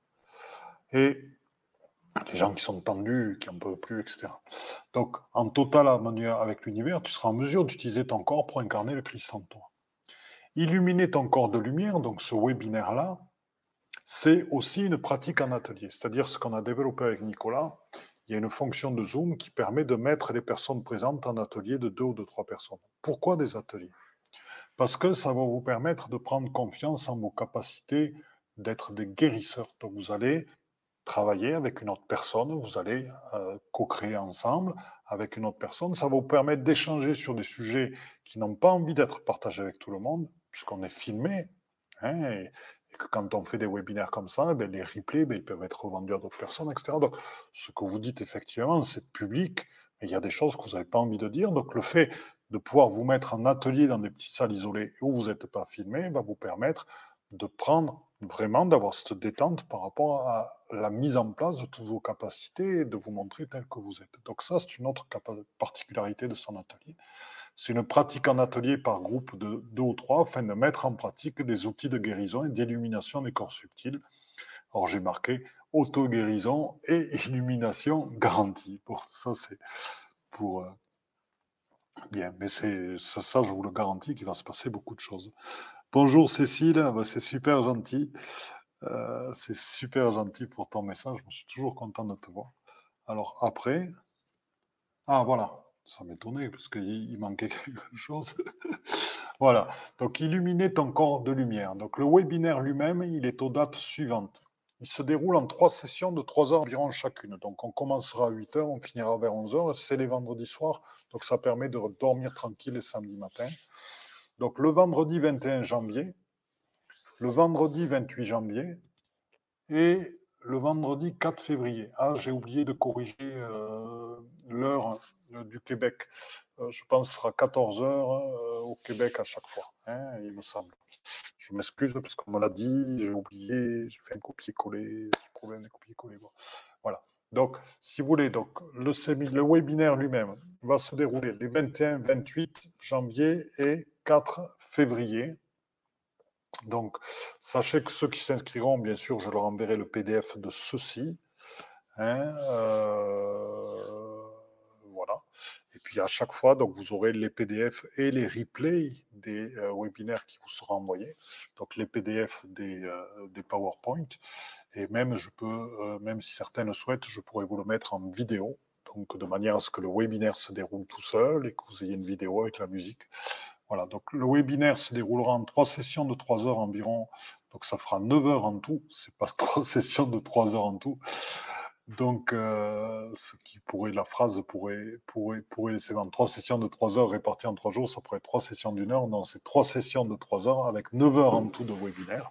[SPEAKER 1] Et les gens qui sont tendus, qui n'en peuvent plus, etc. Donc, en total harmonie avec l'univers, tu seras en mesure d'utiliser ton corps pour incarner le Christ en toi. Illuminer ton corps de lumière, donc ce webinaire-là, c'est aussi une pratique en atelier. C'est-à-dire ce qu'on a développé avec Nicolas, il y a une fonction de Zoom qui permet de mettre les personnes présentes en atelier de 2 ou de 3 personnes. Pourquoi des ateliers? Parce que ça va vous permettre de prendre confiance en vos capacités d'être des guérisseurs. Donc vous allez travailler avec une autre personne, vous allez co-créer ensemble avec une autre personne. Ça va vous permettre d'échanger sur des sujets qui n'ont pas envie d'être partagés avec tout le monde, puisqu'on est filmé. Hein, et que quand on fait des webinaires comme ça, ben, les replays, ben, ils peuvent être revendus à d'autres personnes, etc. Donc, ce que vous dites, effectivement, c'est public, mais il y a des choses que vous n'avez pas envie de dire. Donc, le fait de pouvoir vous mettre en atelier dans des petites salles isolées où vous n'êtes pas filmé va vous permettre de prendre vraiment, d'avoir cette détente par rapport à la mise en place de toutes vos capacités et de vous montrer tel que vous êtes. Donc ça, c'est une autre particularité de son atelier. C'est une pratique en atelier par groupe de 2 ou 3 afin de mettre en pratique des outils de guérison et d'illumination des corps subtils. Alors j'ai marqué auto-guérison et illumination garantie. Bon, ça c'est pour... bien, mais ça, je vous le garantis qu'il va se passer beaucoup de choses. Bonjour Cécile, c'est super gentil. C'est super gentil pour ton message. Je suis toujours content de te voir. Alors après, ah voilà, ça m'étonnait parce qu'il manquait quelque chose. Voilà, donc illuminer ton corps de lumière. Donc le webinaire lui-même, il est aux dates suivantes. Il se déroule en 3 sessions de 3 heures environ chacune. Donc on commencera à 8 heures, on finira vers 11 heures. C'est les vendredis soirs, donc ça permet de dormir tranquille les samedis matins. Donc le vendredi 21 janvier, le vendredi 28 janvier, et le vendredi 4 février. Ah, j'ai oublié de corriger l'heure du Québec. Je pense que ce sera 14 heures au Québec à chaque fois, hein, il me semble. Je m'excuse parce qu'on me l'a dit, j'ai oublié, j'ai fait un copier-coller, j'ai problème de copier-coller. Bon. Voilà. Donc, si vous voulez, donc, le webinaire lui-même va se dérouler les 21, 28 janvier et 4 février. Donc, sachez que ceux qui s'inscriront, bien sûr, je leur enverrai le PDF de ceci. Hein, voilà. Et puis à chaque fois, donc vous aurez les PDF et les replays des webinaires qui vous seront envoyés. Donc les PDF des PowerPoint. Et même, même si certains le souhaitent, je pourrais vous le mettre en vidéo. Donc de manière à ce que le webinaire se déroule tout seul et que vous ayez une vidéo avec la musique. Voilà, donc le webinaire se déroulera en 3 sessions de 3 heures environ. Donc ça fera 9 heures en tout. C'est pas 3 sessions de 3 heures en tout. Donc, ce qui pourrait, la phrase pourrait laisser vendre 3 sessions de 3 heures réparties en 3 jours, ça pourrait être 3 sessions d'1 heure. Non, c'est 3 sessions de 3 heures avec 9 heures en tout de webinaire.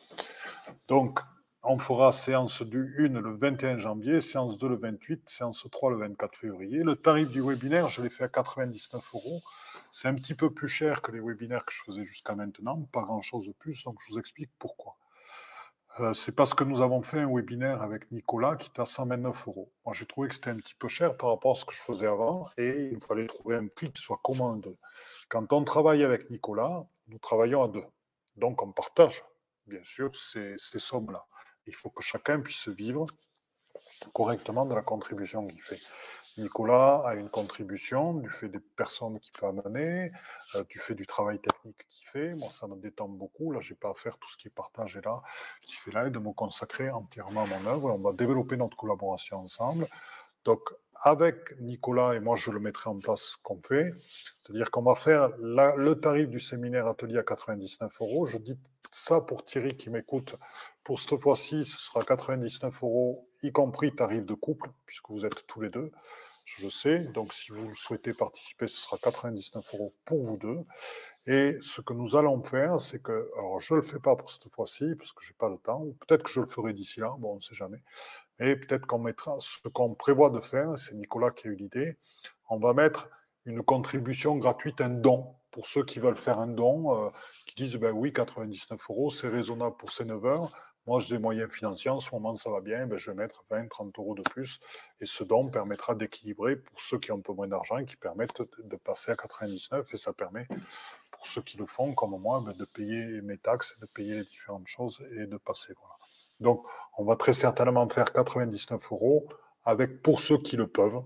[SPEAKER 1] Donc, on fera séance du 1 le 21 janvier, séance 2 le 28, séance 3 le 24 février. Le tarif du webinaire, je l'ai fait à 99 €. C'est un petit peu plus cher que les webinaires que je faisais jusqu'à maintenant, pas grand-chose de plus, donc je vous explique pourquoi. C'est parce que nous avons fait un webinaire avec Nicolas qui était à 129 €. Moi, j'ai trouvé que c'était un petit peu cher par rapport à ce que je faisais avant et il fallait trouver un prix qui soit commun à deux. Quand on travaille avec Nicolas, nous travaillons à deux. Donc, on partage, bien sûr, ces sommes-là. Il faut que chacun puisse vivre correctement de la contribution qu'il fait. Nicolas a une contribution du fait des personnes qu'il peut amener, du fait du travail technique qu'il fait. Moi, ça me détend beaucoup. Là, je n'ai pas à faire tout ce qui est partagé là, qui fait là, et de me consacrer entièrement à mon œuvre. On va développer notre collaboration ensemble. Donc, avec Nicolas, et moi, je le mettrai en place ce qu'on fait. C'est-à-dire qu'on va faire le tarif du séminaire atelier à 99 €. Je dis ça pour Thierry qui m'écoute. Pour cette fois-ci, ce sera 99 €, y compris tarif de couple, puisque vous êtes tous les deux. Je le sais. Donc, si vous souhaitez participer, ce sera 99 € pour vous deux. Et ce que nous allons faire, c'est que, alors je ne le fais pas pour cette fois-ci, parce que je n'ai pas le temps, ou peut-être que je le ferai d'ici là, bon, on ne sait jamais. Et peut-être qu'on mettra, ce qu'on prévoit de faire, c'est Nicolas qui a eu l'idée, on va mettre une contribution gratuite, un don, pour ceux qui veulent faire un don, qui disent, ben oui, 99 €, c'est raisonnable pour ces 9 heures. Moi, j'ai des moyens financiers, en ce moment, ça va bien, ben, je vais mettre 20, 30 € de plus. Et ce don permettra d'équilibrer pour ceux qui ont un peu moins d'argent et qui permettent de passer à 99. Et ça permet, pour ceux qui le font, comme moi, ben, de payer mes taxes, de payer les différentes choses et de passer. Voilà. Donc, on va très certainement faire 99 € avec, pour ceux qui le peuvent,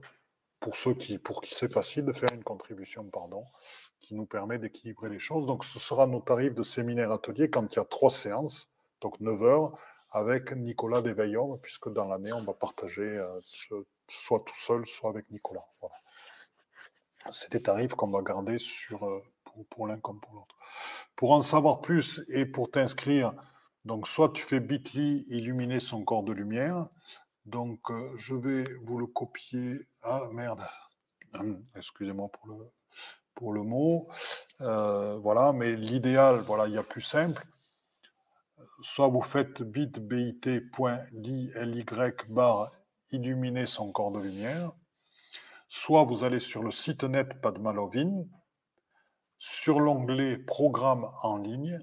[SPEAKER 1] pour qui c'est facile de faire une contribution, pardon, qui nous permet d'équilibrer les choses. Donc, ce sera nos tarifs de séminaire atelier quand il y a 3 séances, donc 9 heures, avec Nicolas Desveillons, puisque dans l'année, on va partager soit tout seul, soit avec Nicolas. Voilà. C'est des tarifs qu'on va garder pour l'un comme pour l'autre. Pour en savoir plus et pour t'inscrire, donc soit tu fais bit.ly illuminer son corps de lumière. Donc je vais vous le copier. Ah merde. Excusez-moi pour le mot. Voilà, mais l'idéal, voilà, il y a plus simple. Soit vous faites bit.ly bar illuminer son corps de lumière. Soit vous allez sur le site net Padmalovin, sur l'onglet Programme en ligne.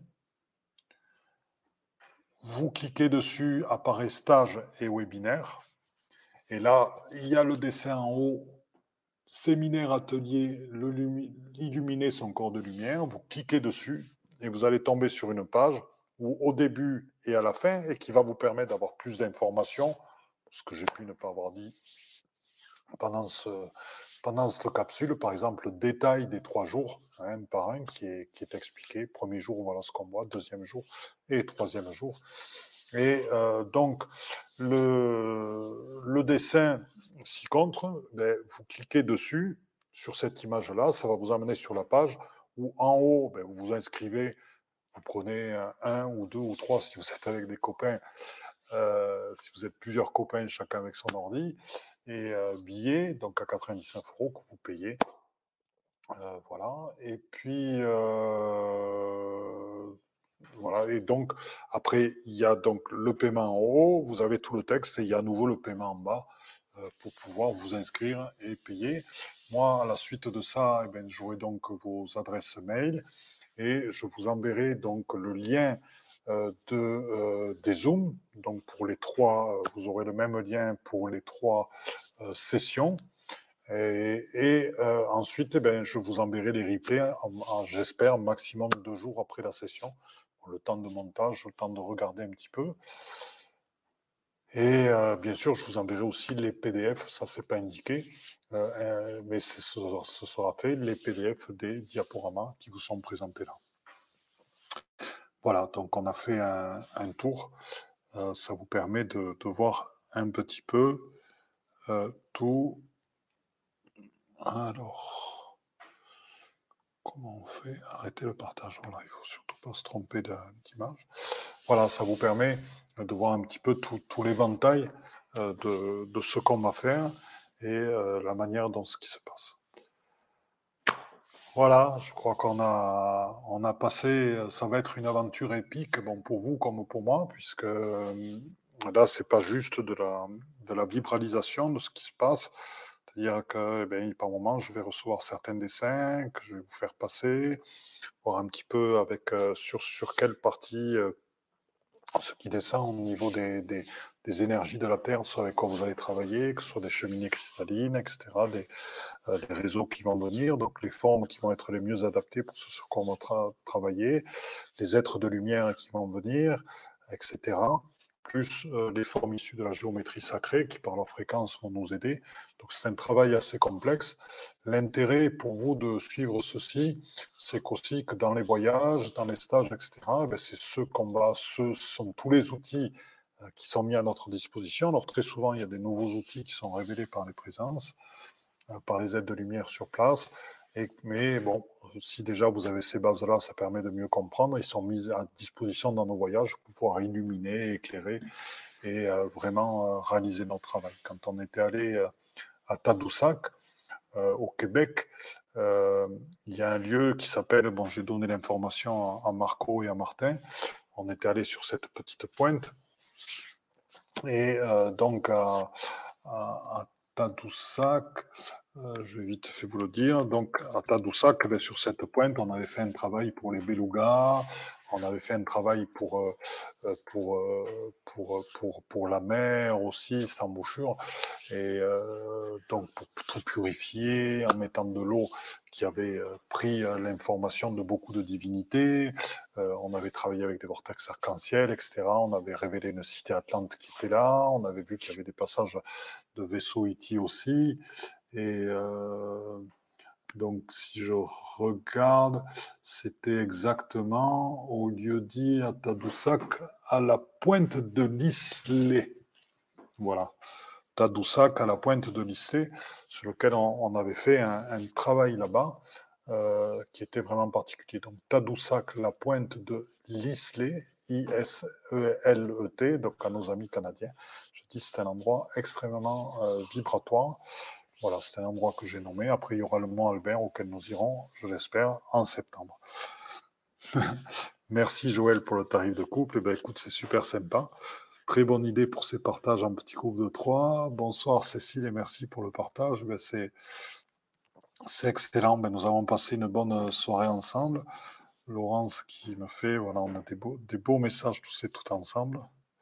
[SPEAKER 1] Vous cliquez dessus, apparaît stage et webinaire. Et là, il y a le dessin en haut, séminaire atelier, illuminer son corps de lumière. Vous cliquez dessus et vous allez tomber sur une page où au début et à la fin, et qui va vous permettre d'avoir plus d'informations, ce que j'ai pu ne pas avoir dit pendant cette capsule, par exemple, le détail des 3 jours, un par un, qui est expliqué. Premier jour, voilà ce qu'on voit, deuxième jour et troisième jour. Et donc, le dessin ci-contre, ben, vous cliquez dessus, sur cette image-là, ça va vous amener sur la page où en haut, ben, vous vous inscrivez, vous prenez un ou deux ou trois si vous êtes avec des copains, si vous êtes plusieurs copains, chacun avec son ordi, et billets, donc à 99 € que vous payez. Voilà, et puis voilà, et donc après il y a donc le paiement en haut, vous avez tout le texte et il y a à nouveau le paiement en bas pour pouvoir vous inscrire et payer. Moi, à la suite de ça, eh ben, j'aurai donc vos adresses mail et je vous enverrai donc le lien des Zooms. Donc pour les trois, vous aurez le même lien pour les trois sessions. Et ensuite, je vous enverrai les replays, j'espère, maximum 2 jours après la session. Le temps de montage, le temps de regarder un petit peu. Et bien sûr, je vous enverrai aussi les PDF, ça c'est pas indiqué, mais ce sera fait, les PDF des diaporamas qui vous sont présentés là. Voilà, donc on a fait un tour. Ça vous permet de voir un petit peu tout. Alors, comment on fait? Arrêter le partage. Voilà, il ne faut surtout pas se tromper d'image. Voilà, ça vous permet de voir un petit peu tout l'éventail de ce qu'on va faire et la manière dont ce qui se passe. Voilà, je crois qu'on a passé, ça va être une aventure épique, bon, pour vous comme pour moi, puisque là, c'est pas juste de la vibralisation de ce qui se passe, c'est-à-dire que, par moment, je vais recevoir certains dessins que je vais vous faire passer, voir un petit peu avec sur quelle partie ce qui descend au niveau des énergies de la Terre, soit avec quoi vous allez travailler, que ce soit des cheminées cristallines, etc., des réseaux qui vont venir, donc les formes qui vont être les mieux adaptées pour ce sur quoi on va travailler, les êtres de lumière qui vont venir, etc., plus les formes issues de la géométrie sacrée qui, par leur fréquence, vont nous aider. Donc c'est un travail assez complexe. L'intérêt pour vous de suivre ceci, c'est qu'aussi que dans les voyages, dans les stages, etc., c'est ce sont tous les outils qui sont mis à notre disposition. Alors très souvent, il y a des nouveaux outils qui sont révélés par les présences, par les aides de lumière sur place. Mais bon, si déjà vous avez ces bases-là, ça permet de mieux comprendre. Ils sont mis à disposition dans nos voyages pour pouvoir illuminer, éclairer et vraiment réaliser notre travail. Quand on était allé à Tadoussac, au Québec, il y a un lieu qui s'appelle, bon, j'ai donné l'information à Marco et à Martin, on était allé sur cette petite pointe, et donc à Tadoussac, je vais vite fait vous le dire. Donc, à Tadoussac, sur cette pointe, on avait fait un travail pour les belugas, on avait fait un travail pour la mer aussi, cette embouchure. Et donc, pour tout purifier, en mettant de l'eau qui avait pris l'information de beaucoup de divinités. On avait travaillé avec des vortex arc-en-ciel, etc. On avait révélé une cité atlante qui était là. On avait vu qu'il y avait des passages de vaisseaux E.T. aussi. Et donc, si je regarde, c'était exactement au lieu-dit à Tadoussac, à la pointe de l'Islay. Voilà. Tadoussac, à la pointe de l'Islay, sur lequel on avait fait un travail là-bas qui était vraiment particulier. Donc, Tadoussac, la pointe de l'Islay, I-S-E-L-E-T, donc à nos amis canadiens. Je dis c'est un endroit extrêmement vibratoire. Voilà, c'est un endroit que j'ai nommé. Après, il y aura le Mont Albert auquel nous irons, je l'espère, en septembre. Merci Joël pour le tarif de couple. Écoute, c'est super sympa. Très bonne idée pour ces partages en petits groupes de 3. Bonsoir Cécile et merci pour le partage. C'est excellent. Nous avons passé une bonne soirée ensemble. Laurence qui me fait, voilà, on a des beaux messages tous et tout ensemble.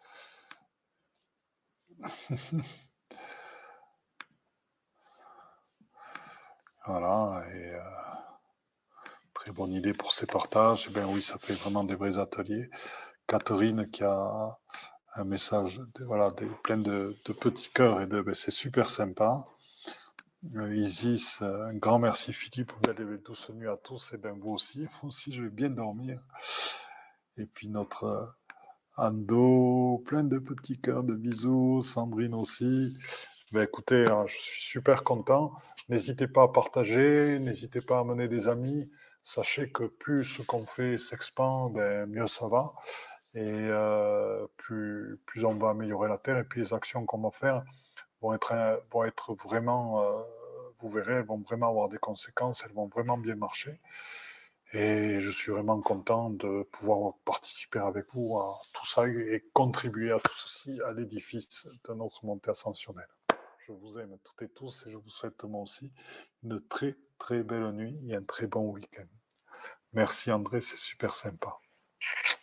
[SPEAKER 1] Voilà, et très bonne idée pour ces partages. Oui, ça fait vraiment des vrais ateliers. Catherine qui a un message, plein de petits cœurs et c'est super sympa. Isis, un grand merci Philippe, belle et douce nuit à tous, et vous aussi, je vais bien dormir. Et puis notre Ando, plein de petits cœurs, de bisous, Sandrine aussi. Écoutez, je suis super content. N'hésitez pas à partager, n'hésitez pas à amener des amis. Sachez que plus ce qu'on fait s'expand, mieux ça va. Et plus on va améliorer la Terre, et puis les actions qu'on va faire vont être vraiment, vous verrez, elles vont vraiment avoir des conséquences, elles vont vraiment bien marcher. Et je suis vraiment content de pouvoir participer avec vous à tout ça et contribuer à tout ceci, à l'édifice de notre montée ascensionnelle. Je vous aime toutes et tous et je vous souhaite moi aussi une très très belle nuit et un très bon week-end. Merci André, c'est super sympa.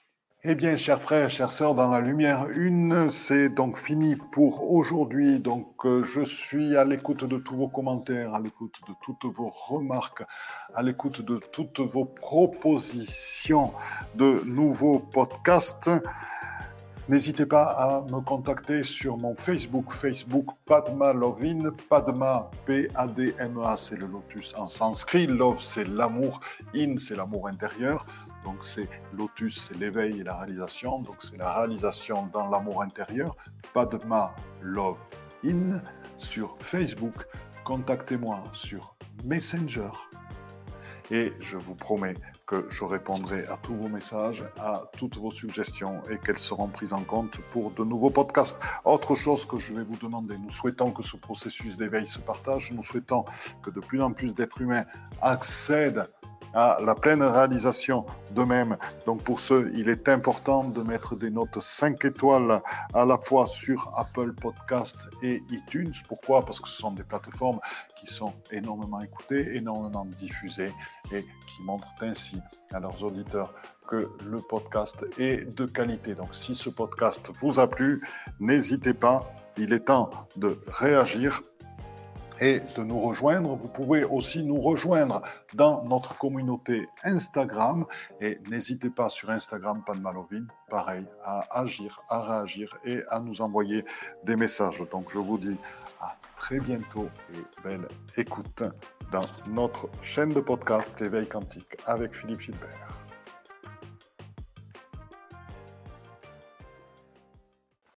[SPEAKER 1] Eh bien, chers frères, chères sœurs, dans la lumière une, c'est donc fini pour aujourd'hui. Donc, je suis à l'écoute de tous vos commentaires, à l'écoute de toutes vos remarques, à l'écoute de toutes vos propositions de nouveaux podcasts. N'hésitez pas à me contacter sur mon Facebook Padma Lovin, Padma, P-A-D-M-A, c'est le lotus en sanskrit, Love, c'est l'amour, In, c'est l'amour intérieur. Donc c'est lotus, c'est l'éveil et la réalisation. Donc c'est la réalisation dans l'amour intérieur. Padma Love In sur Facebook. Contactez-moi sur Messenger. Et je vous promets que je répondrai à tous vos messages, à toutes vos suggestions et qu'elles seront prises en compte pour de nouveaux podcasts. Autre chose que je vais vous demander, nous souhaitons que ce processus d'éveil se partage, nous souhaitons que de plus en plus d'êtres humains accèdent à la pleine réalisation d'eux-mêmes. Donc pour ce, il est important de mettre des notes 5 étoiles à la fois sur Apple Podcast et iTunes. Pourquoi ? Parce que ce sont des plateformes qui sont énormément écoutées, énormément diffusées et qui montrent ainsi à leurs auditeurs que le podcast est de qualité. Donc si ce podcast vous a plu, n'hésitez pas, il est temps de réagir et de nous rejoindre. Vous pouvez aussi nous rejoindre dans notre communauté Instagram et n'hésitez pas sur Instagram Padma Lovin, pareil, à agir, à réagir et à nous envoyer des messages. Donc je vous dis à très bientôt et belle écoute dans notre chaîne de podcast L'éveil quantique avec Philippe Gilbert.